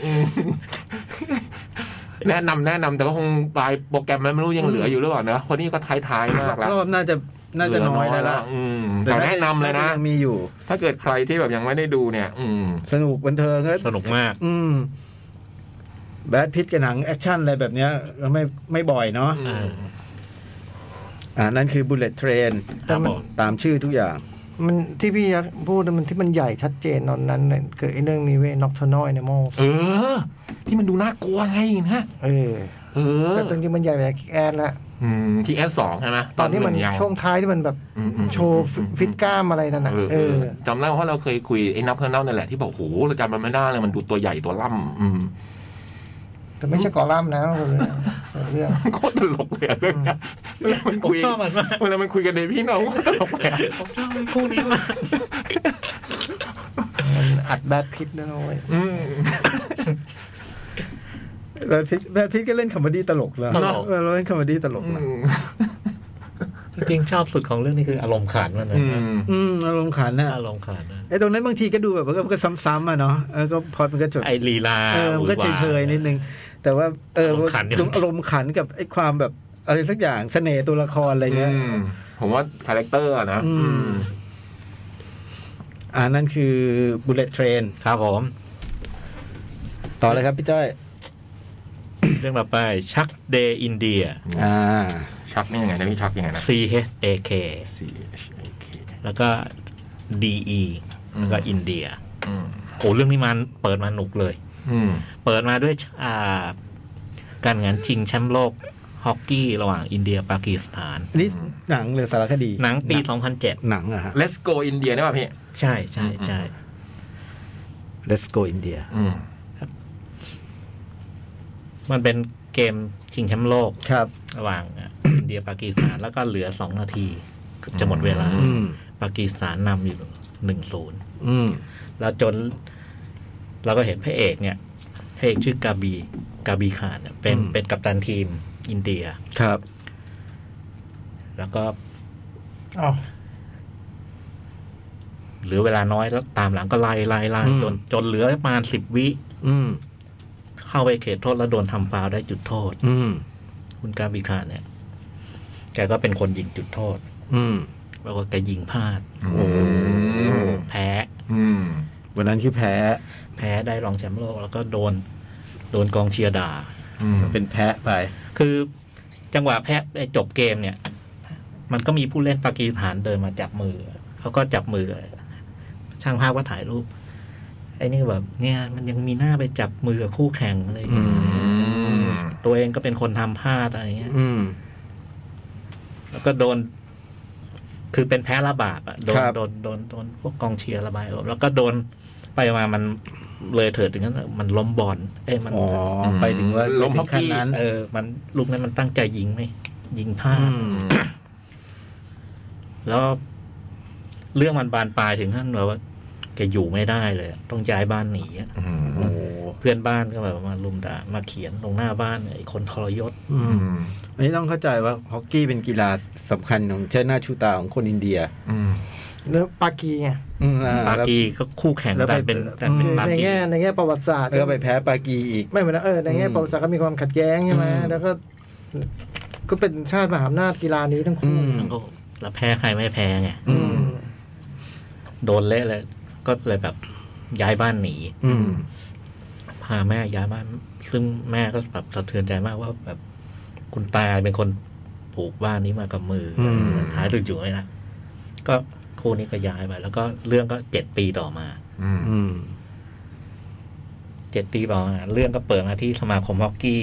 แนะนำแต่ก็คงปลายโปรแกรมมันไม่รู้ยังเหลืออยู่หรือเปล่านะคนนี้ก็ท้ายๆมากแล้วรอบน่าจะน้อยแล้วแต่แนะนำเลยนะมีอยู่ถ้าเกิดใครที่แบบยังไม่ได้ดูเนี่ยสนุกบันเทิงสนุกมากแบทพิตต์กับหนังแอคชั่นอะไรแบบเนี้ยเราไม่บ่อยเนาะนั่นคือ Bullet Train ตามชื่อทุกอย่างมันที่พี่ยักษ์พูดมันที่มันใหญ่ชัดเจนตอนนั้นเนี่ยเกิดไอ้เรื่องนี้เว้ย Nocturnal Animals ที่มันดูน่ากลัวไงนะแต่จริงๆมันใหญ่แบบแอนละที่แอด2ใช่ไหมตอนนี้มันช่วงท้ายที่มันแบบโชว์ฟิตกล้ามอะไรนั่นนะจำได้เพราะเราเคยคุยไอ้Nocturnalนั่นแหละที่บอกโหเราจำมันไม่ได้เลยมันดูตัวใหญ่ตัวล่ำแต่ไม่ใช่กอลัมน์นะเรื่องโคตรตลกเลยเรื่องนี้ผมชอบมันมากเวลามันคุยกันในพี่น้องตลกเลยผมชอบคู่นี้มากมันอัดแบทพิตต์ด้วยนะเว้ยแบทพิตต์ก็เล่นคอมเมดี้ตลกแล้วเราเล่นคอมเมดี้ตลกแล้วจริงชอบสุดของเรื่องนี้คืออารมณ์ขันมันนะอารมณ์ขันนะอารมณ์ขันไอ้ตรงนั้นบางทีก็ดูแบบก็ซ้ำๆอ่ะเนาะก็พอมันก็จบไอ้ลีลามันก็เฉยๆนิดนึงแต่ว่าอารมณ์ขันกับไอ้ความแบบอะไรสักอย่างเสน่ห์ตัวละครอะไรเงี้ยผมว่าคาแรคเตอร์นะนั่นคือ Bullet Train ครับผมต่อเลยครับพี่จ้อยเรื่องต่อไปชักเดย์อินเดียชักนี่ยังไงนะพี่ชักยังไงนะ CHAK แล้วก็ DE แล้วก็อินเดียโอ้เรื่องนี้มันเปิดมาหนุกเลยเปิดมาด้วยการแข่งขันชิงแชมป์โลกฮอกกี้ระหว่างอินเดียปากีสถานนี่หนังหรือสารคดีหนังปี 2007 หนังอะฮะ Let's Go India นะป่ะพี่ใช่ใช่ใช่ Let's Go India มันเป็นเกมชิงแชมป์โลกครับระหว่างอินเดียปากีสถานแล้วก็เหลือ2 นาทีจะหมดเวลาปากีสถานนำอยู่ 1-0แล้วจนเราก็เห็นพระเอกเนี่ยพระเอกชื่อกาบีขานเป็นกัปตันทีมอินเดียครับแล้วก็เหลือเวลาน้อยแล้วตามหลังก็ไล่จนเหลือประมาณ10 วิเข้าไปเขตโทษแล้วโดนทำฟาวล์ได้จุดโทษคุณกาบีขานเนี่ยแกก็เป็นคนยิงจุดโทษแล้วก็แกยิงพลาดแพ้วันนั้นคือแพ้ได้รองแชมป์โลกแล้วก็โดนกองเชียร์ด่าเป็นแพ้ไปคือจังหวะแพ้จบเกมเนี่ยมันก็มีผู้เล่นปากีสถานเดินมาจับมือเขาก็จับมือช่างภาพก็ถ่ายรูปไอ้นี่แบบเนี่ยมันยังมีหน้าไปจับมือกับคู่แข่งอะไรอย่างเงี้ยตัวเองก็เป็นคนทำพลาดอะไรเงี้ยแล้วก็โดนคือเป็นแพ้ระบาดอ่ะโดนพวกกองเชียร์ระบายอารมณ์แล้วก็โดนไปมามันเลยเถิดถึงนั้นมันล้มบอลมันไปถึงว่าล้มฮอกกี้นั้นมันลูกนั้นมันตั้งใจยิงไหมยิงพลาดแล้วเรื่องมันบานปลายถึงขั้นว่าแกอยู่ไม่ได้เลยต้องย้ายบ้านหนีเพื่อนบ้านก็แบบมาลุมด่ามาเขียนตรงหน้าบ้านไอ้คนทรยศอันนี้ต้องเข้าใจว่าฮอกกี้เป็นกีฬาสำคัญของเชิดหน้าชูตาของคนอินเดียแล้วปากีไงปากีก็คู่แข่งกันเป็นในแง่ประวัติศาสตร์ก็ไปแพ้ปากีอีกไม่เหมือนในแง่ประวัติศาสตร์ก็มีความขัดแย้งใช่ไหมแล้วก็เป็นชาติมหาอำนาจกีฬานี้ทั้งคู่แล้วแพ้ใครไม่แพ้ไงโดนเละเลยก็เลยแบบย้ายบ้านหนีพาแม่ย้ายบ้านซึ่งแม่ก็แบบสะเทือนใจมากว่าแบบคุณตาเป็นคนปลูกบ้านนี้มากับมือหาจุดอยู่ไม่ได้ก็คู่นี้ก็ย้ายไปแล้วก็เรื่องก็7 ปีต่อมา7 ปีต่อมาเรื่องก็เปิดมาที่สมาคมฮอกกี้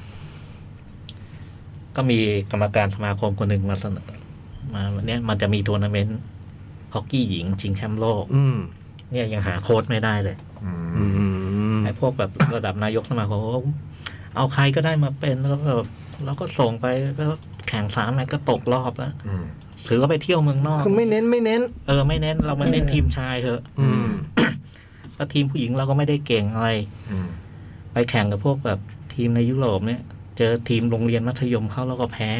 ก็มีกรรมการสมาคมคนหนึ่งมาเสนอมาเนี่ยมันจะมีทัวร์นาเมนต์ฮอกกี้หญิงชิงแชมป์โลกเนี่ยยังหาโค้ชไม่ได้เลยไอ้พพวกแบบระดับนายกสมาคมเอาใครก็ได้มาเป็นแล้วก็ส่งไปแล้วแข่ง3 แมตช์ก็ตกรอบแล้วถือว่าไปเที่ยวเมืองนอกคือไม่เน้นไม่เน้นเรามาเน้นทีมชายเถอะเพราะทีมผู้หญิงเราก็ไม่ได้เก่งอะไรไปแข่งกับพวกแบบทีมในยุโรปเนี่ยเจอทีมโรงเรียนมัธยมเข้าแล้วก็แพ้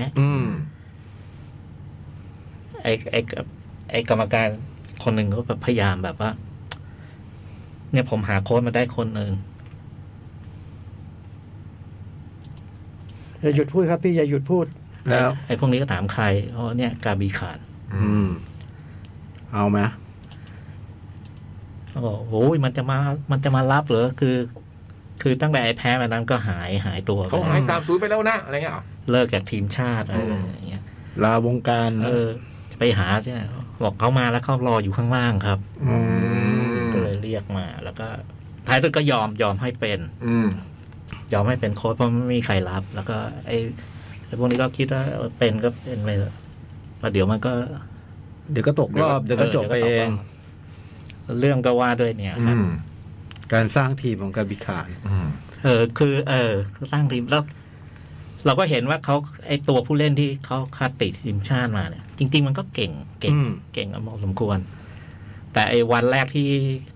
ไอกรรมการคนหนึ่งก็แบบพยายามแบบว่าเนี่ยผมหาโค้ชมาได้คนหนึ่งอย่าหยุดพูดครับพี่อย่าหยุดพูดแล้วไอ้พวกนี้ก็ถามใครอ๋อเนี่ยกาบีขาดเอาไหมเขาบอกโอ้ยมันจะมารับเหรอคือตั้งแต่ไอ้แพ้มานั้นก็หายตัวเขาหาย3-0ไปแล้วนะอะไรเงี้ยเลิกจากทีมชาติอะไรอย่างเงี้ยลาวงการจะไปหาใช่ไหมบอกเขามาแล้วเขารออยู่ข้างล่างครับก็เลยเรียกมาแล้วก็ท้ายสุดก็ยอมให้เป็นยอมให้เป็นโค้ชเพราะไม่มีใครรับแล้วก็ไอ้พวกนี้ก็คิดว่าเป็นก็เป็นไปแล้วเดี๋ยวมันก็เดี๋ยวก็ตกรอบเดี๋ยวก็จบไปเองเรื่องก็ว่าด้วยเนี่ยครับการสร้างทีมของกาบิคานคือสร้างทีมแล้วเราก็เห็นว่าเขาไอ้ตัวผู้เล่นที่เขาคัดติดทีมชาติมาเนี่ยจริงๆมันก็เก่งพอสมควรแต่ไอ้วันแรกที่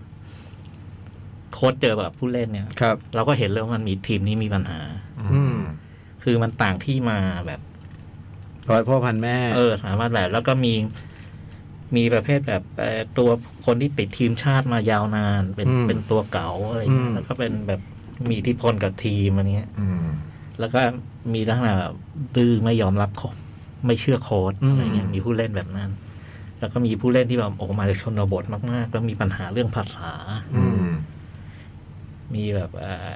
โค้ชเจอแบบผู้เล่นเนี่ยเราก็เห็นเลยว่ามันมีทีมนี้มีปัญหาคือมันต่างที่มาแบบร้อยพ่อพันแม่สามารถแบบแล้วก็มีประเภทแบบตัวคนที่ติดทีมชาติมายาวนานเป็นตัวเก่าอะไรเงี้ยแล้วก็เป็นแบบมีอิทธิพลกับทีมอันนี้แล้วก็มีลักษณะแบบดื้อไม่ยอมรับไม่เชื่อโค้ชอะไรเงี้ยมีผู้เล่นแบบนั้นแล้วก็มีผู้เล่นที่แบบออกมาจากชนบทมากๆแล้วมีปัญหาเรื่องภาษามีแบบ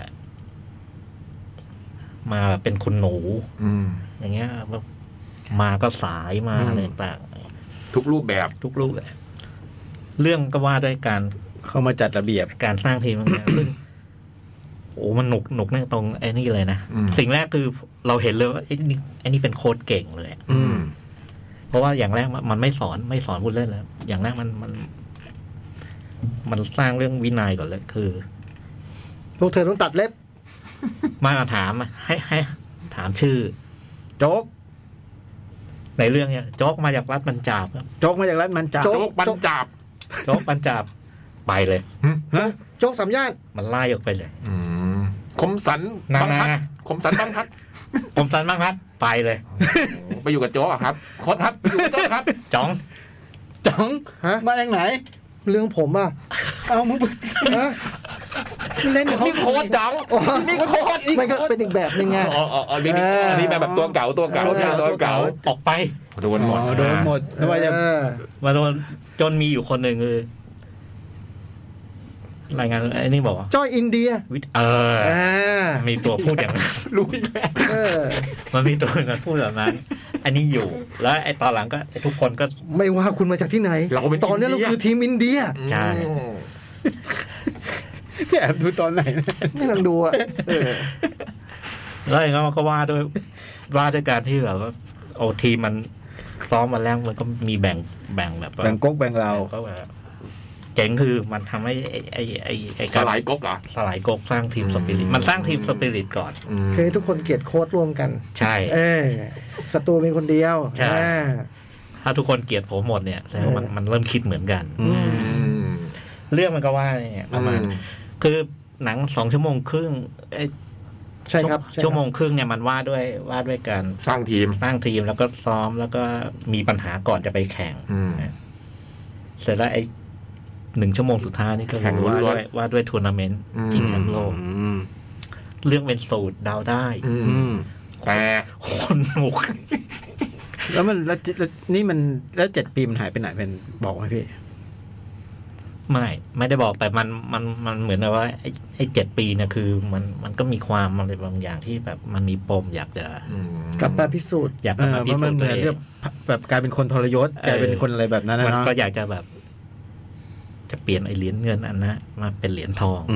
มาแบบเป็นคนหนูอย่างเงี้ยมาก็สายมาอะไรต่างทุกรูปแบบเรื่องก็ว่าด้วยการเข้ามาจัดระเบียบการสร้างทีมเนี่ยซึ่งโอ้มันหนุกแน่ตรงไอ้นี่เลยนะสิ่งแรกคือเราเห็นเลยว่าไอ้นี่เป็นโค้ชเก่งเลยเพราะว่าอย่างแรกมันไม่สอนผู้เล่นแล้วอย่างแรกมันสร้างเรื่องวินัยก่อนเลยคือพวกเธอต้องตัดเล็บมาถามให้ถามชื่อโจ๊กในเรื่องเนี่ยโจ๊กมาจากรัฐปัญจาบครับโจ๊กมาจากรัฐปัญจาบโจ๊กปัญจาบไปเลยฮะโจ๊กสามย่านมันไล่ออกไปเลยคมสันบางพัดคมสันบางพัดไปเลยไปอยู่กับโจ๊กครับโค้ชครับอยู่กับโจ๊กครับจ๋องฮะมาจากไหนเรื่องผมอ่ะเอามึงเล่นนี่โค้ชจังนี่โค้ชไม่ก็เป็นอีกแบบนึงไงนี่แบบตัวเก่าออกไปโดนหมดแล้วว่าจะมาโดนจนมีอยู่คนหนึ่งคือรายงานไอ้นี่บอกจอยอินเดียมีตัวพูดอย่างนั้นรู้แล้วมันมีตัวกันพูดแบบนั้นอันนี้อยู่แล้วไอ้ตอนหลังก็ทุกคนก็ไม่ว่าคุณมาจากที่ไหนตอนนี้เราคือทีมอินเดียใช่พี่แอบดูตอนไหนไม่ลองดูอ่ะแล้วอย่างนั้นมันก็ว่าด้วยการที่แบบว่าโอ้ทีมมันซ้อมมาแล้วมันก็มีแบ่งแบบแบ่งก๊กแบ่งเราก็แบบเจ๋งคือมันทำให้ไอ้สลายก๊กสลายก๊กสร้างทีมสปิริตมันสร้างทีมสปิริตก่อนคือทุกคนเกลียดโค้ชร่วมกันใช่ศัตรูมีคนเดียวใช่ถ้าทุกคนเกลียดผมหมดเนี่ยแสดงว่ามันเริ่มคิดเหมือนกันเรื่องมันก็ว่าเนี่ยประมาณคือหนัง2 ชั่วโมงครึ่งใช่ครับชั่วโมงครึ่งเนี่ยมันว่าด้วยการสร้างทีมแล้วก็ซ้อมแล้วก็มีปัญหาก่อนจะไปแข่งเสร็จแล้ว1 ชั่วโมงสุดท้ายนี่ก็ว่าด้วยทัวร์นาเมนต์ชิงแชมป์โลกเรื่องเป็นสูตรเดาได้แต่คนหนุกแล้วมันแล้วนี่มันแล้ว7 ปีมันหายไปไหนเป็นบอกไหมพี่ไม่ได้บอกแต่มันเหมือนกับว่าไอ้7 ปีเนี่ยคือมันก็มีความอะไรบางอย่างที่แบบมันมีปมอยากจะกลับมาพิสูจน์อยากกลับมาพิสูจน์เลยแบบกลายเป็นคนทรยศกลายเป็นคนอะไรแบบนั้นนะมันก็อยากจะแบบจะเปลี่ยนไอ้เหรียญเงินอันนั้นมาเป็นเหรียญทอง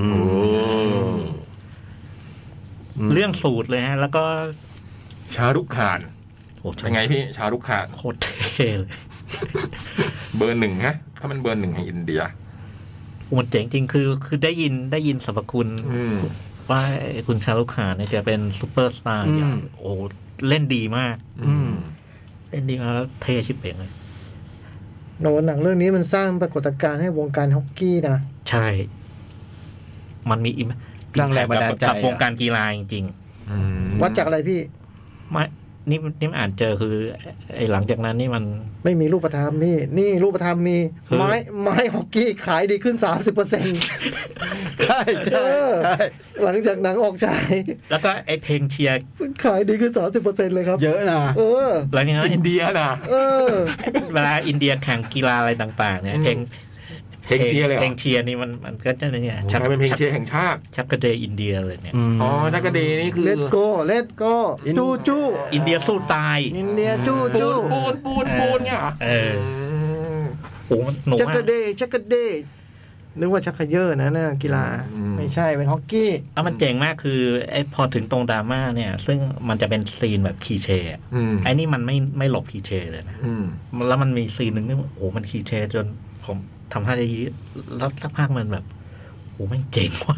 เรื่องสูตรเลยฮะแล้วก็ชารุกขานเป็นไงพี่ชารุกขานโคตรเท่เลยเบอร์ 1นะถ้ามันเบอร์ 1ให้อินเดียมันเจ๋งจริงคือได้ยินสรรพคุณว่าคุณชาลุกขาเนี่ยจะเป็นซูเปอร์สตาร์อย่างโอ้เล่นดีมากเล่นดีมากแล้วเท่ชิบเป๋งเลยหนังเรื่องนี้มันสร้างปรากฏการณ์ให้วงการฮอกกี้นะใช่มันมีสร้างแรงบันดาลใจกับวงการกีฬาจริงๆวัดจากอะไรพี่ไม่นี่อ่านเจอคือไอ้หลังจากนั้นนี่มันไม่มีรูปธรรมพี่นี่รูปธรรมมีไม้ฮอกกี้ขายดีขึ้น 30% ใช่ใช่หลังจากหนังออกฉายแล้วก็ไอ้เพลงเชียร์ขายดีขึ้น 30% เลยครับเยอะนะหลังจากนั้นอินเดียนะเวลาอินเดียแข่งกีฬาอะไรต่างๆเนี่ยเพลงเชียร์เลยเพลงเชียร์นี่มันก็เนี่ยชักเป็นเพลงเชียร์แห่งชาติชักกระเดย์อินเดียเลยเนี่ยอ๋อชักกระเดย์นี่คือ Let go จู้อินเดียสู้ตายอินเดียจู้ปูนเนี่ยโอ้หนูชักกระเดย์นึกว่าชักเขย่อนะกีฬาไม่ใช่เป็นฮอกกี้มันเจ๋งมากคือไอ้พอถึงตรงดราม่าเนี่ยซึ่งมันจะเป็นซีนแบบคีเช่ไอ้นี่มันไม่หลบคีเช่เลยนะแล้วมันมีซีนหนึ่งที่โอ้มันคีเช่จนผมทำท่าจะยิ้มแล้วสักพักมันแบบโอ้มันเจ๋งว่ะ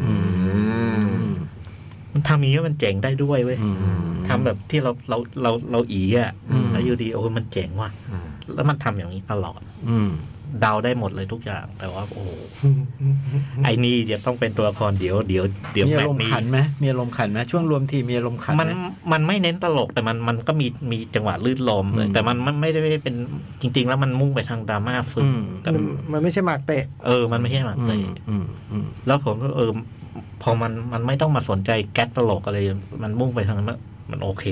มันทำอย่างนี้มันเจ๋งได้ด้วยเว้ยทำแบบที่เราอีอ่ะแล้วอยู่ดีโอ้มันเจ๋งว่ะแล้วมันทำอย่างนี้ตลอดเดาได้หมดเลยทุกอย่างแต่ว่าโอ้ไอ้นี่จะต้องเป็นตัวละครเดี๋ยวมีอารมณ์ขันไหมมีอารมณ์ขันไหมช่วงรวมทีมีอารมณ์ขันมันไม่เน้นตลกแต่มันก็มีจังหวะลื่นลมเลยแต่มันไม่ได้เป็นจริงๆแล้วมันมุ่งไปทางดราม่าซึ้งมันไม่ใช่หมากเตะมันไม่ใช่หมากเตะแล้วผมก็พอมันไม่ต้องมาสนใจแก๊สตลกอะไรมันมุ่งไปทางนั้นมันโอเค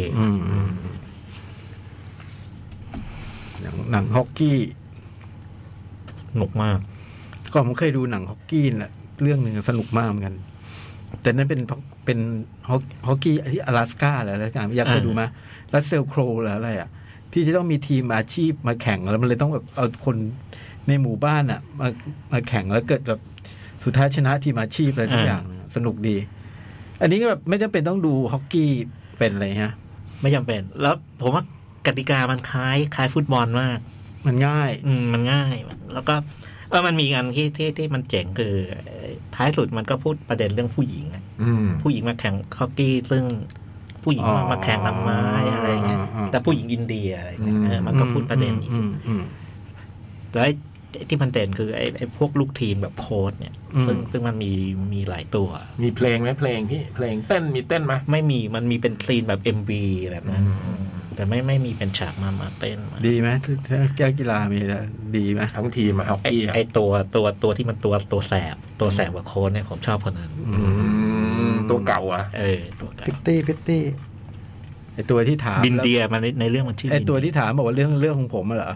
หนังฮอกกี้สนุกมากก็ผมเคยดูหนังฮอกกี้น่ะเรื่องหนึ่งสนุกมากเหมือนกันแต่นั้นเป็นฮอกกี้ที่阿拉斯ก้าอะไรสักอย่างอยากเคยดูไหมรัสเซลโครว์หรืออะไรอ่ะที่จะต้องมีทีมอาชีพมาแข่งแล้วมันเลยต้องแบบเอาคนในหมู่บ้านอ่ะมาแข่งแล้วเกิดแบบสุดท้ายชนะทีมอาชีพอะไรทุกอย่างสนุกดีอันนี้ก็แบบไม่จำเป็นต้องดูฮอกกี้เป็นอะไรฮะไม่จำเป็นแล้วผมว่ากติกามันคล้ายฟุตบอลมากมันง่ายมันง่ายแล้วก็มันมีอันที่มันเจ๋งคือท้ายสุดมันก็พูดประเด็นเรื่องผู้หญิงผู้หญิงมาแข่งฮอกกี้ซึ่งผู้หญิงมาแข่งนำไม้อะไรเงี้ยแต่ผู้หญิงอินเดียอะไรเงี้ยมันก็พูดประเด็นนี้แล้วที่มันเด่นคือไอ้พวกลูกทีมแบบโค้ชเนี่ยซึ่งมันมีหลายตัวมีเพลงไหมเพลงพี่เพลงเต้นมีเต้นไหมไม่มีมันมีเป็นซีนแบบ MV แบบนั้นแต่ไม่มีเป็นฉากมาเต้นดีไหมถ้าแก้กีฬามีแล้วดีไหมทั้งทีมฮอกกี้ไอ้ตัวที่มันตัวแสบกับโค้ชเนี่ยผมชอบคนนั้นตัวเก่าอ่ะตัวเก่าพิตตี้ไอ้ตัวที่ถามบินเดียมันในเรื่องมันชื่อไอ้ตัวที่ถามบอกว่าเรื่องของผมเหรอ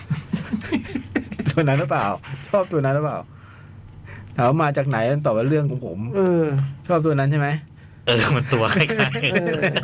ตัวนั้นหรือเปล่าชอบตัวนั้นหรือเปล่าถามว่ามาจากไหนตอบว่าเรื่องของผมชอบตัวนั้นใช่ไหมมันตัวคล้ายๆ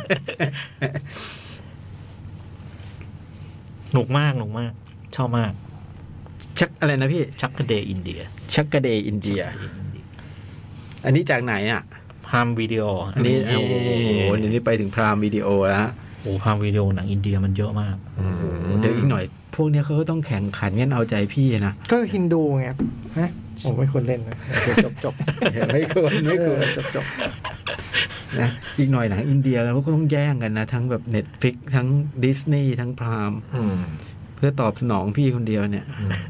หนุกมากชอบมากชักอะไรนะพี่ชักกระเดย์อินเดียชักกระเดย์อินเดียอันนี้จากไหนอ่ะพรามวิดีโออันนี้โอ้โหนี่ไปถึงพรามวิดีโอแล้วโอ้พรามวิดีโอหนังอินเดียมันเยอะมากเดี๋ยวอีกหน่อยพวกนี้เขาก็ต้องแข่งขันงั้นเอาใจพี่นะก็ฮินดูไงฮะผมไม่ควรเล่นนะจบไม่ควรจบนะอีกหน่อยหนังอินเดียเขาก็ต้องแย่งกันนะทั้งแบบ Netflix ทั้ง Disney ทั้งพรามเพื่อตอบสนองพี่คนเดียวเนี่ย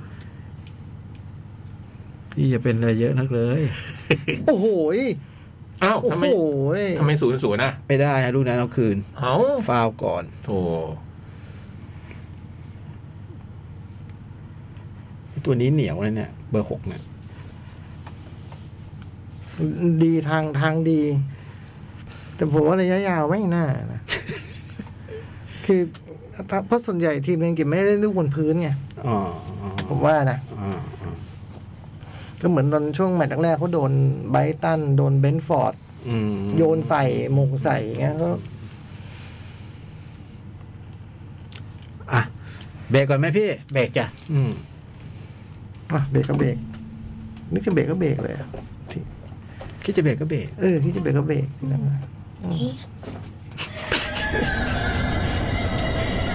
พี่จะเป็นอะไรเยอะนักเลยโอ้โหอ้าวทำไม0-0นะไม่ได้ฮะลูกนั้นเอาคืนฟาวก่อนโอ้ตัวนี้เหนียวเลยเนี่ยเบอร์ 6เนี่ยดีทางดีแต่ผมว่าระยะยาวไม่น่านะคือเพราะส่วนใหญ่ทีมอังกฤษไม่ได้เล่นบนพื้นไงผมว่านะก็เหมือนตอนช่วงแมตช์แรกเขาโดนไบรตันโดนเบนฟอร์ดโยนใส่มงใส่เงี้ยก็เบรกก่อนไหมพี่เบรกจ้ะเบรกก็เบรกนึกจะเบรกก็เบรกเลยคิดจะเบรกก็เบรกคิดจะเบรกก็เบรก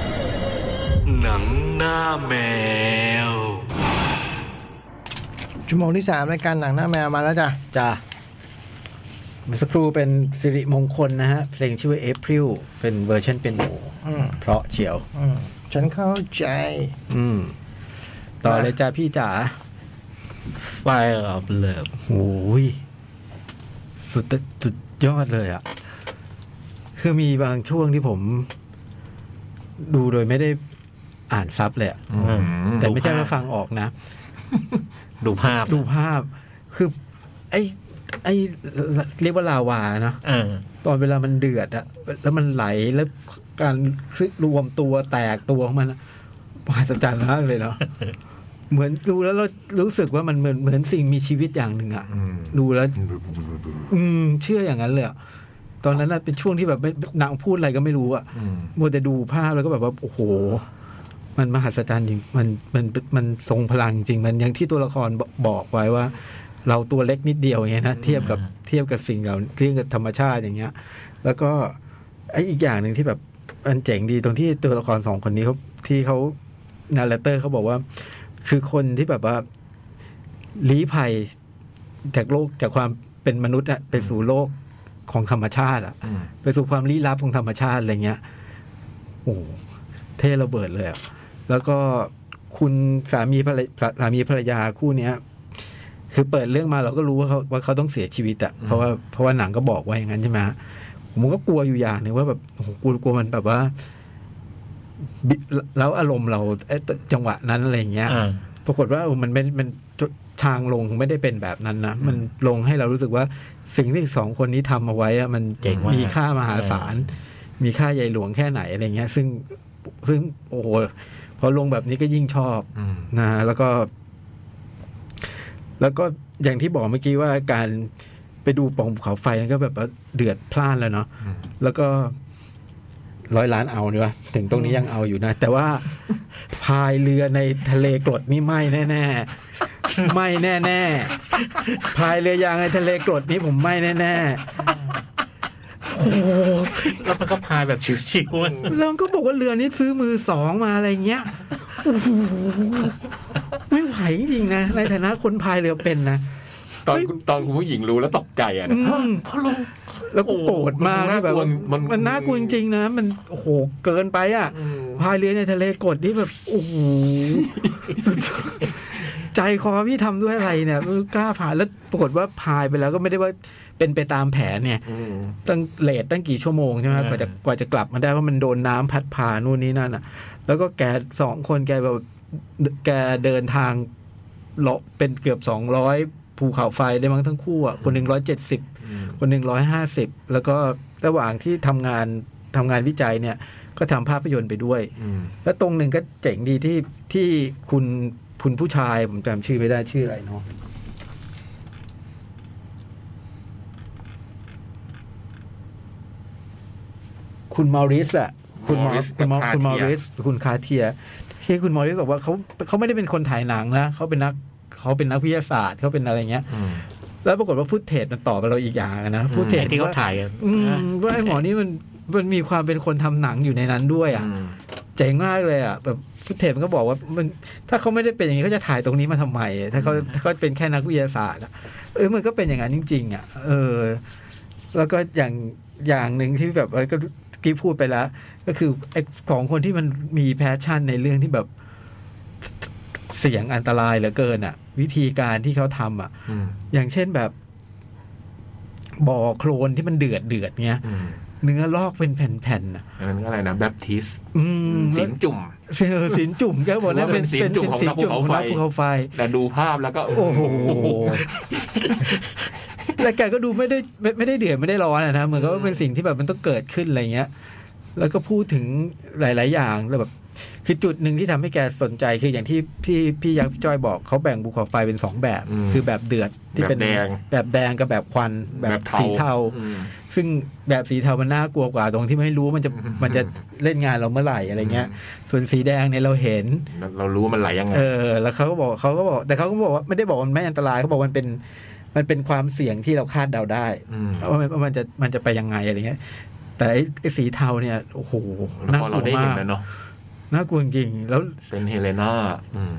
หนังหน้าแมวชั่วโมงที่3รายการหนังหน้าแมวมาแล้วจ้ะจ้าเมื่อสักครู่เป็นสิริมงคลนะฮะเพลงชื่อว่า April เป็นเวอร์ชันเปียโนเพราะเฉียวฉันเข้าใจต่อเลยจ้าพี่จ๋า Fire of Love โอ้ยสุดยอดเลยอ่ะคือมีบางช่วงที่ผมดูโดยไม่ได้อ่านซับเลยแต่ไม่ใช่ว่าฟังออกนะดูภาพคือไอ้เรียกว่าลาวาเนาะตอนเวลามันเดือดอะแล้วมันไหลแล้วการรวมตัวแตกตัวของมันมหัศจรรย์มากเลยเนาะ เหมือนดูแล้วเรารู้สึกว่ามันเหมือนสิ่งมีชีวิตอย่างหนึ่งอะดูแล้วเชื่ออย่างนั้นเลยอะตอนนั้นน่ะเป็นช่วงที่แบบนางพูดอะไรก็ไม่รู้อะมัวแต่ดูภาพแล้วก็แบบว่าโอ้โหมันมหัศจรรย์จริงมันทรงพลังจริงมันอย่างที่ตัวละครบอกไว้ว่าเราตัวเล็กนิดเดียวอย่างเงี้ยนะเทียบกับสิ่งเราเทียบกับธรรมชาติอย่างเงี้ยแล้วก็ไอ้อีกอย่างหนึ่งที่แบบมันเจ๋งดีตรงที่ตัวละครสองคนนี้เขานาร์เรเตอร์เขาบอกว่าคือคนที่แบบว่าลี้ภัยจากโลกจากความเป็นมนุษย์อะไปสู่โลกของธรรมชาติอะไปสู่ความลี้ลับของธรรมชาติอะไรเงี้ยโอ้เท่ระเบิดเลยอะแล้วก็คุณสามีภรรยาคู่เนี้ยคือเปิดเรื่องมาเราก็รู้ว่าเขาต้องเสียชีวิตอะเพราะว่าหนังก็บอกไว้อย่างนั้นใช่ไหมผมก็กลัวอยู่อย่างหนึ่งว่าแบบโอ้โหกลัวมันแบบว่าแล้วอารมณ์เราจังหวะนั้นอะไรเงี้ยปรากฏว่ามันทางลงไม่ได้เป็นแบบนั้นนะมันลงให้เรารู้สึกว่าสิ่งที่สองคนนี้ทำเอาไว้อะมันมีค่ามหาศาลมีค่าใหญ่หลวงแค่ไหนอะไรเงี้ยซึ่งโอ้โหพอลงแบบนี้ก็ยิ่งชอบนะแล้วก็อย่างที่บอกเมื่อกี้ว่าการไปดูปล่องภูเขาไฟนั่นก็แบบว่าเดือดพล่านแล้วเนาะแล้วก็100 ล้านเอาเนี่ยถึงตรงนี้ยังเอาอยู่นะแต่ว่าพายเรือในทะเลกรดนี่ไม่แน่ๆไม่แน่ๆพายเรือยางในทะเลกรดนี่ผมไม่แน่ๆโอ้แล้วมันก็พายแบบชิวๆแล้วก็บอกว่าเรือนี้ซื้อมือสองมาอะไรเงี้ยโอ้โหไม่ไหวจริงๆนะในฐานะคนพายเรือเป็นนะตอนคุณผู้หญิงรู้แล้วตกใจอ่ะเขาลงแล้วก็โกรธมากแบบมันน่ากลัวจริงๆนะมันโอ้โหเกินไปอ่ะพายเรือในทะเลกดนี่แบบโอ้โหใจคอพี่ทำด้วยอะไรเนี่ยกล้าพายแล้วปรากฏว่าพายไปแล้วก็ไม่ได้ว่าเป็นไปตามแผนเนี่ยตั้งเลทตั้งกี่ชั่วโมงใช่ไหมกว่าจะกลับมาได้ว่ามันโดนน้ำพัดพานู่นนี่นั่นอ่ะแล้วก็แก2 คนแกแบบแกเดินทางเลาะเป็นเกือบ200ภูเขาไฟได้มั้งทั้งคู่อ่ะคนหนึ่ง170คนหนึ่ง150แล้วก็ระหว่างที่ทำงานวิจัยเนี่ยก็ทำภาพยนตร์ไปด้วยแล้วตรงหนึ่งก็เจ๋งดีที่คุณผู้ชายผมจำชื่อไม่ได้ชื่ออะไรเนาะคุณมอริสอ่ะคุณมอริสคุณคาเทียที่คุณมอริสบอกว่าเขาไม่ได้เป็นคนถ่ายหนังนะเขาเป็นนักวิทยาศาสตร์เขาเป็นอะไรเงี้ยแล้วปรากฏว่าฟุตเทจมันตอบไปเราอีกอย่างนะฟุตเทจที่เขาถ่ายว่าไอ้หมอนี่มันมีความเป็นคนทำหนังอยู่ในนั้นด้วยอ่ะเจ๋งมากเลยอ่ะแบบฟุตเทจมันก็บอกว่ามันถ้าเขาไม่ได้เป็นอย่างนี้เขาจะถ่ายตรงนี้มาทำไมถ้าเขาเป็นแค่นักวิทยาศาสตร์มันก็เป็นอย่างนั้นจริงๆอ่ะแล้วก็อย่างหนึ่งที่แบบก็กี้พูดไปแล้วก็คือไอ้ของคนที่มันมีแพชชั่นในเรื่องที่แบบเสี่ยงอันตรายเหลือเกินอ่ะวิธีการที่เขาทำอ่ะอย่างเช่นแบบบ่อโคลนที่มันเดือดเงี้ยเนื้อลอกเป็นแผ่นๆอ่ะอันนั้นก็อะไรนะแบปทิสสินจุ่มสินจุ่มแกบอกนะเป็นสินจุ่มของนักภูเขาไฟแต่ดูภาพแล้วก็โอ้โหแล้วแกก็ดูไม่ได้เดือดไม่ได้ร้อนนะเหมือนกับว่าเป็นสิ่งที่แบบมันต้องเกิดขึ้นอะไรเงี้ยแล้วก็พูดถึงหลายๆอย่างแล้วแบบคือจุดหนึ่งที่ทำให้แกสนใจคืออย่างที่พี่ยักษ์พี่จ้อยบอกเขาแบ่งภูเขาไฟเป็น2แบบคือแบบเดือดที่เป็นแบบแดงกับแบบควันแบบสีเทาซึ่งแบบสีเทามันน่ากลัวกว่าตรงที่ไม่รู้มันจะเล่นงานเราเมื่อไหร่อะไรเงี้ยส่วนสีแดงเนี่ยเราเห็นเรารู้ว่ามันไหลยังไงแล้วเขาก็บอกแต่เขาก็บอกว่าไม่ได้บอกมันไม่อันตรายเขาบอกมันเป็นความเสี่ยงที่เราคาดเดาได้ว่ามันจะไปยังไงอะไรเงี้ยแต่ไอ้สีเทาเนี่ยโอ้โหน่ากลัวมากน่ากลัวจริงแล้วเป็นเฮเลนา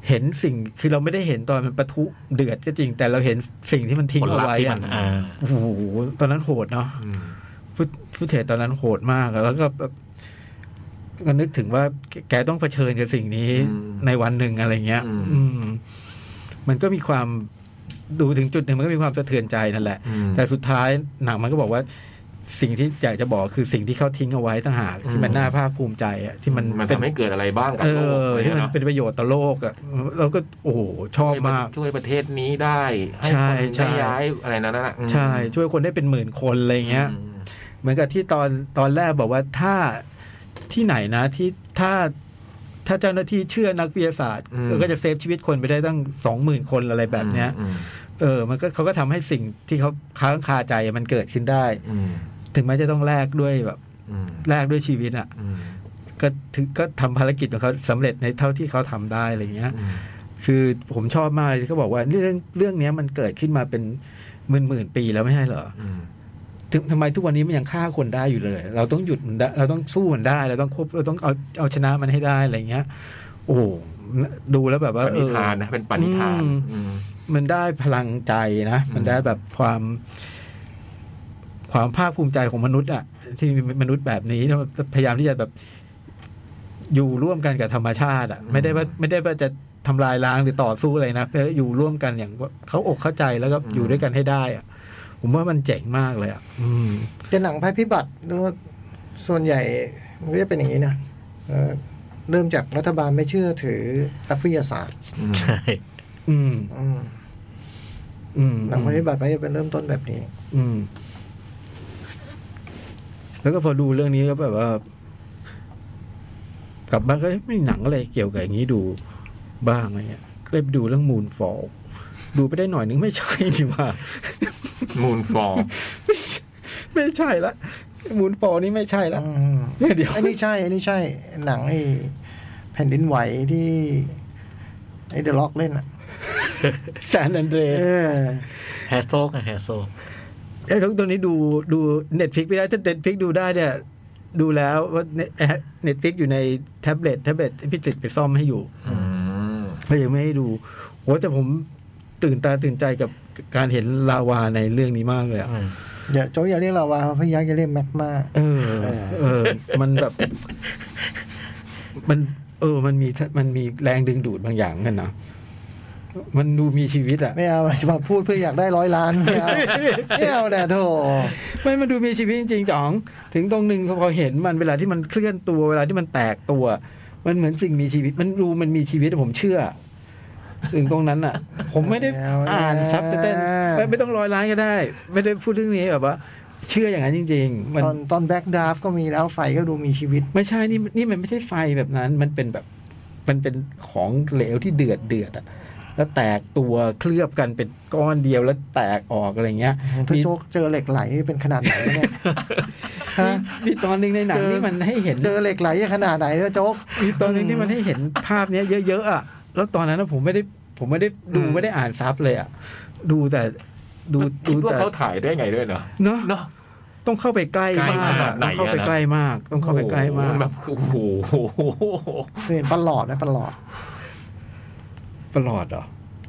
เห็นสิ่งคือเราไม่ได้เห็นตอนมันปะทุเดือดก็จริงแต่เราเห็นสิ่งที่มันทิ้งเอาไว้อะโอ้โหตอนนั้นโหดเนาะฟุตเทจตอนนั้นโหดมากแล้วก็ก็นึกถึงว่าแกต้องเผชิญกับสิ่งนี้ในวันหนึ่งอะไรเงี้ยมันก็มีความดูถึงจุดหนึ่งมันก็มีความสะเทือนใจนั่นแหละแต่สุดท้ายหนังมันก็บอกว่าสิ่งที่อยากจะบอกคือสิ่งที่เขาทิ้งเอาไว้ต่างหากที่มันน่าภาคภูมิใจอ่ะที่มันทำให้เกิดอะไรบ้างกับโลกที่มันเป็นประโยชน์ต่อโลกอ่ะเราก็โอ้โหชอบมากช่วยประเทศนี้ได้ให้คนได้ย้ายอะไรนั่นน่ะใช่ช่วยคนได้เป็นหมื่นคนอะไรเงี้ยเหมือนกับที่ตอนแรกบอกว่าถ้าที่ไหนนะที่ถ้าเจ้าหน้าที่เชื่อนักวิทยาศาสตร์ก็จะเซฟชีวิตคนไปได้ตั้ง 20,000 คนอะไรแบบเนี้ยมันก็เขาก็ทำให้สิ่งที่เขาค้างคาใจมันเกิดขึ้นได้ถึงแม้จะต้องแลกด้วยแบบแลกด้วยชีวิตอ่ะก็ทำภารกิจของเขาสำเร็จในเท่าที่เขาทำได้อะไรเงี้ยคือผมชอบมากเลยที่เขาบอกว่าเรื่องนี้มันเกิดขึ้นมาเป็นหมื่นปีแล้วไม่ใช่เหรอทำไมทุกวันนี้มันยังฆ่าคนได้อยู่เลยเราต้องหยุดมันได้เราต้องสู้มันได้เราต้องเอาชนะมันให้ได้อะไรเงี้ยโอ้ดูแล้วแบบว่าปณิธานนะเป็นปณิธานมันได้พลังใจนะมันได้แบบความภาคภูมิใจของมนุษย์อ่ะที่มีมนุษย์แบบนี้พยายามที่จะแบบอยู่ร่วมกันกับธรรมชาติอ่ะไม่ได้ว่าจะทำลายล้างหรือต่อสู้อะไรนะแต่อยู่ร่วมกันอย่างเขาอกเข้าใจแล้วก็อยู่ด้วยกันให้ได้อ่ะผมว่ามันเจ๋งมากเลยอ่ะเป็นหนังภัยพิบัติด้วยส่วนใหญ่มันก็จะเป็นอย่างนี้นะเริ่มจากรัฐบาลไม่เชื่อถือนักวิทยาศาสตร์ใช่หนังภัยพิบัติมันจะเป็นเริ่มต้นแบบนี้แล้วก็พอดูเรื่องนี้ก็แบบว่ากลับบ้านก็ไม่หนังอะไรเกี่ยวกับอย่างนี้ดูบ้างอะไรเงี้ยก็เลยไปดูเรื่อง Moonfall ดูไปได้หน่อยนึงไม่ใช่ดีว่า Moonfall ไม่ใช่ละ Moonfall นี่ไม่ใช่ละเดี๋ยวอันนี้ใช่หนังไอ้แผ่นดินไหวที่ไอ้เดอะล็อกเล่นอะแซนแอนเดรแฮสโซกับแฮสโซตัวนี้ดู Netflix ไม่ได้ถ้า Netflix ดูได้เนี่ยดูแล้วว่า Netflix อยู่ในแท็บเล็ตพี่ติดไปซ่อมให้อยู่ก็ยังไม่ให้ดูโหแต่ผมตื่นตาตื่นใจกับการเห็นลาวาในเรื่องนี้มากเลยอ่ะโจ๊กอย่าเรียกลาวาพยักอย่าเรียกแมกมามันแบบมันมีแรงดึงดูดบางอย่างกันเนาะมันดูมีชีวิตอ่ะไม่เอาจะมาพูดเพื่ออยากได้100 ล้านไม่เอาแน่โธ่มันดูมีชีวิตจริงๆจ๋องถึงตรงนึงพอเห็นมันเวลาที่มันเคลื่อนตัวเวลาที่มันแตกตัวมันเหมือนสิ่งมีชีวิตมันมีชีวิตผมเชื่อถึงตรงนั้นอ่ะผมไม่ได้อ่านซับไตเติ้ลไม่ต้อง100 ล้านก็ได้ไม่ได้พูดเรื่องนี้แบบว่าเชื่ออย่างนั้นจริงๆตอนแบ็กดราฟก็มีแล้วไฟก็ดูมีชีวิตไม่ใช่นี่มันไม่ใช่ไฟแบบนั้นมันเป็นแบบมันเป็นของเหลวที่เดือดอ่ะแล้วแตกตัวเคลือบกันเป็นก้อนเดียวแล้วแตกออกอะไรเงี้ยพี่โจ๊กเจอเหล็กไหลเป็นขนาดไหนเนี่ยมีตอนนึงในหนังที่มันให้เห็นเจอเหล็กไหลขนาดไหนโจ๊กมีตอนนึงที่มันให้เห็นภาพนี้เยอะๆอ่ะแล้วตอนนั้นผมไม่ได้ดูไม่ได้อ่านซับเลยอ่ะดูแต่คิดว่าเขาถ่ายได้ไงด้วยเนาะต้องเข้าไปใกล้มากต้องเข้าไปใกล้มากต้องเข้าไปใกล้มากแบบโอ้โหเห็นประหลอดนะประหลอดเหรอ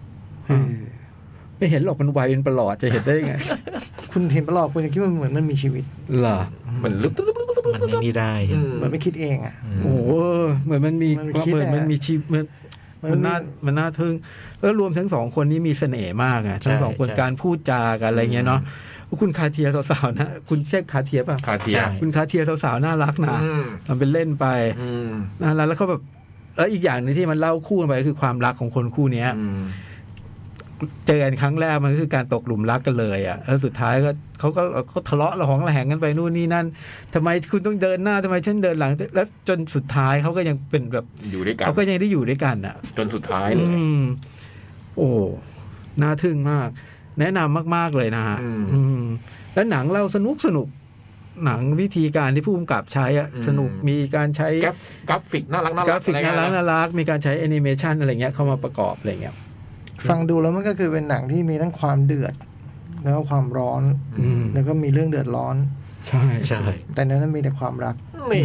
ไม่เห็นหรอกมันไวเป็นประหลอดจะเห็นได้ไงคุณเห็นประหลอดคุณจะคิดว่าเหมือนมันมีชีวิตเหรอมันลึกมันไม่ได้เหมือนไม่คิดเองอ่ะโอ้เหมือนมันมีมันมีชีวิตมันน่าทึ่งแล้วรวมทั้ง2คนนี้มีเสน่ห์มากอ่ะทั้ง2คนการพูดจากันอะไรเงี้ยเนาะคุณคาเทียสาวๆนะคุณเช็คคาเทียป่ะคุณคาเทียสาวๆน่ารักนะทำเป็นเล่นไปน่ารักแล้วเขาแบบแล้วอีกอย่างนึงที่มันเล่าคู่กันไปคือความรักของคนคู่นี้เจอกันครั้งแรกมันก็คือการตกหลุมรักกันเลยอ่ะแล้วสุดท้ายก็เขาทะเลาะระหองระแหงกันไปนู่นนี่นั่นทำไมคุณต้องเดินหน้าทำไมฉันเดินหลังแล้วจนสุดท้ายเขาก็ยังเป็นแบบอยู่ด้วยกันเขาก็ยังได้อยู่ด้วยกันอ่ะจนสุดท้ายเลยโอ้น่าทึ่งมากแนะนำมากๆเลยนะฮะแล้วหนังเราสนุกหนังวิธีการที่ผู้กำกับใช้อะสนุกมีการใช้กราฟิกน่ารักกราฟิกน่ารักมีการใช้แอนิเมชันอะไรเงี้ยเข้ามาประกอบอะไรเงี้ยฟังดูแล้วมันก็คือเป็นหนังที่มีทั้งความเดือดแล้วก็ความร้อนแล้วก็มีเรื่องเดือดร้อนใช่ใช่แต่ในนั้นมีแต่ความรักนี่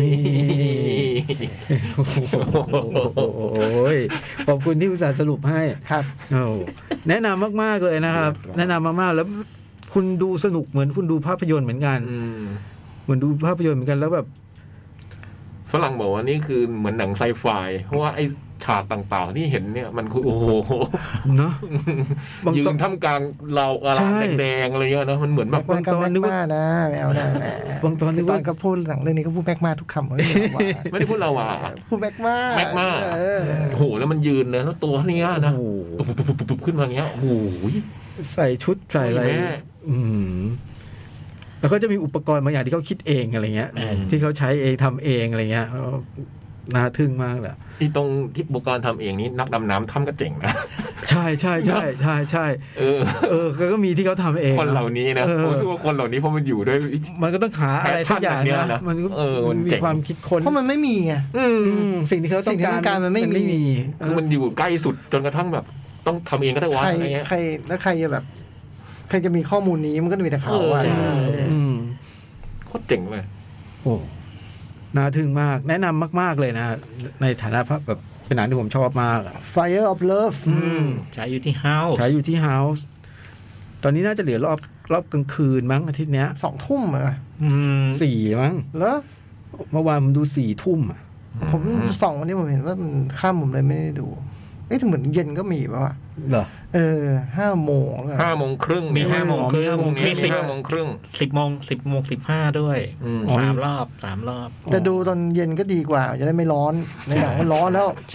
โอ้ยขอบคุณที่อุตส่าห์สรุปให้ครับโอ้แนะนำมากๆเลยนะครับ แนะนำมากๆแล้วคุณดูสนุกเหมือนคุณดูภาพยนตร์เหมือนกัน เหมือนดูภาพยนตร์เหมือนกันแล้วแบบฝรั่งบอกว่านี่คือเหมือนหนังไซไฟเพราะว่าไอ้ฉากต่างๆที่เห็นเนี่ยมันคือโอ้โหเนาะบางยืตอนนท่ามกลางเราอะไรใช่แดงๆอะไรเงี้ยนะมันเหมือนแบบบางตอนนึกว่านะไม่เอานะแหมบางตอนนึกตว่าอนก็พูดหลังเรื่องนี้ก็พูดแม็กมาทุกคำว่าไม่ได้พูดเราว่าพูดแม็กมาแม็กมาเออโอ้โหแล้วมันยืนเลยแล้วตัวเนี้ยนะโอ้โหปุ๊บขึ้นมาอย่างเงี้ยโอ้โหใส่ชุดใส่อะไรแม่อืมแล้วก็จะมีอุปกรณ์บางอย่างที่เขาคิดเองอะไรเงี้ย ที่เขาใช้เองทำเองอะไรเงี้ยน่าทึ่งมากแหละที่ตรงที่อุปกรณ์ทำเองนี้นักดำน้ำทำก็เจ๋งนะใช่ใช่ใช่ใช่ใช่ ก็มีที่เขาทำเองคนเหล่านี้นะเออผมคิดว่าคนเหล่านี้พอมันอยู่ด้วยมันก็ต้องหาอะไรสักอย่างแพทเทิร์นแบบเนี้ยนะนะมันก็มันมีเจ๋งความคิดค้นเพราะมันไม่มีไงสิ่งที่เขาต้องการมันไม่มีคือมันอยู่ใกล้สุดจนกระทั่งแบบ ต้องทำเองก็ได้วะใครอะไรเงี้ยใครแล้วใครจะแบบ ใครจะมีข้อมูลนี้มันก็จะมีแต่เขาว่าใช่ โคตรเจ๋งเลยโอ้น่าทึ่งมาก แนะนำมากๆเลยนะ ในฐานะแบบเป็นหนังที่ผมชอบมากอะ Fire of Love ใช้อยู่ที่เฮาส์ฉายอยู่ที่เฮาส์ตอนนี้น่าจะเหลือรอบกลางคืนมั้งอาทิตย์เนี้ย 2 ทุ่มอะ 4มั้งแล้วเมื่อวานผมดู4 ทุ่มอะผมส่องวันนี้ผมเห็นว่ามันข้ามผมเลยไม่ได้ดู เอ๊ะแต่เหมือนเย็นก็มีป่ะวะเหรอ 5 โมงอะ 5:30 มี 5 โมงครึ่งพรุ่งนี้มีมี5:30 10 โมง 15 ด้วย 3 รอบ 3 รอบแต่ดูตอนเย็นก็ดีกว่า จะได้ไม่ร้อน ในหนังมันร้อนแล้วใช่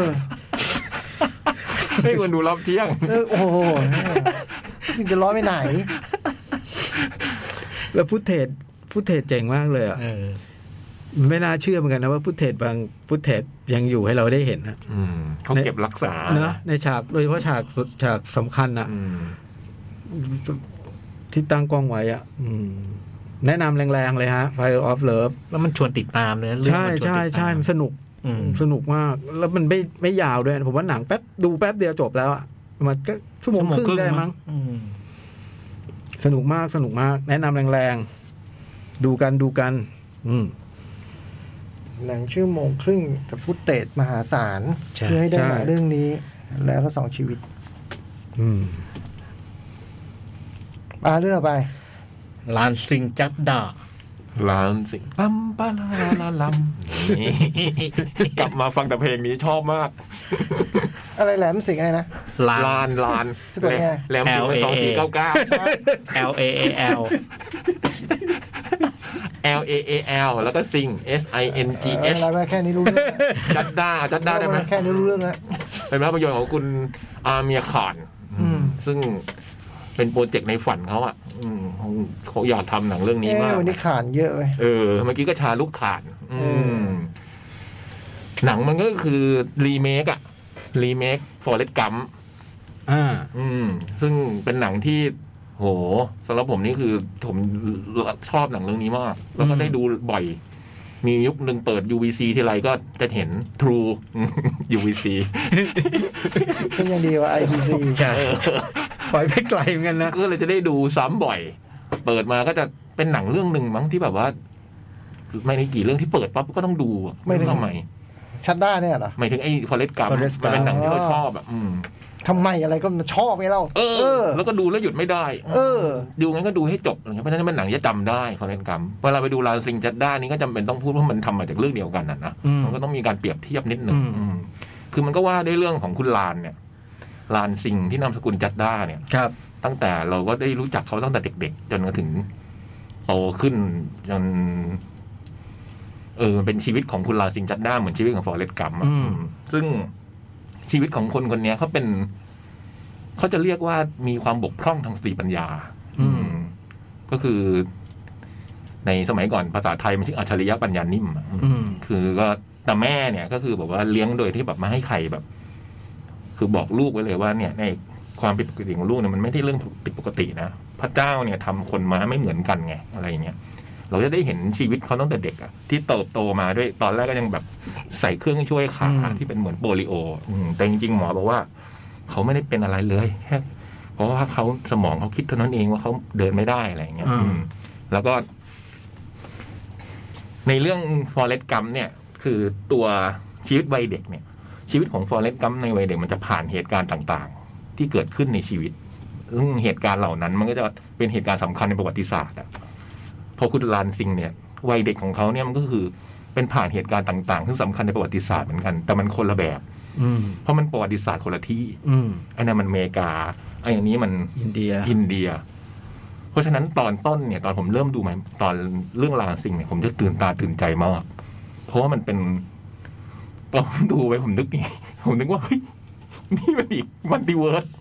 ให้คนดูรอบเที่ยงโอ้โหมันจะร้อนไปไหนแล้วฟุตเทจเจ๋งมากเลยอ่ะไม่น่าเชื่อเหมือนกันนะว่าฟุตเทจยังอยู่ให้เราได้เห็นนะเขาเก็บรักษาเนอะในฉากโดยเฉพาะฉากสำคัญอ่ะ ที่ตั้งกล้องไว้อ่ะแนะนำแรงๆเลยฮะ Fire of Love แล้วมันชวนติดตามเลยเรื่องใช่มันชวนใช่ติดตามใช่มันสนุกมาก แล้วมันไม่ยาวด้วยผมว่าหนังดูแป๊บเดียวจบแล้วอ่ะมันก็ชั่วโมงครึ่งได้มั้งสนุกมากแนะนำแรงๆดูกันหนังชั่วโมงครึ่งแต่ฟุตเตจมหาศาลใช่เพื่อให้ได้หนังเรื่องนี้ แล้วก็2 ชีวิตเรื่องต่อไปลานซิงจัดดาล้านสิงปั๊มปะลาลัมนี่กลับมาฟังแต่เพลงนี้ชอบมากอะไรแหลมสิงห์อะไรนะลานลานสะกดไงแหลมสิงห์เป็น2499 LAAL LAAL แล้วก็ซิง SINGH อะไรมาแค่นี้รู้เรื่องจัดได้ไหมแค่นี้รู้เรื่องแล้วเป็นภาพยนตร์ของคุณอาเมียร์ขานซึ่งเป็นโปรเจกต์ในฝันเขาอ่ะเขาอยากทำหนังเรื่องนี้มากวันนี้ขานเยอะเลยเมื่อกี้ก็ชาลูกขานหนังมันก็คือรีเมคForrest Gump ซึ่งเป็นหนังที่โหสำหรับผมนี่คือผมชอบหนังเรื่องนี้มาก แล้วก็ได้ดูบ่อย มียุคหนึ่งเปิด UVC ทีไรก็จะเห็น True UVC ก็ยังดีกว่า IBC ใช่ปล่อยไปไกลเหมือนกันนะก็เลยจะได้ดูซ้ำบ่อย เปิดมาก็จะเป็นหนังเรื่องหนึ่งมั้งที่แบบว่า ไม่ได้กี่เรื่องที่เปิดปั๊บก็ต้องดูไม่รู้ทำไมชัดได้เนี่ยเหรอหมายถึงไอ้ Forrest Gump มันเป็นหนังที่เราชอบแบบทำไมอะไรก็ชอบไงเราแล้วก็ดูแล้วหยุดไม่ได้ดูงั้นก็ดูให้จบเพราะฉะนั้นมันหนังจะจำได้Forrest Gumpเวลาไปดูลานซิงจัดด้านนี้ก็จำเป็นต้องพูดว่ามันทำมาจากเรื่องเดียวกันนะมันก็ต้องมีการเปรียบเทียบนิดหนึ่งคือมันก็ว่าด้วยเรื่องของคุณลานเนี่ยลานซิงที่นามสกุลจัดด้าเนี่ยครับตั้งแต่เราก็ได้รู้จักเขาตั้งแต่เด็กๆจนมาถึงโตขึ้นจนมันเป็นชีวิตของคุณลานซิงจัดด้าเหมือนชีวิตของForrest Gumpซึ่งชีวิตของคนนี้เขาจะเรียกว่ามีความบกพร่องทางสติปัญญาก็คือในสมัยก่อนภาษาไทยมันชื่ออัจฉริยะปัญญานิ่มคือก็แต่แม่เนี่ยก็คือแบบว่าเลี้ยงโดยที่แบบไม่ให้ใครแบบ คือบอกลูกไว้เลยว่าเนี่ยในความผิดปกติของลูกเนี่ยมันไม่ได้เรื่องผิดปกตินะพระเจ้าเนี่ยทำคนมาไม่เหมือนกันไงอะไรอย่างเงี้ยเราจะได้เห็นชีวิตเขาตั้งแต่เด็กอะที่เติบโตมาด้วยตอนแรกก็ยังแบบใส่เครื่องช่วยขาที่เป็นเหมือนโปลิโอแต่จริงๆหมอบอกว่าเขาไม่ได้เป็นอะไรเลยแค่เพราะว่าเขาสมองเขาคิดเท่านั้นเองว่าเขาเดินไม่ได้อะไรอย่างเงี้ยแล้วก็ในเรื่อง Forrest Gump เนี่ยคือตัวชีวิตวัยเด็กเนี่ยชีวิตของ Forrest Gump ในวัยเด็กมันจะผ่านเหตุการณ์ต่างๆที่เกิดขึ้นในชีวิตซึ่งเหตุการณ์เหล่านั้นมันก็จะเป็นเหตุการณ์สำคัญในประวัติศาสตร์พอคุณลานซิงเนี่ยวัยเด็กของเขาเนี่ยมันก็คือเป็นผ่านเหตุการณ์ต่างๆซึ่งสำคัญในประวัติศาสตร์เหมือนกันแต่มันคนละแบบเพราะมันประวัติศาสตร์คนละที่ไอ้นั่นมันอเมริกาไอ้อันนี้มันอินเดียเพราะฉะนั้นตอนต้นเนี่ยตอนผมเริ่มดูมาตอนเรื่องลานซิงเนี่ยผมจะตื่นตาตื่นใจมากเพราะว่ามันเป็นตอนดูไปผมนึกว่าเฮ้ยนี่มันอีกมัลติเวิร์ส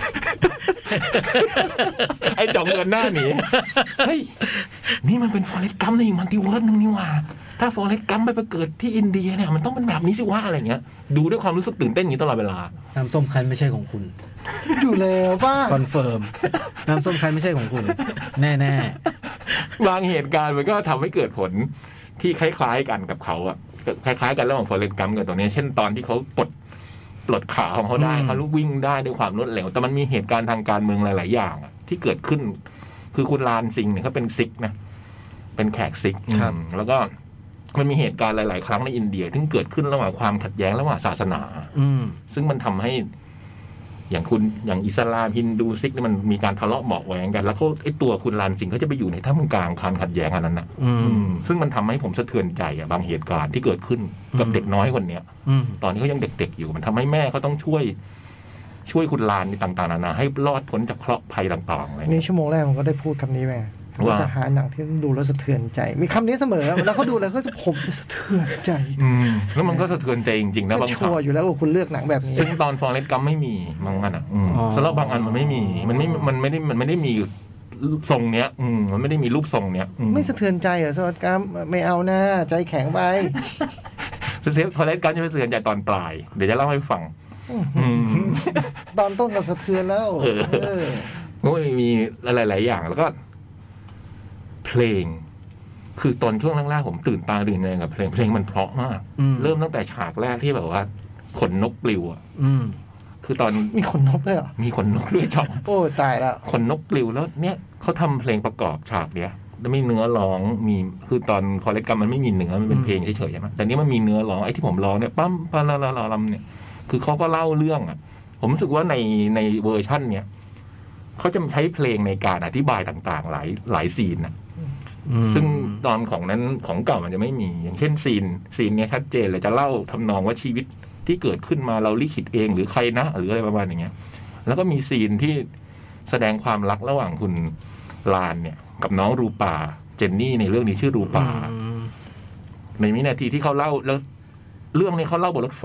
ไอ้จ่องเงินหน้าหนีเฮ้ยนี่มันเป็นฟอเรสต์กัมป์ในอีกมัลติเวิร์สนึงนี่หว่าถ้าฟอเรสต์กัมป์ไปเกิดที่อินเดียเนี่ยมันต้องเป็นแบบนี้สิว่าอะไรเงี้ยดูด้วยความรู้สึกตื่นเต้นอย่างนี้ตลอดเวลาน้ำส้มคั้นไม่ใช่ของคุณอยู่แล้วป่ะคอนเฟิร์มน้ำส้มคั้นไม่ใช่ของคุณแน่ๆบางเหตุการณ์มันก็ทำให้เกิดผลที่คล้ายๆกันกับเขาอะคล้ายๆกันระหว่างฟอเรสต์กัมป์กับตัวนี้เช่นตอนที่เขาปลดขาของเขาได้เขาลุกวิ่งได้ด้วยความรวดเร็วแต่มันมีเหตุการณ์ทางการเมืองหลายๆอย่างที่เกิดขึ้นคือคุณลานซิงเนี่ยเขาเป็นซิกนะเป็นแขกซิกแล้วก็มันมีเหตุการณ์หลายๆครั้งในอินเดียที่เกิดขึ้นระหว่างความขัดแย้งระหว่างศาสนาซึ่งมันทำให้อย่างอิสลามฮินดูซิกนี่มันมีการทะเลาะเบาะแว้งกันแล้วก็ไอ้ตัวคุณลานซิงเขาจะไปอยู่ในท่ามกลางความขัดแย้งอันนั้นนะซึ่งมันทำให้ผมสะเทือนใจบางเหตุการณ์ที่เกิดขึ้นกับเด็กน้อยคนเนี้ยตอนนี้เขายังเด็กๆอยู่มันทำให้แม่เขาต้องช่วยคุณลานในต่างๆนานาให้รอดพ้นจากเคราะห์ภัยต่างๆนี่ชั่วโมงแรกผมก็ได้พูดคำนี้แม่ว่าจะหาหนังที่ดูแล้วสะเทือนใจมีคำนี้เสมอแล้วเขาดูแล้วก็จะผมจะสะเทือนใจแล้วมันก็สะเทือนใจจริงๆนะบางครั้งอยู่แล้วว่าคุณเลือกหนังแบบนี้ซึ่งตอนฟอเรสต์กัมป์ไม่มีบางอันสำหรับบางอันมันไม่มีมันไม่ได้มีทรงเนี้ยมันไม่ได้มีรูปทรงเนี้ยไม่สะเทือนใจเหรอฟอเรสต์กัมป์ไม่เอานะใจแข็งไปฟอเรสต์กัมป์จะสะเทือนใจตอนปลายเดี๋ยวจะเล่าให้ฟังตอนต้นก็สะเทือนแล้วมีหลายๆอย่างแล้วก็เพลงคือตอนช่วงแรกๆผมตื่นตาตื่นใจกับเพลงมันเพราะมากเริ่มตั้งแต่ฉากแรกที่แบบว่าขนนกปลิวอ่ะคือตอนมีขนนกด้วยเหรอมีขนนกด้วยจ่องโอ้ตายแล้วขนนกปลิวแล้วเนี่ยเขาทำเพลงประกอบฉากเนี้ยแล้วมีเนื้อร้องมีคือตอนฟอเรสต์กัมป์มันไม่มีเนื้อมันเป็นเพลงเฉยๆใช่ไหมแต่นี้มันมีเนื้อร้องไอ้ที่ผมร้องเนี่ยปั๊มปะละละลำเนี่ยคือเขาก็เล่าเรื่องอ่ะผมรู้สึกว่าในเวอร์ชั่นเนี้ยเขาจะใช้เพลงในการอธิบายต่างๆหลายซีนอ่ะซึ่งตอนของนั้นของเก่ามันจะไม่มีอย่างเช่นซีนเนี้ยชัดเจนเลยจะเล่าทำนองว่าชีวิตที่เกิดขึ้นมาเราลิขิตเองหรือใครนะหรืออะไรประมาณอย่างเงี้ยแล้วก็มีซีนที่แสดงความรักระหว่างคุณลานเนี่ยกับน้องรูปาเจนนี่ในเรื่องนี้ชื่อรูปาในวินาทีที่เขาเล่าแล้วเรื่องนี้เขาเล่าบนรถไฟ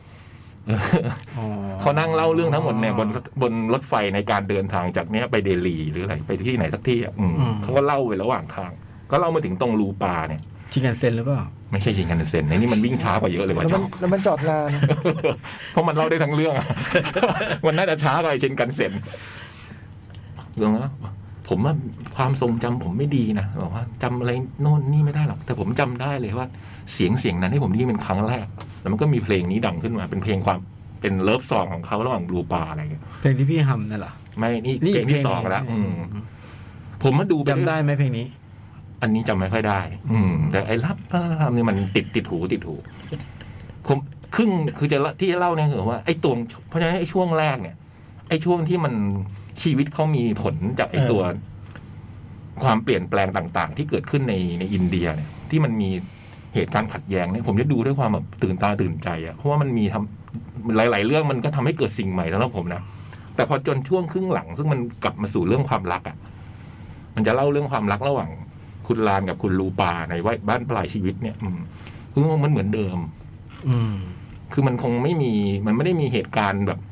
เขานั่งเล่าเรื่องทั้งหมดเนี่ยบนรถไฟในการเดินทางจากเนี้ยไปเดลีหรืออะไรไปที่ไหนสักที่เขาก็เล่าไประหว่างทางก็เล่ามาถึงตรงรูปาเนี่ยชิงกันเซ็นหรือเปล่าไม่ใช่ชิงกันเซ็นในนี่มันวิ่งช้ากว่าเยอะเลยว่ะแล้วมันจอดนานเพราะมันเล่าได้ทั้งเรื่องมันน่าจะช้ากว่าชิงกันเซ็นเรื่องว่าผมว่าความทรงจำผมไม่ดีนะบอกว่าจำอะไรโน่นนี่ไม่ได้หรอกแต่ผมจำได้เลยว่าเสียงนั้นให้ผมได้ยินเป็นครั้งแรกแล้วมันก็มีเพลงนี้ดังขึ้นมาเป็นเพลงความเป็นเลิฟซองของเขาระหว่างรูปาอะไรอย่างเงี้ยเพลงที่พี่ฮัมนั่นเหรอไม่นี่เพลงที่สองแล้วผมมาดูจำได้ไหมเพลงนี้อันนี้จำไม่ค่อยได้แต่ไอ้รับนี่มันติดหูครึ่งคือที่จะเล่าเนี่ยคือว่าไอ้ตัวเพราะฉะนั้นไอ้ช่วงแรกเนี่ยไอ้ช่วงที่มันชีวิตเขามีผลจากไอ้ตัวความเปลี่ยนแปลงต่างๆที่เกิดขึ้นในอินเดียเนี่ยที่มันมีเหตุการณ์ขัดแย้งเนี่ยผมจะดูด้วยความแบบตื่นตาตื่นใจอ่ะเพราะว่ามันมีหลายๆเรื่องมันก็ทำให้เกิดสิ่งใหม่สำหรับผมนะแต่พอจนช่วงครึ่งหลังซึ่งมันกลับมาสู่เรื่องความรักอ่ะมันจะเล่าเรื่องความรักระหว่างคุณลานกับคุณรูปาในบ้านปลายชีวิตเนี่ยคือมันเหมือนเดิมคือมันคงไม่มีมันไม่ได้มีเหตุการณ์แบบ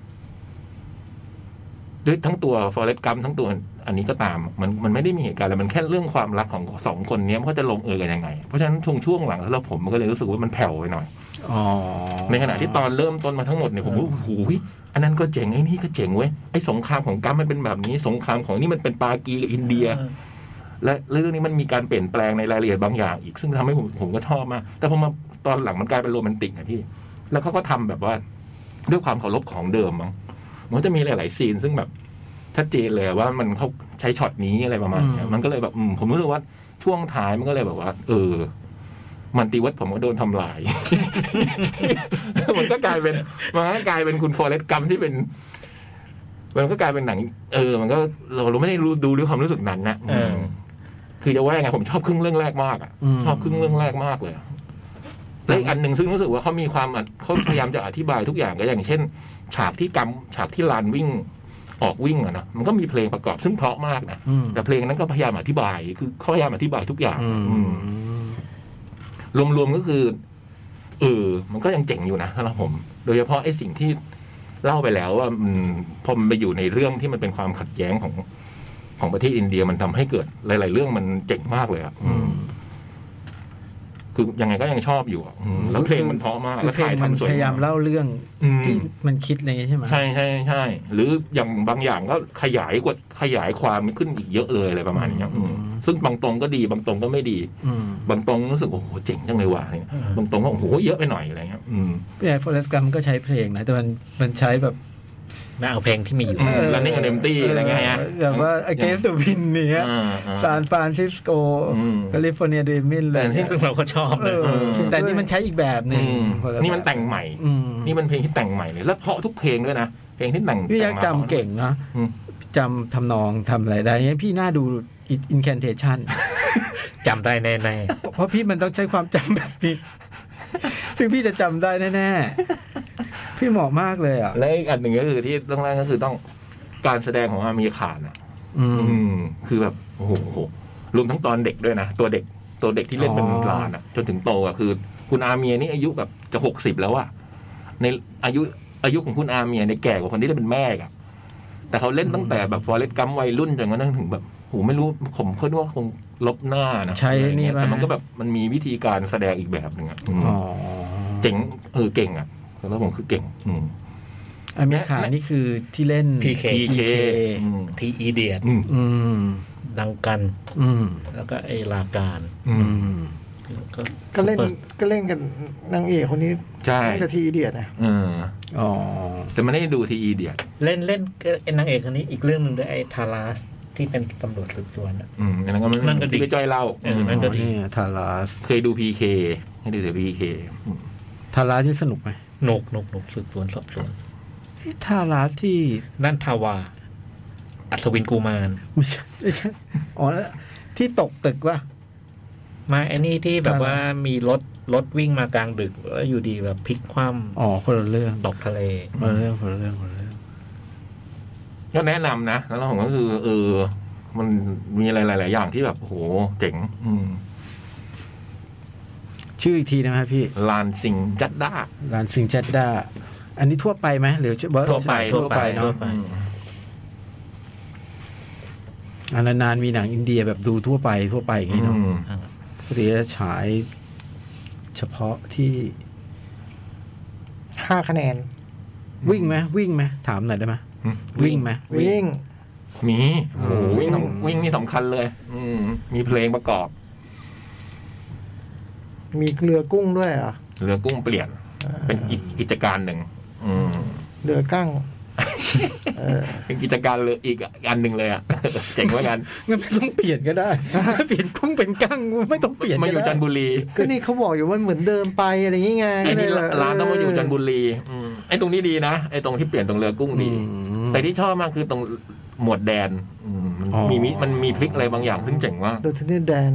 ด้วยทั้งตัวฟอเรสต์กัมป์ทั้งตัวอันนี้ก็ตามมันไม่ได้มีเหตุการณ์อะไรมันแค่เรื่องความรักของสองคนนี้เขาจะลงกันยังไงเพราะฉะนั้นช่วงหลังแล้วผมมันก็เลยรู้สึกว่ามันแผ่วไปหน่อยในขณะที่ตอนเริ่มต้นมาทั้งหมดเนี่ยผมว่าโอ้โหอันนั้นก็เจ๋งไอ้นี่ก็เจ๋งเว้ยไอ้สงครามของกัมป์มันเป็นแบบนี้สงครามของนี่มันเป็นปากีกับอินเดียและเรื่องนี้มันมีการเปลี่ยนแปลงในรายละเอียดบางอย่างอีกซึ่งทำให้ผมก็ชอบมากแต่พอมาตอนหลังมันกลายเป็นโรแมนติกนะพี่แล้วเขาก็ทำแบบว่าด้วยความเคารพของเดิมมั้งมันจะมีหลายๆซีนซึ่งแบบชัดเจนเลยว่ามันเขาใช้ช็อตนี้อะไรประมาณนี้มันก็เลยแบบผมรู้สึกว่าช่วงท้ายมันก็เลยแบบว่ามัลติเวิร์สผมก็โดนทำลาย มันก็กลายเป็นคุณฟอเรสต์กัมที่เป็นมันก็กลายเป็นหนังมันก็เราไม่ได้ดูด้วยความรู้สึกนั้นนะคือจะว่าไงผมชอบครึ่งเรื่องแรกมากอ่ะชอบครึ่งเรื่องแรกมากเลยและอีกอันหนึ่งซึ่งรู้สึกว่าเขามีความเขาพยายามจะอธิบายทุกอย่างก็อย่างเช่นฉากที่ลานวิ่งออกวิ่งอะนะมันก็มีเพลงประกอบซึ่งเพราะมากนะแต่เพลงนั้นก็พยายามอธิบายคือเขาพยายามอธิบายทุกอย่างรวมๆก็คือมันก็ยังเจ๋งอยู่นะสำหรับผม โดยเฉพาะไอ้สิ่งที่เล่าไปแล้วว่าพอมันไปอยู่ในเรื่องที่มันเป็นความขัดแย้งของประเทศอินเดียมันทำให้เกิดหลายๆเรื่องมันเจ๋งมากเลยอ่ะคือยังไงก็ยังชอบอยู่แล้วเพลงมันเพราะมากแล้วเพลงมันพยายามเล่าเรื่องที่มันคิดอะไรใช่ไหมใช่ใช่ใช่หรืออย่างบางอย่างก็ขยายความขึ้นอีกเยอะเลยอะไรประมาณนี้ซึ่งบางตรงก็ดีบางตรงก็ไม่ดีบางตรงรู้สึกโอ้โหเจ๋งจังเลยว่ะบางตรงก็โอ้โหเยอะไปหน่อยอะไรเงี้ยพี่ไอ้ฟอเรสต์กัมก็ใช้เพลงนะแต่มันใช้แบบน่าเอาเพลงที่มีอยู่แล้วนี่ก็เนมตี้อะไรเงี้ยแบบว่า Against the Wind เนี่ยซานฟรานซิสโกแคลิฟอร์เนียดรีมมิ่งเลยซึ่งเราก็ชอบเลยแต่นี่มันใช้อีกแบบนึงนี่มันแต่งใหม่นี่มันเพลงที่แต่งใหม่เลยแล้วเพราะทุกเพลงด้วยนะเพลงที่แต่งพี่ยักษ์จำเก่งนะจำทำนองทำอะไรได้เนี่ยพี่น่าดู Incantation จำได้แน่ๆเพราะพี่มันต้องใช้ความจำแบบนี้พี่จะจำได้แน่ๆพี่เหมาะมากเลยอ่ะและอีกอันหนึ่งก็คือที่ต้องแรกก็คือต้องการแสดงของอามีร์ ข่านอ่ะคือแบบโอ้โหรวมทั้งตอนเด็กด้วยนะตัวเด็กที่เล่นเป็นหลานอ่ะจนถึงโตอ่ะคือคุณอาเมียนี่อายุแบบจะ60แล้วอ่ะในอายุของคุณอาเมียในแก่กว่าคนที่เล่นเป็นแม่อ่ะแต่เขาเล่นตั้งแต่แบบฟอเรสต์กัมป์วัยรุ่นจนกระทั่งถึงแบบโหไม่รู้ผมคิดว่าคงลบหน้านะใช่นี่แต่มันก็แบบมันมีวิธีการแสดงอีกแบบหนึ่งอ่ะเจ๋งเก่งอ่ะแล้วผมคือเก่งอามีร์ ข่านนี่คือที่เล่น PK ทีอีเดียดดังกันแล้วก็ไอลาการก็เล่นกันนางเอกคนนี้ใช่กับทีอีเดียดนะแต่มันไม่ได้ดูทีอีเดียดเล่นนางเอกคนนี้อีกเรื่องนึงด้วยไอทาราสที่เป็นตำรวจสืบสวนนั่นก็ดีไปจ้อยเล่านั่นก็ดีทาราสเคยดู PK ให้ดูแต่ PK ทาราสนี่สนุกไหมนกสืบสวนสอบสวนทาราสที่นั่นทาวาอัศวินกูมารไม่ใช่อ๋อที่ตกตึกว่ะมาไอ้นี่ที่แบบว่ามีรถวิ่งมากลางดึกแล้วอยู่ดีแบบพลิกคว่ำคนละเรื่องตกทะเลคนละเรื่องก็แนะนำนะแล้วผมก็คือมันมีอะไรหลายๆอย่างที่แบบโหเจ๋งชื่ออีกทีนะครับพี่ลานซิงจัดด้าอันนี้ทั่วไปไหมหรือทั่วไปเนาะนานๆมีหนังอินเดียแบบดูทั่วไปอย่างนี้เนาะเดี๋ยวฉายเฉพาะที่5 คะแนนวิ่งไหมถามหน่อยได้ไหมวิ่งไหมวิ่งมีโอ้วิ่งนี่สำคัญเลยมีเพลงประกอบมีเรือกุ้งด้วยอ่ะเรือกุ้งเปลี่ยนเป็นกิจการหนึ่งเรือกั้งเป็นกิจการเลยอีกอันหนึ่งเลยอ่ะเจ๋งว่างั้นไม่ต้องเปลี่ยนก็ได้เปลี่ยนกุ้งเป็นกั้งไม่ต้องเปลี่ยนมาอยู่จันทบุรีก็นี่เขาบอกอยู่ว่าเหมือนเดิมไปอะไรอย่างเงี้ยไอ้นี่ร้านต้องมาอยู่จันทบุรีไอ้ตรงนี้ดีนะไอ้ตรงที่เปลี่ยนตรงเรือกุ้งดีแต่ที่ชอบมากคือตรงหมวดแดนมันมีพลิกอะไรบางอย่างซึ่งเจ๋งมากโดยที่นี่แดน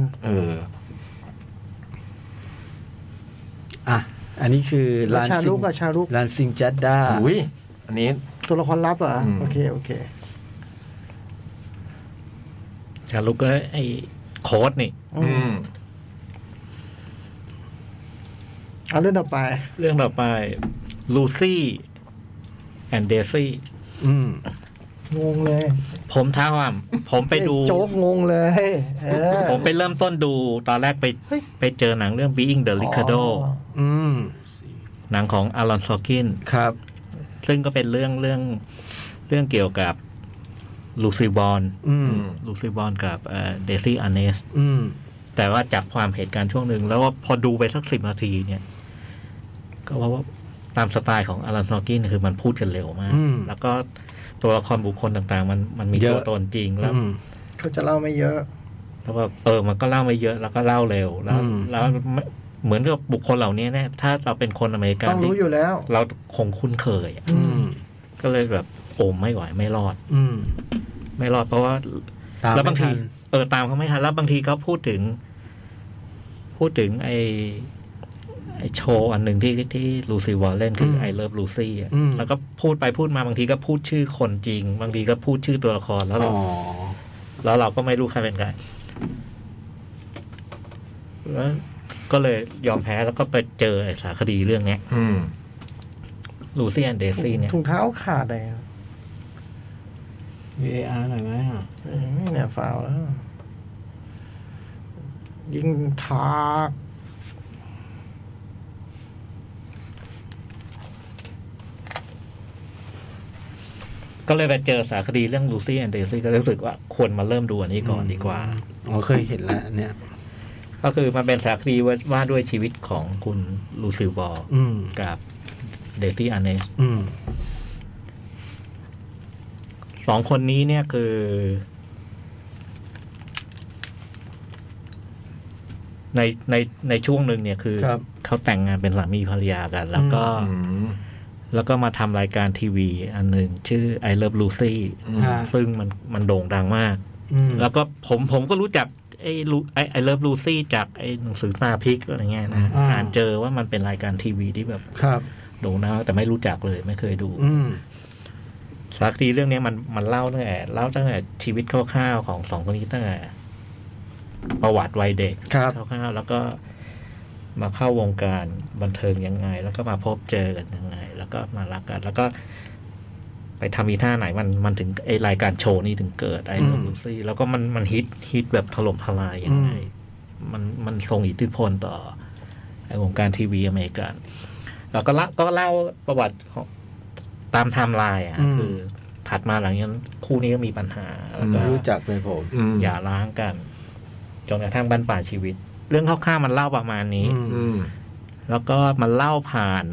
อันนี้คือลานซิงลานซิงจัดด้าอุ้ยอันนี้ตัวละครลับเหรอโอเคชาลุกก็ไอ้โค้ดนี่เอาเรื่องต่อไปลูซี่แอนเดซี่งงเลยผมท้าว่าผมไปดูโจ๊กงงเลยผมไปเริ่มต้นดูตอนแรกไปเจอหนังเรื่อง Being the Ricardo หนังของอารอน ซอร์กินครับซึ่งก็เป็นเรื่องเกี่ยวกับลูซี่บอลกับเดซี่อาร์เนสแต่ว่าจับความเหตุการณ์ช่วงหนึ่งแล้วว่าพอดูไปสัก10 นาทีเนี่ยก็ว่าตามสไตล์ของอารอน ซอร์กินคือมันพูดกันเร็วมากแล้วก็ตัวละครบุคคลต่างๆมันมีตัวตนจริงแล้วเขาจะเล่าไม่เยอะแต่ว่ามันก็เล่าไม่เยอะแล้วก็เล่าเร็วแล้วเหมือนกับบุคคลเหล่านี้เนี่ยถ้าเราเป็นคนอเมริกันต้องรู้อยู่แล้วเราคงคุ้นเคยอะอืมก็เลยแบบโอ้ไม่ไหวไม่รอดอืมไม่รอดเพราะว่าตามแล้วบางทีไม่ทันตามเขาไม่ทันแล้วบางทีก็พูดถึงไอ้โชว์อันหนึ่งที่ลูซี่วอลเล่นคือ I Love Lucy อ่ะแล้วก็พูดไปพูดมาบางทีก็พูดชื่อคนจริง บางทีก็พูดชื่อตัวละครแล้วอ๋อเราก็ไม่รู้ใครเป็นใครแล้วก็เลยยอมแพ้แล้วก็ไปเจอไอ้สารคดีเรื่องเนี้ย ลูซี่แอนด์เดซี่เนี่ยถุงเท้าขาดเลย VAR หน่อยไหมอ่ะเนี่ยฟาวแล้ว ยิงทากก็เลยไปเจอสารคดีเรื่องลูซี่แอนด์เดซี่ก็รู้สึกว่าควรมาเริ่มดูอันนี้ก่อนดีกว่าอ๋อเคยเห็นแล้วอันเนี่ยก็คือมันเป็นสารคดีว่าด้วยชีวิตของคุณลูซิลบอลอืมกับเดซี่อันเนสอืมสองคนนี้เนี่ยคือ ในช่วงหนึ่งเนี่ยคือครับเขาแต่งงานเป็นสามีภรรยากัน แล้วก็มาทำรายการทีวีอันหนึ่งชื่อ I Love Lucy ฮะซึ่งมันโด่งดังมากอืมแล้วก็ผมก็รู้จักไอ้เลิฟลูซี่จากไอ้หนังสือตาพริกอะไรเงี้ยนะอ่านเจอว่ามันเป็นรายการทีวีที่แบบครับโด่งดังแต่ไม่รู้จักเลยไม่เคยดูอืมสารคดีเรื่องนี้มันเล่าตั้งแต่ชีวิตคร่าวๆของสองคนนี้ตั้งแต่ประวัติวัยเด็กครับคร่าวๆแล้วก็มาเข้าวงการบันเทิงยังไง แล้วก็มาพบเจอกันยังไง แล้วก็มารักกัน แล้วก็ไปทำอีท่าไหนมันถึงไอรายการโชว์นี้ถึงเกิดไอเลิฟลูซี่แล้วก็มันฮิตแบบถล่มทลายยังไงมันทรงอิทธิพลต่อไอวงการทีวีอเมริกันแล้วก็เล่าประวัติของตามไทม์ไลน์อ่ะคือถัดมาหลังจากนั้นคู่นี้ก็มีปัญหาแล้วก็รู้จักเลยผมอย่าร้างกันจนกระทั่งบั้นปลายชีวิต เรื่องคร่าวๆมันเล่าประมาณนี้ แล้วก็มันเล่าผ่าน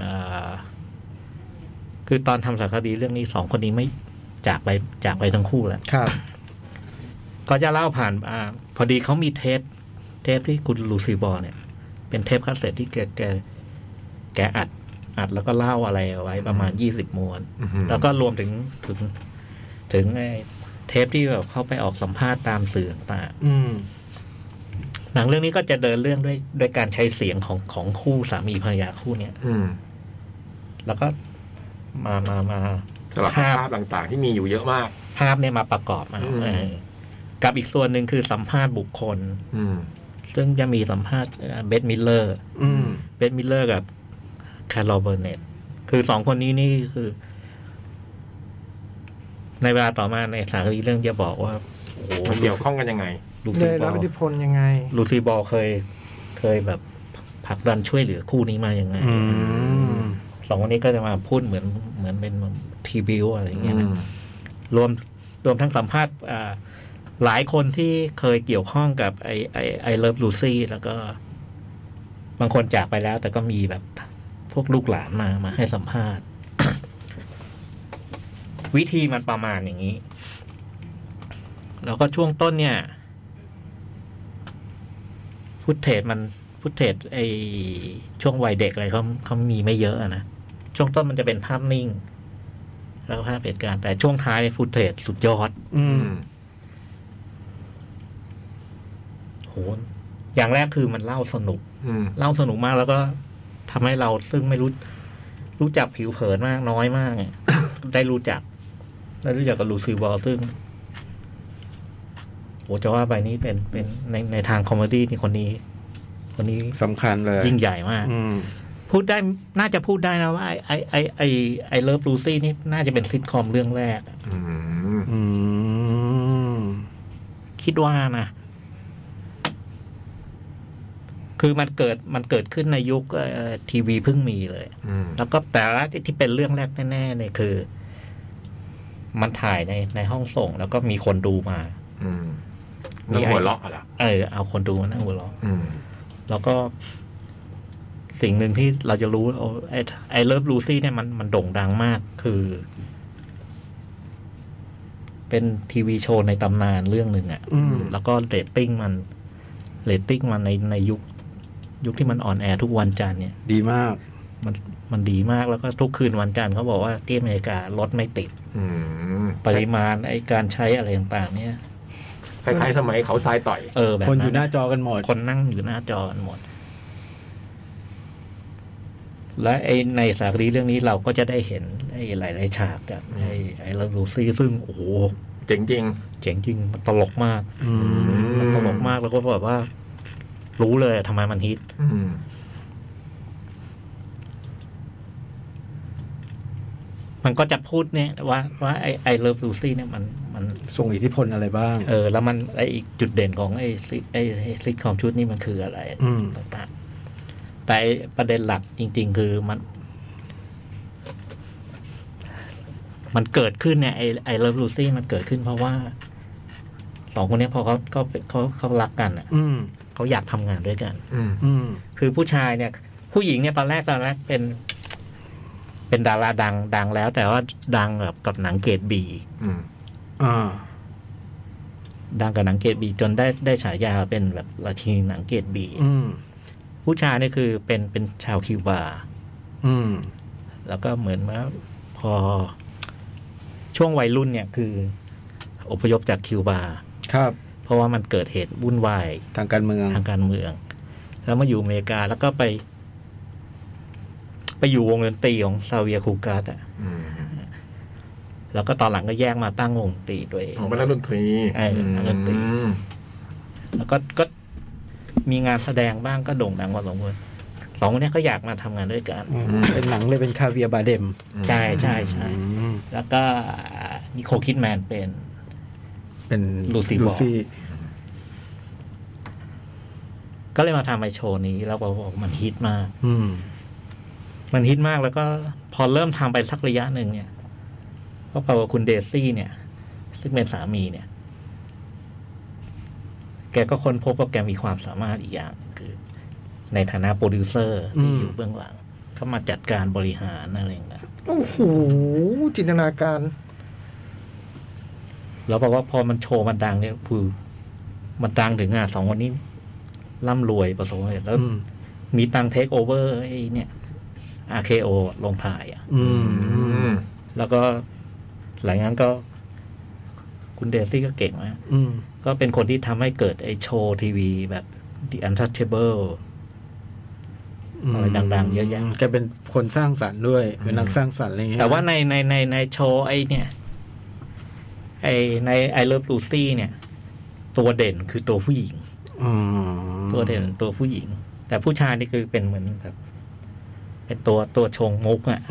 คือตอนทำสารคดีเรื่องนี้สองคนนี้ไม่จากไปทั้งคู่แล้วครับก็จะเล่าผ่านพอดีเขามีเทปที่คุณลูซี่บอลเนี่ย เป็นเทปคาสเซ็ตที่แกอัดแล้วก็เล่าอะไรเอาไว้ประมาณ20ม้วนแล้วก็รวมถึงไอ้เทปที่แบบเข้าไปออกสัมภาษณ์ตามสื่อต่างหนังเรื่องนี้ก็จะเดินเรื่องด้วยการใช้เสียงของคู่สามีภรรยาคู่เนี้ยแล้วก็มาสลับภาพต่างๆที่มีอยู่เยอะมากภาพเนี่ยมาประกอบมากับอีกส่วนหนึ่งคือสัมภาษณ์บุคคลซึ่งจะมีสัมภาษณ์เบธมิลเลอร์กับแคโรลเบอร์เน็ตคือสองคนนี้นี่คือ ในเวลาต่อมาในสารคดีเรื่องจะบอกว่าโอ้โหมันเกี่ยวข้องกันยังไงเลยรับอิทธิพลยังไงลูซี่บอลเคยแบบผลักดันช่วยเหลือคู่นี้มายังไงสองคนนี้ก็จะมาพูดเหมือนเป็นทีบิวอะไรอย่างเงี้ยนะรวมทั้งสัมภาษณ์หลายคนที่เคยเกี่ยวข้องกับไอเลิฟลูซี่แล้วก็บางคนจากไปแล้ว แต่ก็มีแบบพวกลูกหลานมาให้สัมภาษณ์ วิธีมันประมาณอย่างนี้ แล้วก็ช่วงต้นเนี่ยฟุตเทจไอช่วงวัยเด็กอะไรเขามีไม่เยอะนะช่วงต้นมันจะเป็นภาพนิ่งแล้วภาพเหตุการณ์แต่ช่วงท้ายฟุตเทจสุดยอดโหอย่างแรกคือมันเล่าสนุกมากแล้วก็ทำให้เราซึ่งไม่รู้จักผิวเผินมากน้อยมาก ได้รู้จักกับลูซี่บอลซึ่งโหจะว่าไปนี้เป็นในทางคอมเมดี้นี่คนนี้สำคัญเลยยิ่งใหญ่มากพูดได้น่าจะพูดได้นะว่าไอเลิฟลูซี่นี่น่าจะเป็นซิทคอมเรื่องแรกคิดว่านะคือมันเกิดขึ้นในยุคทีวีเพิ่งมีเลยแล้วก็แต่ละที่เป็นเรื่องแรกแน่ๆเนี่ยคือมันถ่ายในห้องส่งแล้วก็มีคนดูมามีหัวเราะเหรอเอาคนดูมานั่งหัวเราะแล้วก็สิ่งหนึ่งที่เราจะรู้ไอเลิฟลูซี่เนี่ยมันโด่งดังมากคือเป็นทีวีโชว์ในตำนานเรื่องหนึ่งอ่ะแล้วก็เรตติ้งมันในยุคที่มันออนแอร์ทุกวันจันทร์เนี่ยดีมากมันดีมากแล้วก็ทุกคืนวันจันทร์เขาบอกว่าที่อเมริการถไม่ติด ปริมาณไอการใช้อะไรต่างๆเนี่ยคล้ายๆสมัยเขาทรายต่อยแบบคนอยู่หน้าจอกันหมดคนนั่งอยู่หน้าจอกันหมด และในสารคดีเรื่องนี้เราก็จะได้เห็นไอ้หลายๆฉากจากไอ้เลิฟลูซี่ซึ่งโอ้โหเจ๋งจริงเจ๋งจริงมันตลกมากมันตลกมากแล้วก็แบบว่า รู้เลยทำไมมันฮิตมันก็จะพูดเนี่ยว่าไอ้เลิฟลูซี่เนี่ยมันส่งอิทธิพลอะไรบ้างแล้วมันไอ้จุดเด่นของไอ้ซิทคอมชุดนี้มันคืออะไรต่างๆแต่ประเด็นหลักจริงๆคือมันเกิดขึ้นเนี่ยไอ้เลิฟลูซี่มันเกิดขึ้นเพราะว่าสองคนนี้พอเขารักกันอ่ะเขาอยากทำงานด้วยกันคือผู้ชายเนี่ยผู้หญิงเนี่ยตอนแรกเป็นดาราดังแล้วแต่ว่าดังแบบกับหนังเกรดบีดังกับหนังเกรดบีจนได้ฉายาเป็นแบบราชินีหนังเกรดบีผู้ชายนี่คือเป็นชาวคิวบาแล้วก็เหมือนว่าพอช่วงวัยรุ่นเนี่ยคืออพยพจากคิวบาครับเพราะว่ามันเกิดเหตุวุ่นวายทางการเมืองแล้วมาอยู่อเมริกาแล้วก็ไปอยู่วงดนตรีของซาเวียคูการ์ดแล้วก็ตอนหลังก็แยกมาตั้งวงดนตรีตัวเองเป็นนักดนตรีนักดนตรีแล้วก็มีงานแสดงบ้างก็โด่งดังพอสมควรสองคนนี้ก็อยากมาทำงานด้วยกันเป็นหนังเลยเป็นคาเวียบาเดมใช่แล้วก็นิโคลคิดแมนเป็นลูซี่บอลก็เลยมาทำไอโชว์นี้แล้วบอกมันฮิตมากมันฮิตมากแล้วก็พอเริ่มทำไปสักระยะหนึ่งเนี่ยก็ปรากฏว่าคุณเดซี่เนี่ยซึ่งเป็นสามีเนี่ยแกก็ค้นพบว่าแกมีความสามารถอีกอย่างคือในฐานะโปรดิวเซอร์ที่อยู่เบื้องหลังเขามาจัดการบริหารอะไรอย่างเงี้ยโอ้โหจินตนาการแล้วบอกว่าพอมันโชว์มันดังเนี่ยคือมันดังถึงสองคนนี้ร่ำรวยประสบความสำเร็จแล้วมีตังเทคโอเวอร์ไอ้เนี่ย RKO ลงถ่ายแล้วก็หลังนั้นก็คุณเดซี่ก็เก่งมากก็เป็นคนที่ทำให้เกิดไอ้โชว์ทีวีแบบ The Untouchable อะไรดังๆเยอะแยะแกเป็นคนสร้างสรรค์ด้วยเป็นนักสร้างสรรค์อะไรเงี้ยแต่ว่าในโชว์ไอ้เนี่ยในI Love Lucy เนี่ยตัวเด่นคือตัวผู้หญิงตัวเด่นตัวผู้หญิงแต่ผู้ชายนี่คือเป็นเหมือนแบบเป็นตัวชงมุกอ่ะ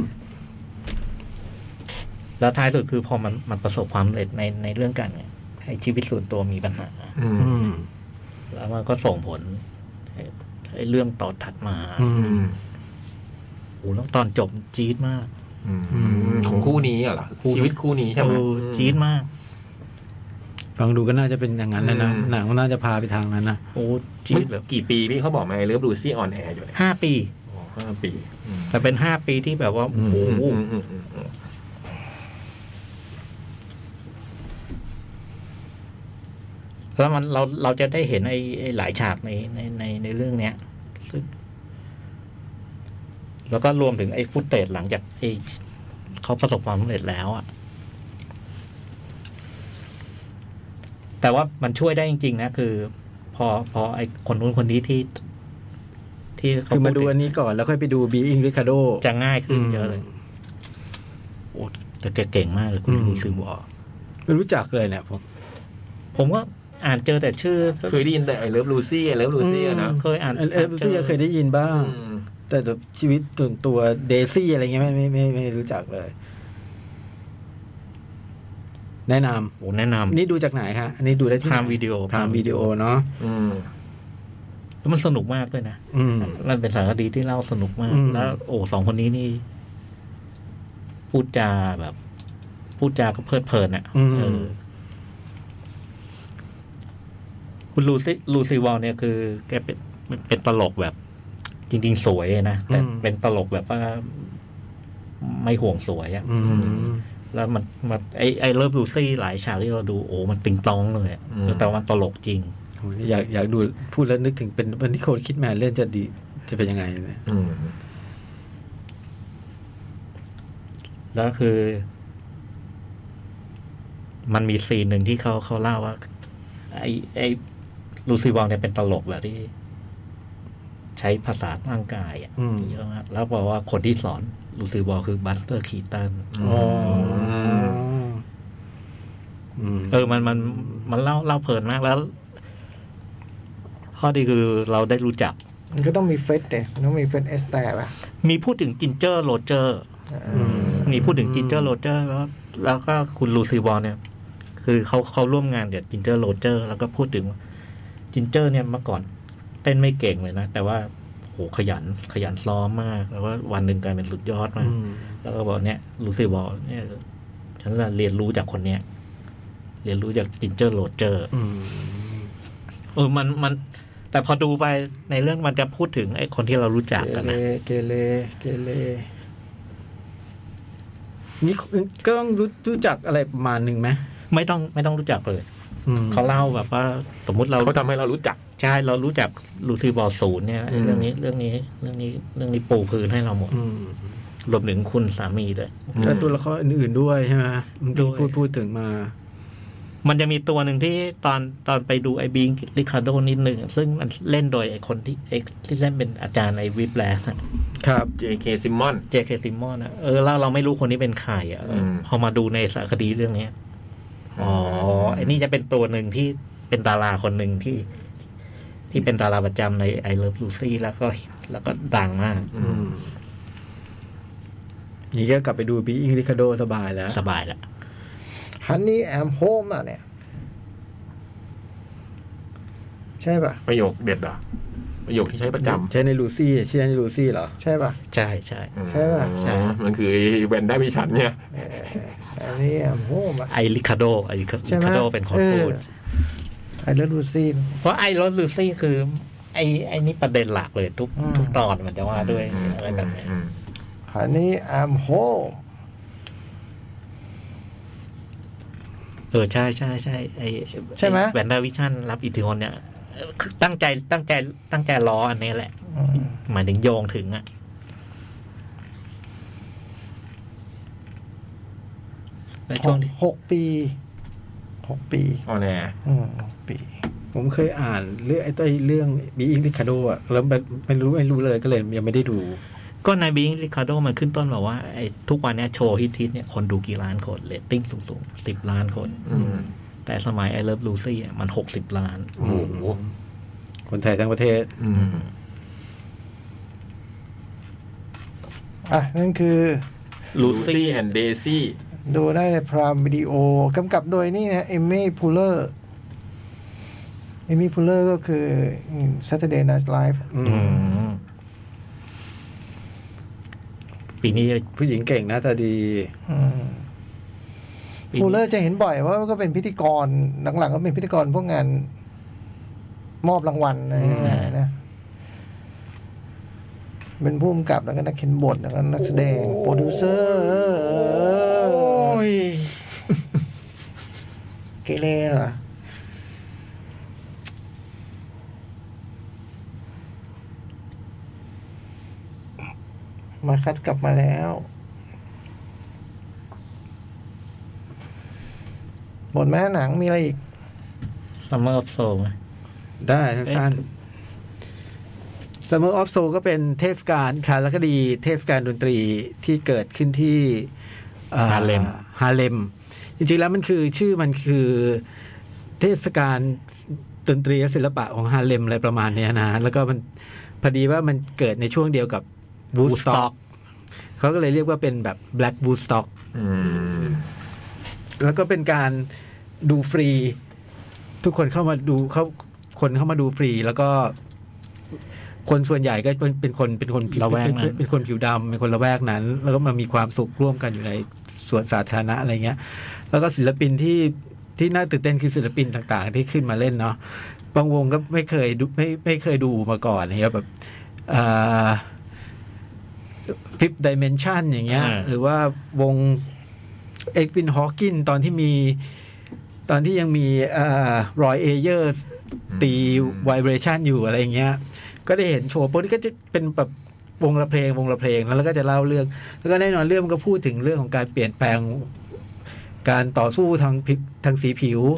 แล้วท้ายสุดคือพอมันประสบความสำเร็จในเรื่องการเนี่ยให้ชีวิตส่วนตัวมีปัญหาแล้วมันก็ส่งผลไอ้เรื่องต่อถัดมาโอ้แล้วตอนจบจี๊ดมากของคู่นี้เหรอชีวิตคู่นี้ใช่ไหมจี๊ดมากฟังดูก็น่าจะเป็นอย่างนั้นนะหนังน่าจะพาไปทางนั้นนะโอ้จี๊ดแบบกี่ปีพี่เขาบอกมาเลิฟลูซี่ออนแอร์อยู่เนี่ย 5 ปี 5 ปีแต่เป็น5 ปีที่แบบว่าโอ้โหแล้วมันเราจะได้เห็นไอ้หลายฉากในเรื่องเนี้ยแล้วก็รวมถึงไอ้ฟุตเตจหลังจากไอ้เขาประสบความสำเร็จแล้วอ่ะแต่ว่ามันช่วยได้จริงๆนะคือพอไอ้คนนู้นคนนี้ที่เขาคือมาดูอันนี้ก่อนแล้วค่อยไปดู Being Ricardo จะง่ายขึ้นเยอะเลยโอ้แต่แกเก่งมากเลยคุณลูซี่วอลไม่รู้จักเลยเนี่ยผมว่าอ่านเจอแต่ชื่อเคยได้ยินแต่ไอ้เลิฟลูซี่นะเคยอ่านลูซี่เคยได้ยินบ้างแต่ชีวิตตัวเดซี่อะไรเงี้ยไม่รู้จักเลยแนะนำนี่ดูจากไหนคะอันนี้ดูได้ที่พามวิดีโอเนาะแล้วมันสนุกมากด้วยนะมันเป็นสารคดีที่เล่าสนุกมากแล้วโอ้2 คนนี้นี่พูดจาก็เพลิดเพลินอ่ะคุณลูซี่วอลเนี่ยคือแกเป็นตลกแบบจริงๆสวยนะแต่เป็นตลกแบบว่าไม่ห่วงสวยอ่ะแล้วมันไอเลิฟลูซี่หลายฉากที่เราดูโอ้มันติงตองเลยแต่มันตลกจริงอยากดูพูดแล้วนึกถึงเป็นนิโคลคิดแมนเล่นจะดีจะเป็นยังไงเนี่ยแล้วคือ มันมีซีนหนึ่งที่เขาเล่าว่าไอ้ลูซี่วอลเนี่ยเป็นตลกแบบที่ใช้ภาษาร่างกายเยอะมากแล้วบอกว่าคนที่สอนลูซี่วอลคือบัสเตอร์คีตันมันเล่าเพลินมากแล้วข้อดีคือเราได้รู้จักมันก็ต้องมีเฟรดเนี่ยต้องมีเฟรดเอสแตร์ป่ะมีพูดถึงจินเจอร์โรเจอร์มีพูดถึงจินเจอร์โรเจอร์แล้วก็คุณลูซี่วอลเนี่ย คือเขาร่วมงานเดี๋ยวจินเจอร์โรเจอร์แล้วก็พูดถึงจินเจอร์เนี่ยเมื่อก่อนเต้นไม่เก่งเลยนะแต่ว่าโหขยันซ้อมมากแล้วก็วันหนึ่งกลายเป็นสุดยอดมากแล้วก็บอกเนี่ยลูซี่วอลเนี่ยฉันเรียนรู้จากคนเนี้ยเรียนรู้จากจินเจอร์โรเจอร์มันแต่พอดูไปในเรื่องมันจะพูดถึงไอ้คนที่เรารู้จักกันนะเกเรนี่ก็ต้องรู้จักอะไรประมาณหนึ่งไหมไม่ต้องรู้จักเลยเขาเล่าแบบว่าสมมุติเราทำให้เรารู้จักใช่เรารู้จักลูซี่บอลศูนย์เนี่ยเรื่องนี้ปูพื้นให้เราหมดรวมถึงคุณสามีด้วยและตัวละครอื่นๆด้วยใช่ไหมพูดถึงมามันจะมีตัวหนึ่งที่ตอนไปดูไอ้บิงริคาโดนิดนึงซึ่งมันเล่นโดยไอ้คนที่เล่นเป็นอาจารย์ในวิปแลสครับ JK ซิมมอนนะแล้วเราไม่รู้คนนี้เป็นใครพอมาดูในสารคดีเรื่องนี้ไอ้นี่จะเป็นตัวหนึ่งที่เป็นดาราคนหนึ่งที่เป็นดาราประจำใน I Love Lucy แล้วก็ดังมากนี่ก็กลับไปดูบีอิงริคาโดสบายแล้ว Honey I'm home อ่ะเนี่ยใช่ป่ะประโยคเด็ดอ่ะประโยคที่ใช้ประจำใช้ในลูซี่ใช่ในลูซี่เหรอใช่ป่ะใช่ป่ะมันคือแวนด้ามิชันเนี่ย Honey I'm home ไอริคาโดเป็นคนพูดไอรถลูซี่เพราะไอรถลูซี่คือไอนี่ประเด็นหลักเลยทุกตอนมันจะว่าด้วยอะไรแบบนี้ Honey I'm home ใช่ใช่ไหมแวนด้าวิชั่นรับอิทธิพลเนี่ยตั้งใจล้ออันนี้แหละหมายถึงโยงถึงในช่วง 6 ปีอ๋อแน่ 6 ปีผมเคยอ่านเรื่องไอ้เรื่องบีอิงริคาโดอ่ะแล้วไม่รู้เลยก็เลยยังไม่ได้ดูก็ในบิงริคาโดมันขึ้นต้นแบบว่าไอ้ทุกวันนี้โชว์ฮิตเนี่ยคนดูกี่ล้านคนเรตติ้งสูง10 ล้านคนแต่สมัย I Love Lucy มัน60 ล้านโอ้โหคนไทยทั้งประเทศนั่นคือ Lucy and Daisy ดูได้ในพรามวิดีโอกำกับโดยนี่นะเอมี่พูเลอร์ก็คือ Saturday Night Live ปีนี้ผู้หญิงเก่งนะแต่ดีพูเลอร์จะเห็นบ่อยว่าก็เป็นพิธีกรหลังๆก็เป็นพิธีกรพวกงานมอบรางวัลอะไรนะเป็นผู้กำกับแล้วก็นักเขียนบทแล้วก็นักแสดงโปรดิวเซอร์เกเรเหรอมาคัดกลับมาแล้วบทแม่หนังมีอะไรอีก Summer of Soul ได้สั้นๆ Summer of Soul ก็เป็นเทศกาลสารคดีเทศกาลดนตรีที่เกิดขึ้นที่ฮาเลมจริงๆแล้วมันคือชื่อมันคือเทศกาลดนตรีและศิลปะของฮาเลมอะไรประมาณนี้นะแล้วก็มันพอดีว่ามันเกิดในช่วงเดียวกับWoodstock เขาก็เลยเรียกว่าเป็นแบบ Black Woodstock แล้วก็เป็นการดูฟรีทุกคนเข้ามาดูคนเข้ามาดูฟรีแล้วก็คนส่วนใหญ่ก็เป็นคนผิวดำเป็นคนละแวกนั้นแล้วก็มามีความสุขร่วมกันอยู่ในสวนสาธารณะอะไรเงี้ยแล้วก็ศิลปินที่น่าตื่นเต้นคือศิลปินต่างๆที่ขึ้นมาเล่นเนาะบางวงก็ไม่เคยดูมาก่อนนะครับแบบFifth Dimension อย่างเงี้ยหรือว่าวงเอ็ดวินฮอว์กินตอนที่ยังมีรอยเอเยอร์ตีไวเบรชั่นอยู่อะไรอย่างเงี้ยก็ได้เห็นโชว์พวกนี้ก็จะเป็นแบบวงละเพลงแล้วก็จะเล่าเรื่องแล้วก็แน่นอนเรื่องมันก็พูดถึงเรื่องของการเปลี่ยนแปลงการต่อสู้ทางสีผิว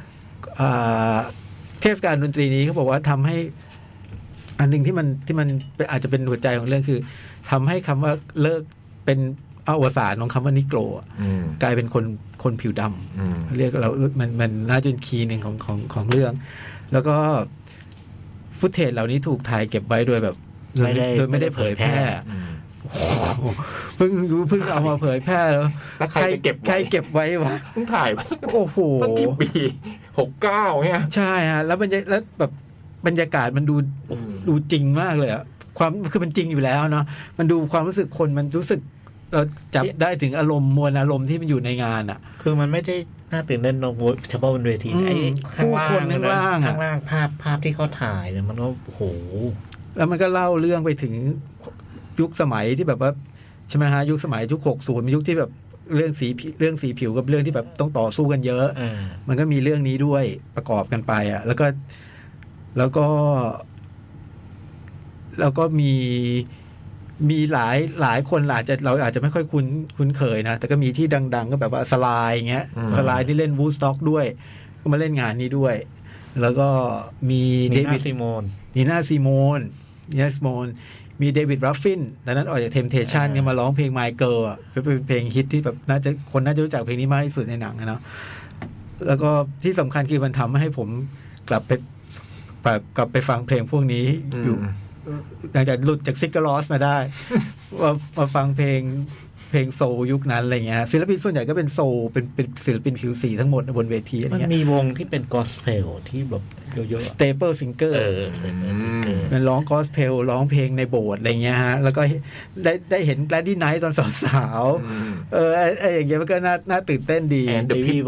เทศกาลดนตรีนี้เขาบอกว่าทำให้อันหนึ่งที่มันอาจจะเป็นหัวใจของเรื่องคือทำให้คำว่าเลิกเป็นอวสานของคำว่านิโกรกลายเป็นคนผิวดำเรียกเรามันน่าจะเป็นคีย์หนึ่งของเรื่องแล้วก็ฟุตเทจเหล่านี้ถูกถ่ายเก็บไว้โดยแบบโดยไม่ได้เผยแพร่เพิ่งเอามาเผยแพร่แล้วใครเก็บไว้วะเพิ่งถ่ายโอ้โหกี่ปี69เนี่ยใช่ฮะแล้วแบบบรรยากาศมันดูจริงมากเลยอะความคือมันจริงอยู่แล้วเนาะมันดูความรู้สึกคนมันรู้สึกเราจับได้ถึงอารมณ์มวลอารมณ์ที่มันอยู่ในงานอะคือมันไม่ได้น่าตื่นเต้นลงเฉพาะบนเวทีไอ้ข้างล่างภาพที่เขาถ่ายเนี่ยมันก็โอ้โหแล้วมันก็เล่าเรื่องไปถึงยุคสมัยที่แบบว่าใช่ไหมฮะยุคสมัยยุค60เป็นยุคที่แบบเรื่องสีผิวกับเรื่องที่แบบต้องต่อสู้กันเยอะมันก็มีเรื่องนี้ด้วยประกอบกันไปอ่ะแล้วก็มีหลายคนเราอาจจะไม่ค่อยคุ้นเคยนะแต่ก็มีที่ดังๆก็แบบว่าสลายอย่างเงี้ยสลายที่เล่นวูดสต็อกด้วยก็มาเล่นงานนี้ด้วยแล้วก็มีนีน่าซีโมนมีเดวิดรัฟฟินดังนั้นออกจากเทมเพชั่นก็มาร้องเพลง My Girl อ่ะเป็นเพลงฮิตที่แบบคนน่าจะรู้จักเพลงนี้มากที่สุดในหนังนะเนาะแล้วก็ที่สำคัญคือมันทำให้ผมกลับไปฟังเพลงพวกนี้อยู่หลังจากหลุดจากซิกเกอร์ลอสมาได้มาฟังเพลงโซลยุคนั้นอะไรเงี้ยศิลปินส่วนใหญ่ก็เป็นโซลเป็นศิลปินผิวสีทั้งหมดบนเวทีอะไรเงี้ยมันมีวงที่เป็นกอสเพลที่แบบเยอะๆ Staple Singer มันร้องกอสเพลร้องเพลงในโบสถ์อะไรเงี้ยฮะแล้วก็ได้เห็น Gladdy Knight ตอนสาวๆไอ้อย่างเงี้ยมันก็น่าตื่นเต้นดี Stevie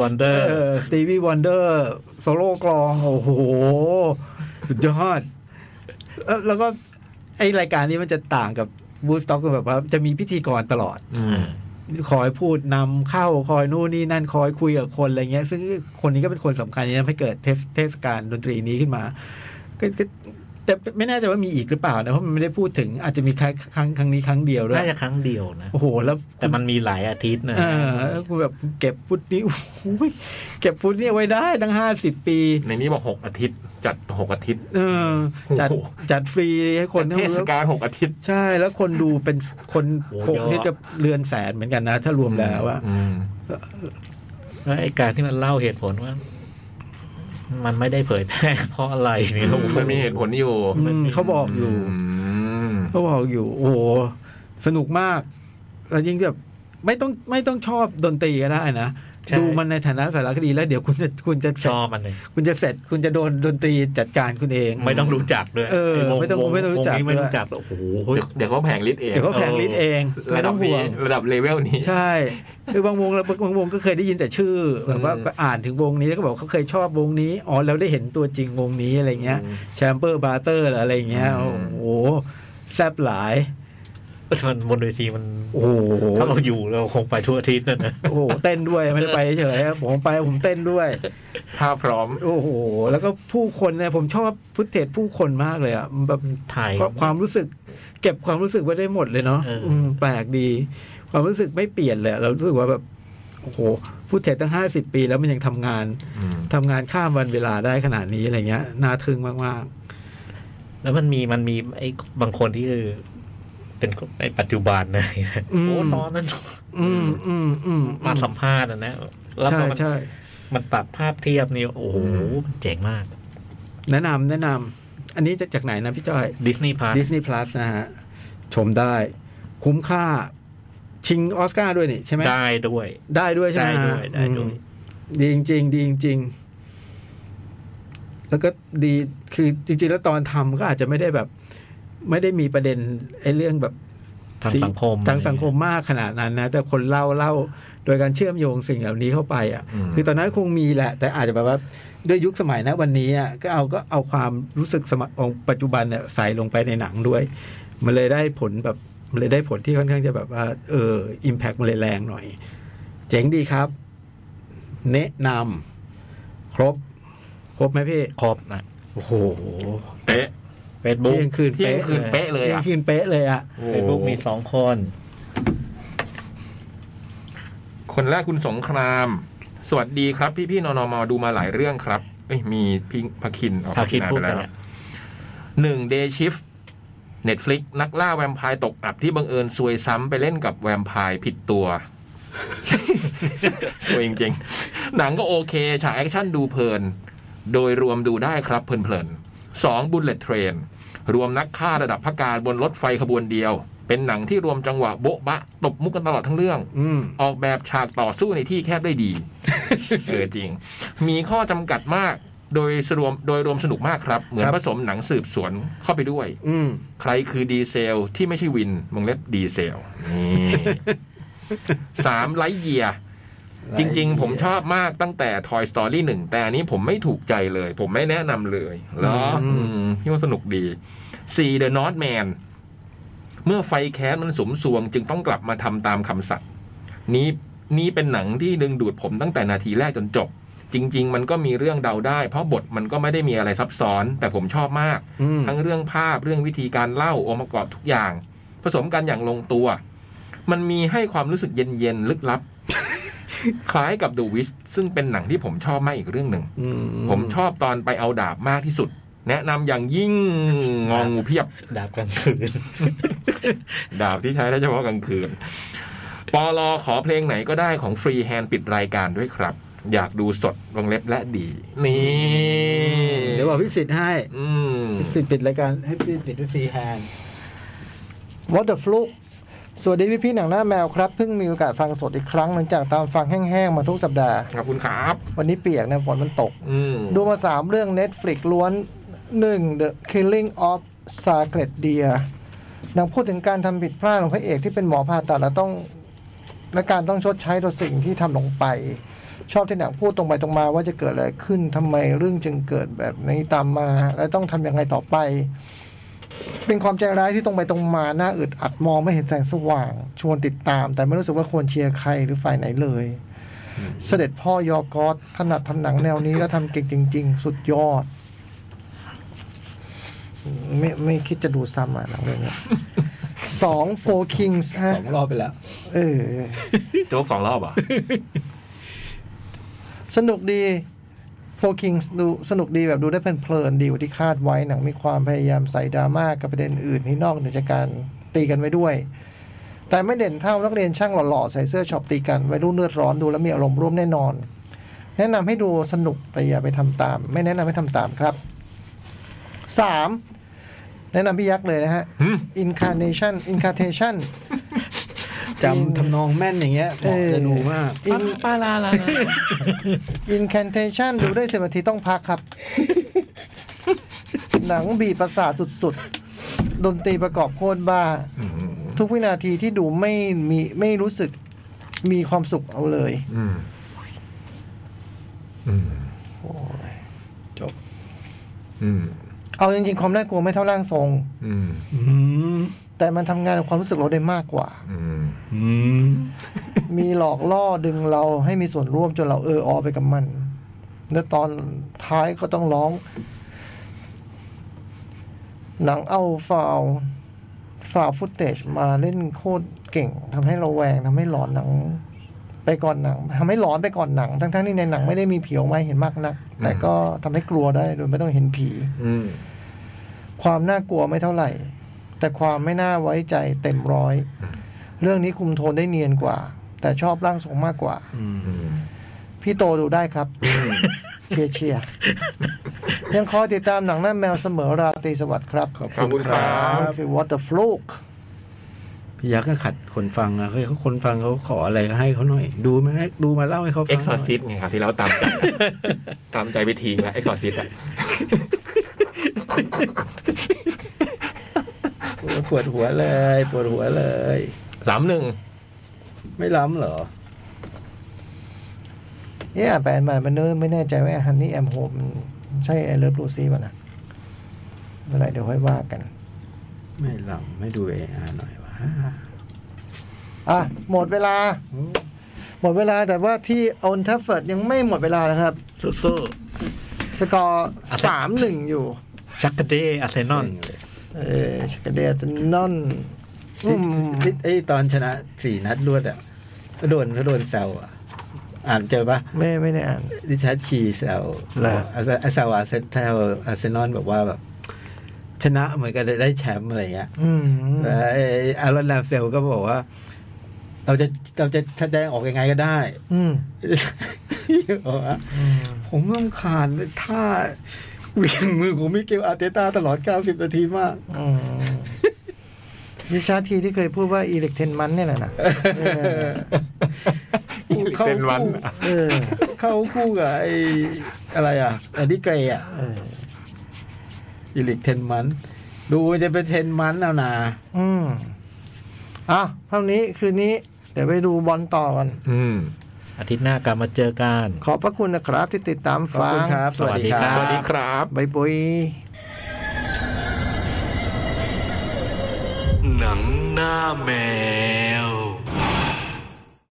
Wonder โซโล่กลองโอ้โหสุดยอดแล้วก็ไอ้รายการนี้มันจะต่างกับวูดสต็อกก็แบบว่าจะมีพิธีกรตลอดคอยพูดนำเข้าคอยนู่นนี่นั่นคอยคุยกับคนอะไรเงี้ยซึ่งคนนี้ก็เป็นคนสำคัญที่ทำให้เกิดเทศกาลดนตรีนี้ขึ้นมาก็แต่ไม่แน่ใจว่ามีอีกหรือเปล่านะเพราะมันไม่ได้พูดถึงอาจจะมีครั้งนี้ครั้งเดียวด้วยน่าจะครั้งเดียวนะโอ้โหแล้วแต่มันมีหลายอาทิตย์นะกูแบบเก็บฟุตนี้เก็บฟุตนี้ไว้ได้ตั้ง50 ปีในนี้บอก6 อาทิตย์จัด6 อาทิตย์จัดฟรีให้คนเทศกาล6 อาทิตย์ใช่แล้วคนดูเป็นคน6ที่จะเรือนแสนเหมือนกันนะถ้ารวมแล้วอะแล้วไอ้การที่มันเล่าเหตุผลว่ามันไม่ได้เผยแพร่เพราะอะไรเนี่ยมันมีเหตุผลอยู่เขาบอกอยู่โอ้โหสนุกมากแล้วยิ่งแบบไม่ต้องชอบดนตรีก็ได้นะดูมันในฐานะสารคดีแล้วเดี๋ยวคุณจะชอบมันเลยคุณจะเสร็จคุณจะโดนดนตรีจัดการคุณเองไม่ต้องรู้จักด้วยไม่ต้องรู้จักโอ้โหเดี๋ยวเขาแผงลิสต์เองไม่ต้องห่วงระดับเลเวลนี้ใช่คือบางวงก็เคยได้ยินแต่ชื่อแบบว่าอ่านถึงวงนี้แล้วก็บอกเขาเคยชอบวงนี้อ๋อแล้วได้เห็นตัวจริงวงนี้อะไรเงี้ยแชมเปอร์บาร์เตอร์อะไรเงี้ยโอ้โหแซ่บหลายมันบนเวทีมันโอ้ถ้าเราอยู่เราคงไปทั่วอาทิตย์นั่นนะโอ้เต้นด้วยไม่ได้ไปเฉยๆผมเต้นด้วยถ้าพร้อมโอ้โหแล้วก็ผู้คนเนี่ยผมชอบฟุตเทจผู้คนมากเลยอ่ะแบบถ่ายความรู้สึกเก็บความรู้สึกไว้ได้หมดเลยเนาะแปลกดีความรู้สึกไม่เปลี่ยนเลยเรารู้สึกว่าแบบโอ้โหฟุตเทจตั้ง50 ปีแล้วมันยังทำงานข้ามวันเวลาได้ขนาดนี้อะไรเงี้ยน่าทึ่งมากๆแล้วมันมีไอ้บางคนที่คือเป็นในปัจจุบันเลยโอ้ตอนนั้นมาสัมภาษณ์นะแล้วก็มันตัดภาพเทียบนี่โอ้โหเจ๋งมากแนะนำอันนี้จะจากไหนนะพี่จ้อย Disney Plus นะฮะชมได้คุ้มค่าชิงออสการ์ด้วยนี่ใช่ไหมได้ด้วยใช่ไหมได้ด้วยดีจริงแล้วก็ดีคือจริงๆแล้วตอนทำก็อาจจะไม่ได้มีประเด็นไอ้เรื่องแบบทางสังคมมากขนาดนั้นนะแต่คนเล่าโดยการเชื่อมโยงสิ่งเหล่านี้เข้าไปอ่ะคือตอนนั้นคงมีแหละแต่อาจจะแบบว่าด้วยยุคสมัยนะวันนี้อ่ะก็เอาความรู้สึกสมัยของปัจจุบันเนี่ยใส่ลงไปในหนังด้วยมันเลยได้ผลที่ค่อนข้างจะแบบว่าอิมแพคมันเลยแรงหน่อยเจ๋งดีครับแนะนำครบไหมพี่ครบนะโอ้โหเป๊ะเฟซบุ๊กเที่ยงคืนเที่ยงคืนเป๊ะเลยเที่ยอ่ะงคืนเป๊ะเลยอ่ะโอ้เฟซบุ๊กมี2 คนคนแรกคุณสงคราม สวัสดีครับพี่ๆนนมดูมาหลายเรื่องครับมีพิงพาคินพาคินพูดไปกันแล้วแหละ 1 Day Shift Netflix นักล่าแวมไพร์ตกอับที่บังเอิญซวยซ้ำไปเล่นกับแวมไพร์ผิดตัว ซวยจริงๆ หนังก็โอเคฉากแอคชั่นดูเพลิน โดยรวมดูได้ครับเพลินๆ2 Bullet Train รวมนักฆ่าระดับพระการบนรถไฟขบวนเดียว เป็นหนังที่รวมจังหวะโบ๊ะบะตบมุกกันตลอดทั้งเรื่อง ออกแบบฉากต่อสู้ในที่แคบได้ดี จริง มีข้อจำกัดมาก โดยรวมสนุกมากครับ เหมือนผสมหนังสืบสวนเข้าไปด้วย ใครคือดีเซลที่ไม่ใช่วินวงเล็บดีเซลนี่3 ไลท์เยียร์จริง ๆ ผมชอบมากตั้งแต่ Toy Story 1 แต่อันนี้ผมไม่ถูกใจเลย ผมไม่แนะนำเลยเหรอพี่ว่าสนุกดี4 The Northman เมื่อไฟแค้นมันสุมสวงจึงต้องกลับมาทำตามคำสั่งนี้เป็นหนังที่ดึงดูดผมตั้งแต่นาทีแรกจนจบ จริง ๆ มันก็มีเรื่องเดาได้เพราะบทมันก็ไม่ได้มีอะไรซับซ้อน แต่ผมชอบมาก ทั้งเรื่องภาพเรื่องวิธีการเล่าองค์ประกอบทุกอย่าง ผสมกันอย่างลงตัว มันมีให้ความรู้สึกเย็นๆลึกลับ คล้ายกับ The Witch ซึ่งเป็นหนังที่ผมชอบมากอีกเรื่องหนึ่ง ผมชอบตอนไปเอาดาบมากที่สุด แนะนำอย่างยิ่งงองูเพียบดาบกลางคืนดาบที่ใช้ได้เฉพาะกลางคืนปลขอเพลงไหนก็ได้ของฟรีแฮนด์ปิดรายการด้วยครับ อยากดูสดวงเล็บและดี นี่เดี๋ยวบอกพี่สิทธิ์ให้พี่สิทธิ์ปิดรายการให้พี่ปิดด้วยฟรีแฮนด์ What the Fluke สวัสดีพี่ๆหนังหน้าแมวครับเพิ่งมีโอกาสฟังสดอีกครั้งหลังจากตามฟังแห้งๆมาทุกสัปดาห์ขอบคุณครับวันนี้เปียกนะฝนมันตก ดูมา3เรื่อง Netflix ล้วน 1. The Killing of Sacred Deer หนังพูดถึงการทำผิดพลาดของพระเอกที่เป็นหมอผ่าตัดและการต้องชดใช้ต่อสิ่งที่ทำลงไป ชอบที่หนังพูดตรงไปตรงมาว่าจะเกิดอะไรขึ้นทำไมเรื่องจึงเกิดแบบนี้ตามมาและต้องทำยังไงต่อไป เป็นความใจร้ายที่ตรงไปตรงมาหน้าอึดอัดมองไม่เห็นแสงสว่างชวนติดตามแต่ไม่รู้สึกว่าควรเชียร์ใครหรือฝ่ายไหนเลยเสด็จพ่อยอกอสถนัดทำหนังแนวนี้แล้วทำเก่งจริงๆสุดยอดไม่คิดจะดูซ้ำอ่ะหนังเรื่องนี้ 2 Four Kings ฮะ 2 รอบไปแล้วโจ๊ก2 รอบอ่ะสนุกดี Four Kings ดูสนุกดีแบบดูได้เพลินๆดีกว่าที่คาดไว้หนังมีความพยายามใส่ดราม่ากับประเด็นอื่นที่นอกเหนือจากการตีกันไว้ด้วยแต่ไม่เด่นเท่านักเรียนช่างหล่อๆใส่เสื้อช็อปตีกันวัยรุ่นเลือดร้อนดูแล้วมีอารมณ์ร่วมแน่นอนแนะนำให้ดูสนุกแต่อย่าไปทำตามไม่แนะนำให้ทำตามครับ 3. แนะนำพี่ยักษ์เลยนะฮะ Incarnation จำทำนองแม่นอย่างเงี้ยเหมาะจะดูมากปาลาลา Incantation ดูได้10 นาทีต้องพักครับ หนังบีบประสาทสุดๆดนตรีประกอบโคตรบ้าทุกวินาทีที่ดูไม่รู้สึกมีความสุขเอาเลยจบเอาจริงๆความน่ากลัวไม่เท่าร่างทรงแต่มันทำงานกับความรู้สึกเราได้มากกว่ามีหลอกล่อดึงเราให้มีส่วนร่วมจนเราอไปกับมันแล้วตอนท้ายก็ต้องร้องหนังเอาฝ่าฟุตเทจมาเล่นโคตรเก่งทำให้เราแวงทำให้หลอนหนังไปก่อนหนังทำให้หลอนไปก่อนหนังทั้งๆที่ในหนังไม่ได้มีผีออกมาเห็นมากนักแต่ก็ทำให้กลัวได้โดยไม่ต้องเห็นผีความน่ากลัวไม่เท่าไหร่แต่ความไม่น่าไว้ใจเต็มร้อยเรื่องนี้คุมโทนได้เนียนกว่าแต่ชอบร่างทรงมากกว่าพี่โตดูได้ครับเชียร์ยังคอยติดตามหนังหน้าแมวเสมอราตรีสวัสดิ์ครับขอบคุณครับคือ What the Fluke พี่ยักษ์ก็ขัดคนฟังนะเขาคนฟังเขาขออะไรก็ให้เขาหน่อยดูมาเล่าให้เขาฟัง Exorcist ไงครับที่เราตามใจไปทีนะ Exorcist อ่ะปวดหัวเลย 3-1 ไม่ล้ำเหรอแปลมามันไม่แน่ใจว่าฮันนี่แอมโฮมใช่ไอเลิฟลูซี่ป่ะนะเมื่อไหร่เดี๋ยวค่อยว่ากันไม่ล้ำไม่ดูหน่อยวะหมดเวลาแต่ว่าที่โอลด์แทฟฟอร์ดยังไม่หมดเวลานะครับสู้สกอร์ 3-1 อยู่ชักกะเดอาร์เซนอลชักกะเดอาร์เซนอลไอ้ตอนชนะ4 นัดรวดอ่ะก็โดนแซวอ่ะอ่านเจอปะไม่ได้อ่านดิชัดคีแซวเหรอแซวอาร์เซนอลบอกว่าแบบชนะเหมือนกันได้แชมป์อะไรเงี้ยแล้วอารอนแลมเซลก็บอกว่าเราจะแสดงออกยังไงก็ได้ผมรำคาญท่าเวียงมือของมิเกลอาร์เตต้าตลอด90 นาทีมากดิชาทีที่เคยพูดว่าอีเล็กเทนมันเนี่ยแหละนะเข้าคู่เข้าคู่กับไอ้อะไรอ่ะอันนี้เกรย์อ่ะอีเล็กเทนมันดูจะเป็นเทนมันเอานาเท่านี้คืนนี้เดี๋ยวไปดูบอลต่อกันอาทิตย์หน้ากลับมาเจอกันขอบพระคุณนะครับที่ติดตามฟังครับสวัสดีครับสวัสดีครับบ๊ายบายหนังหน้าแมว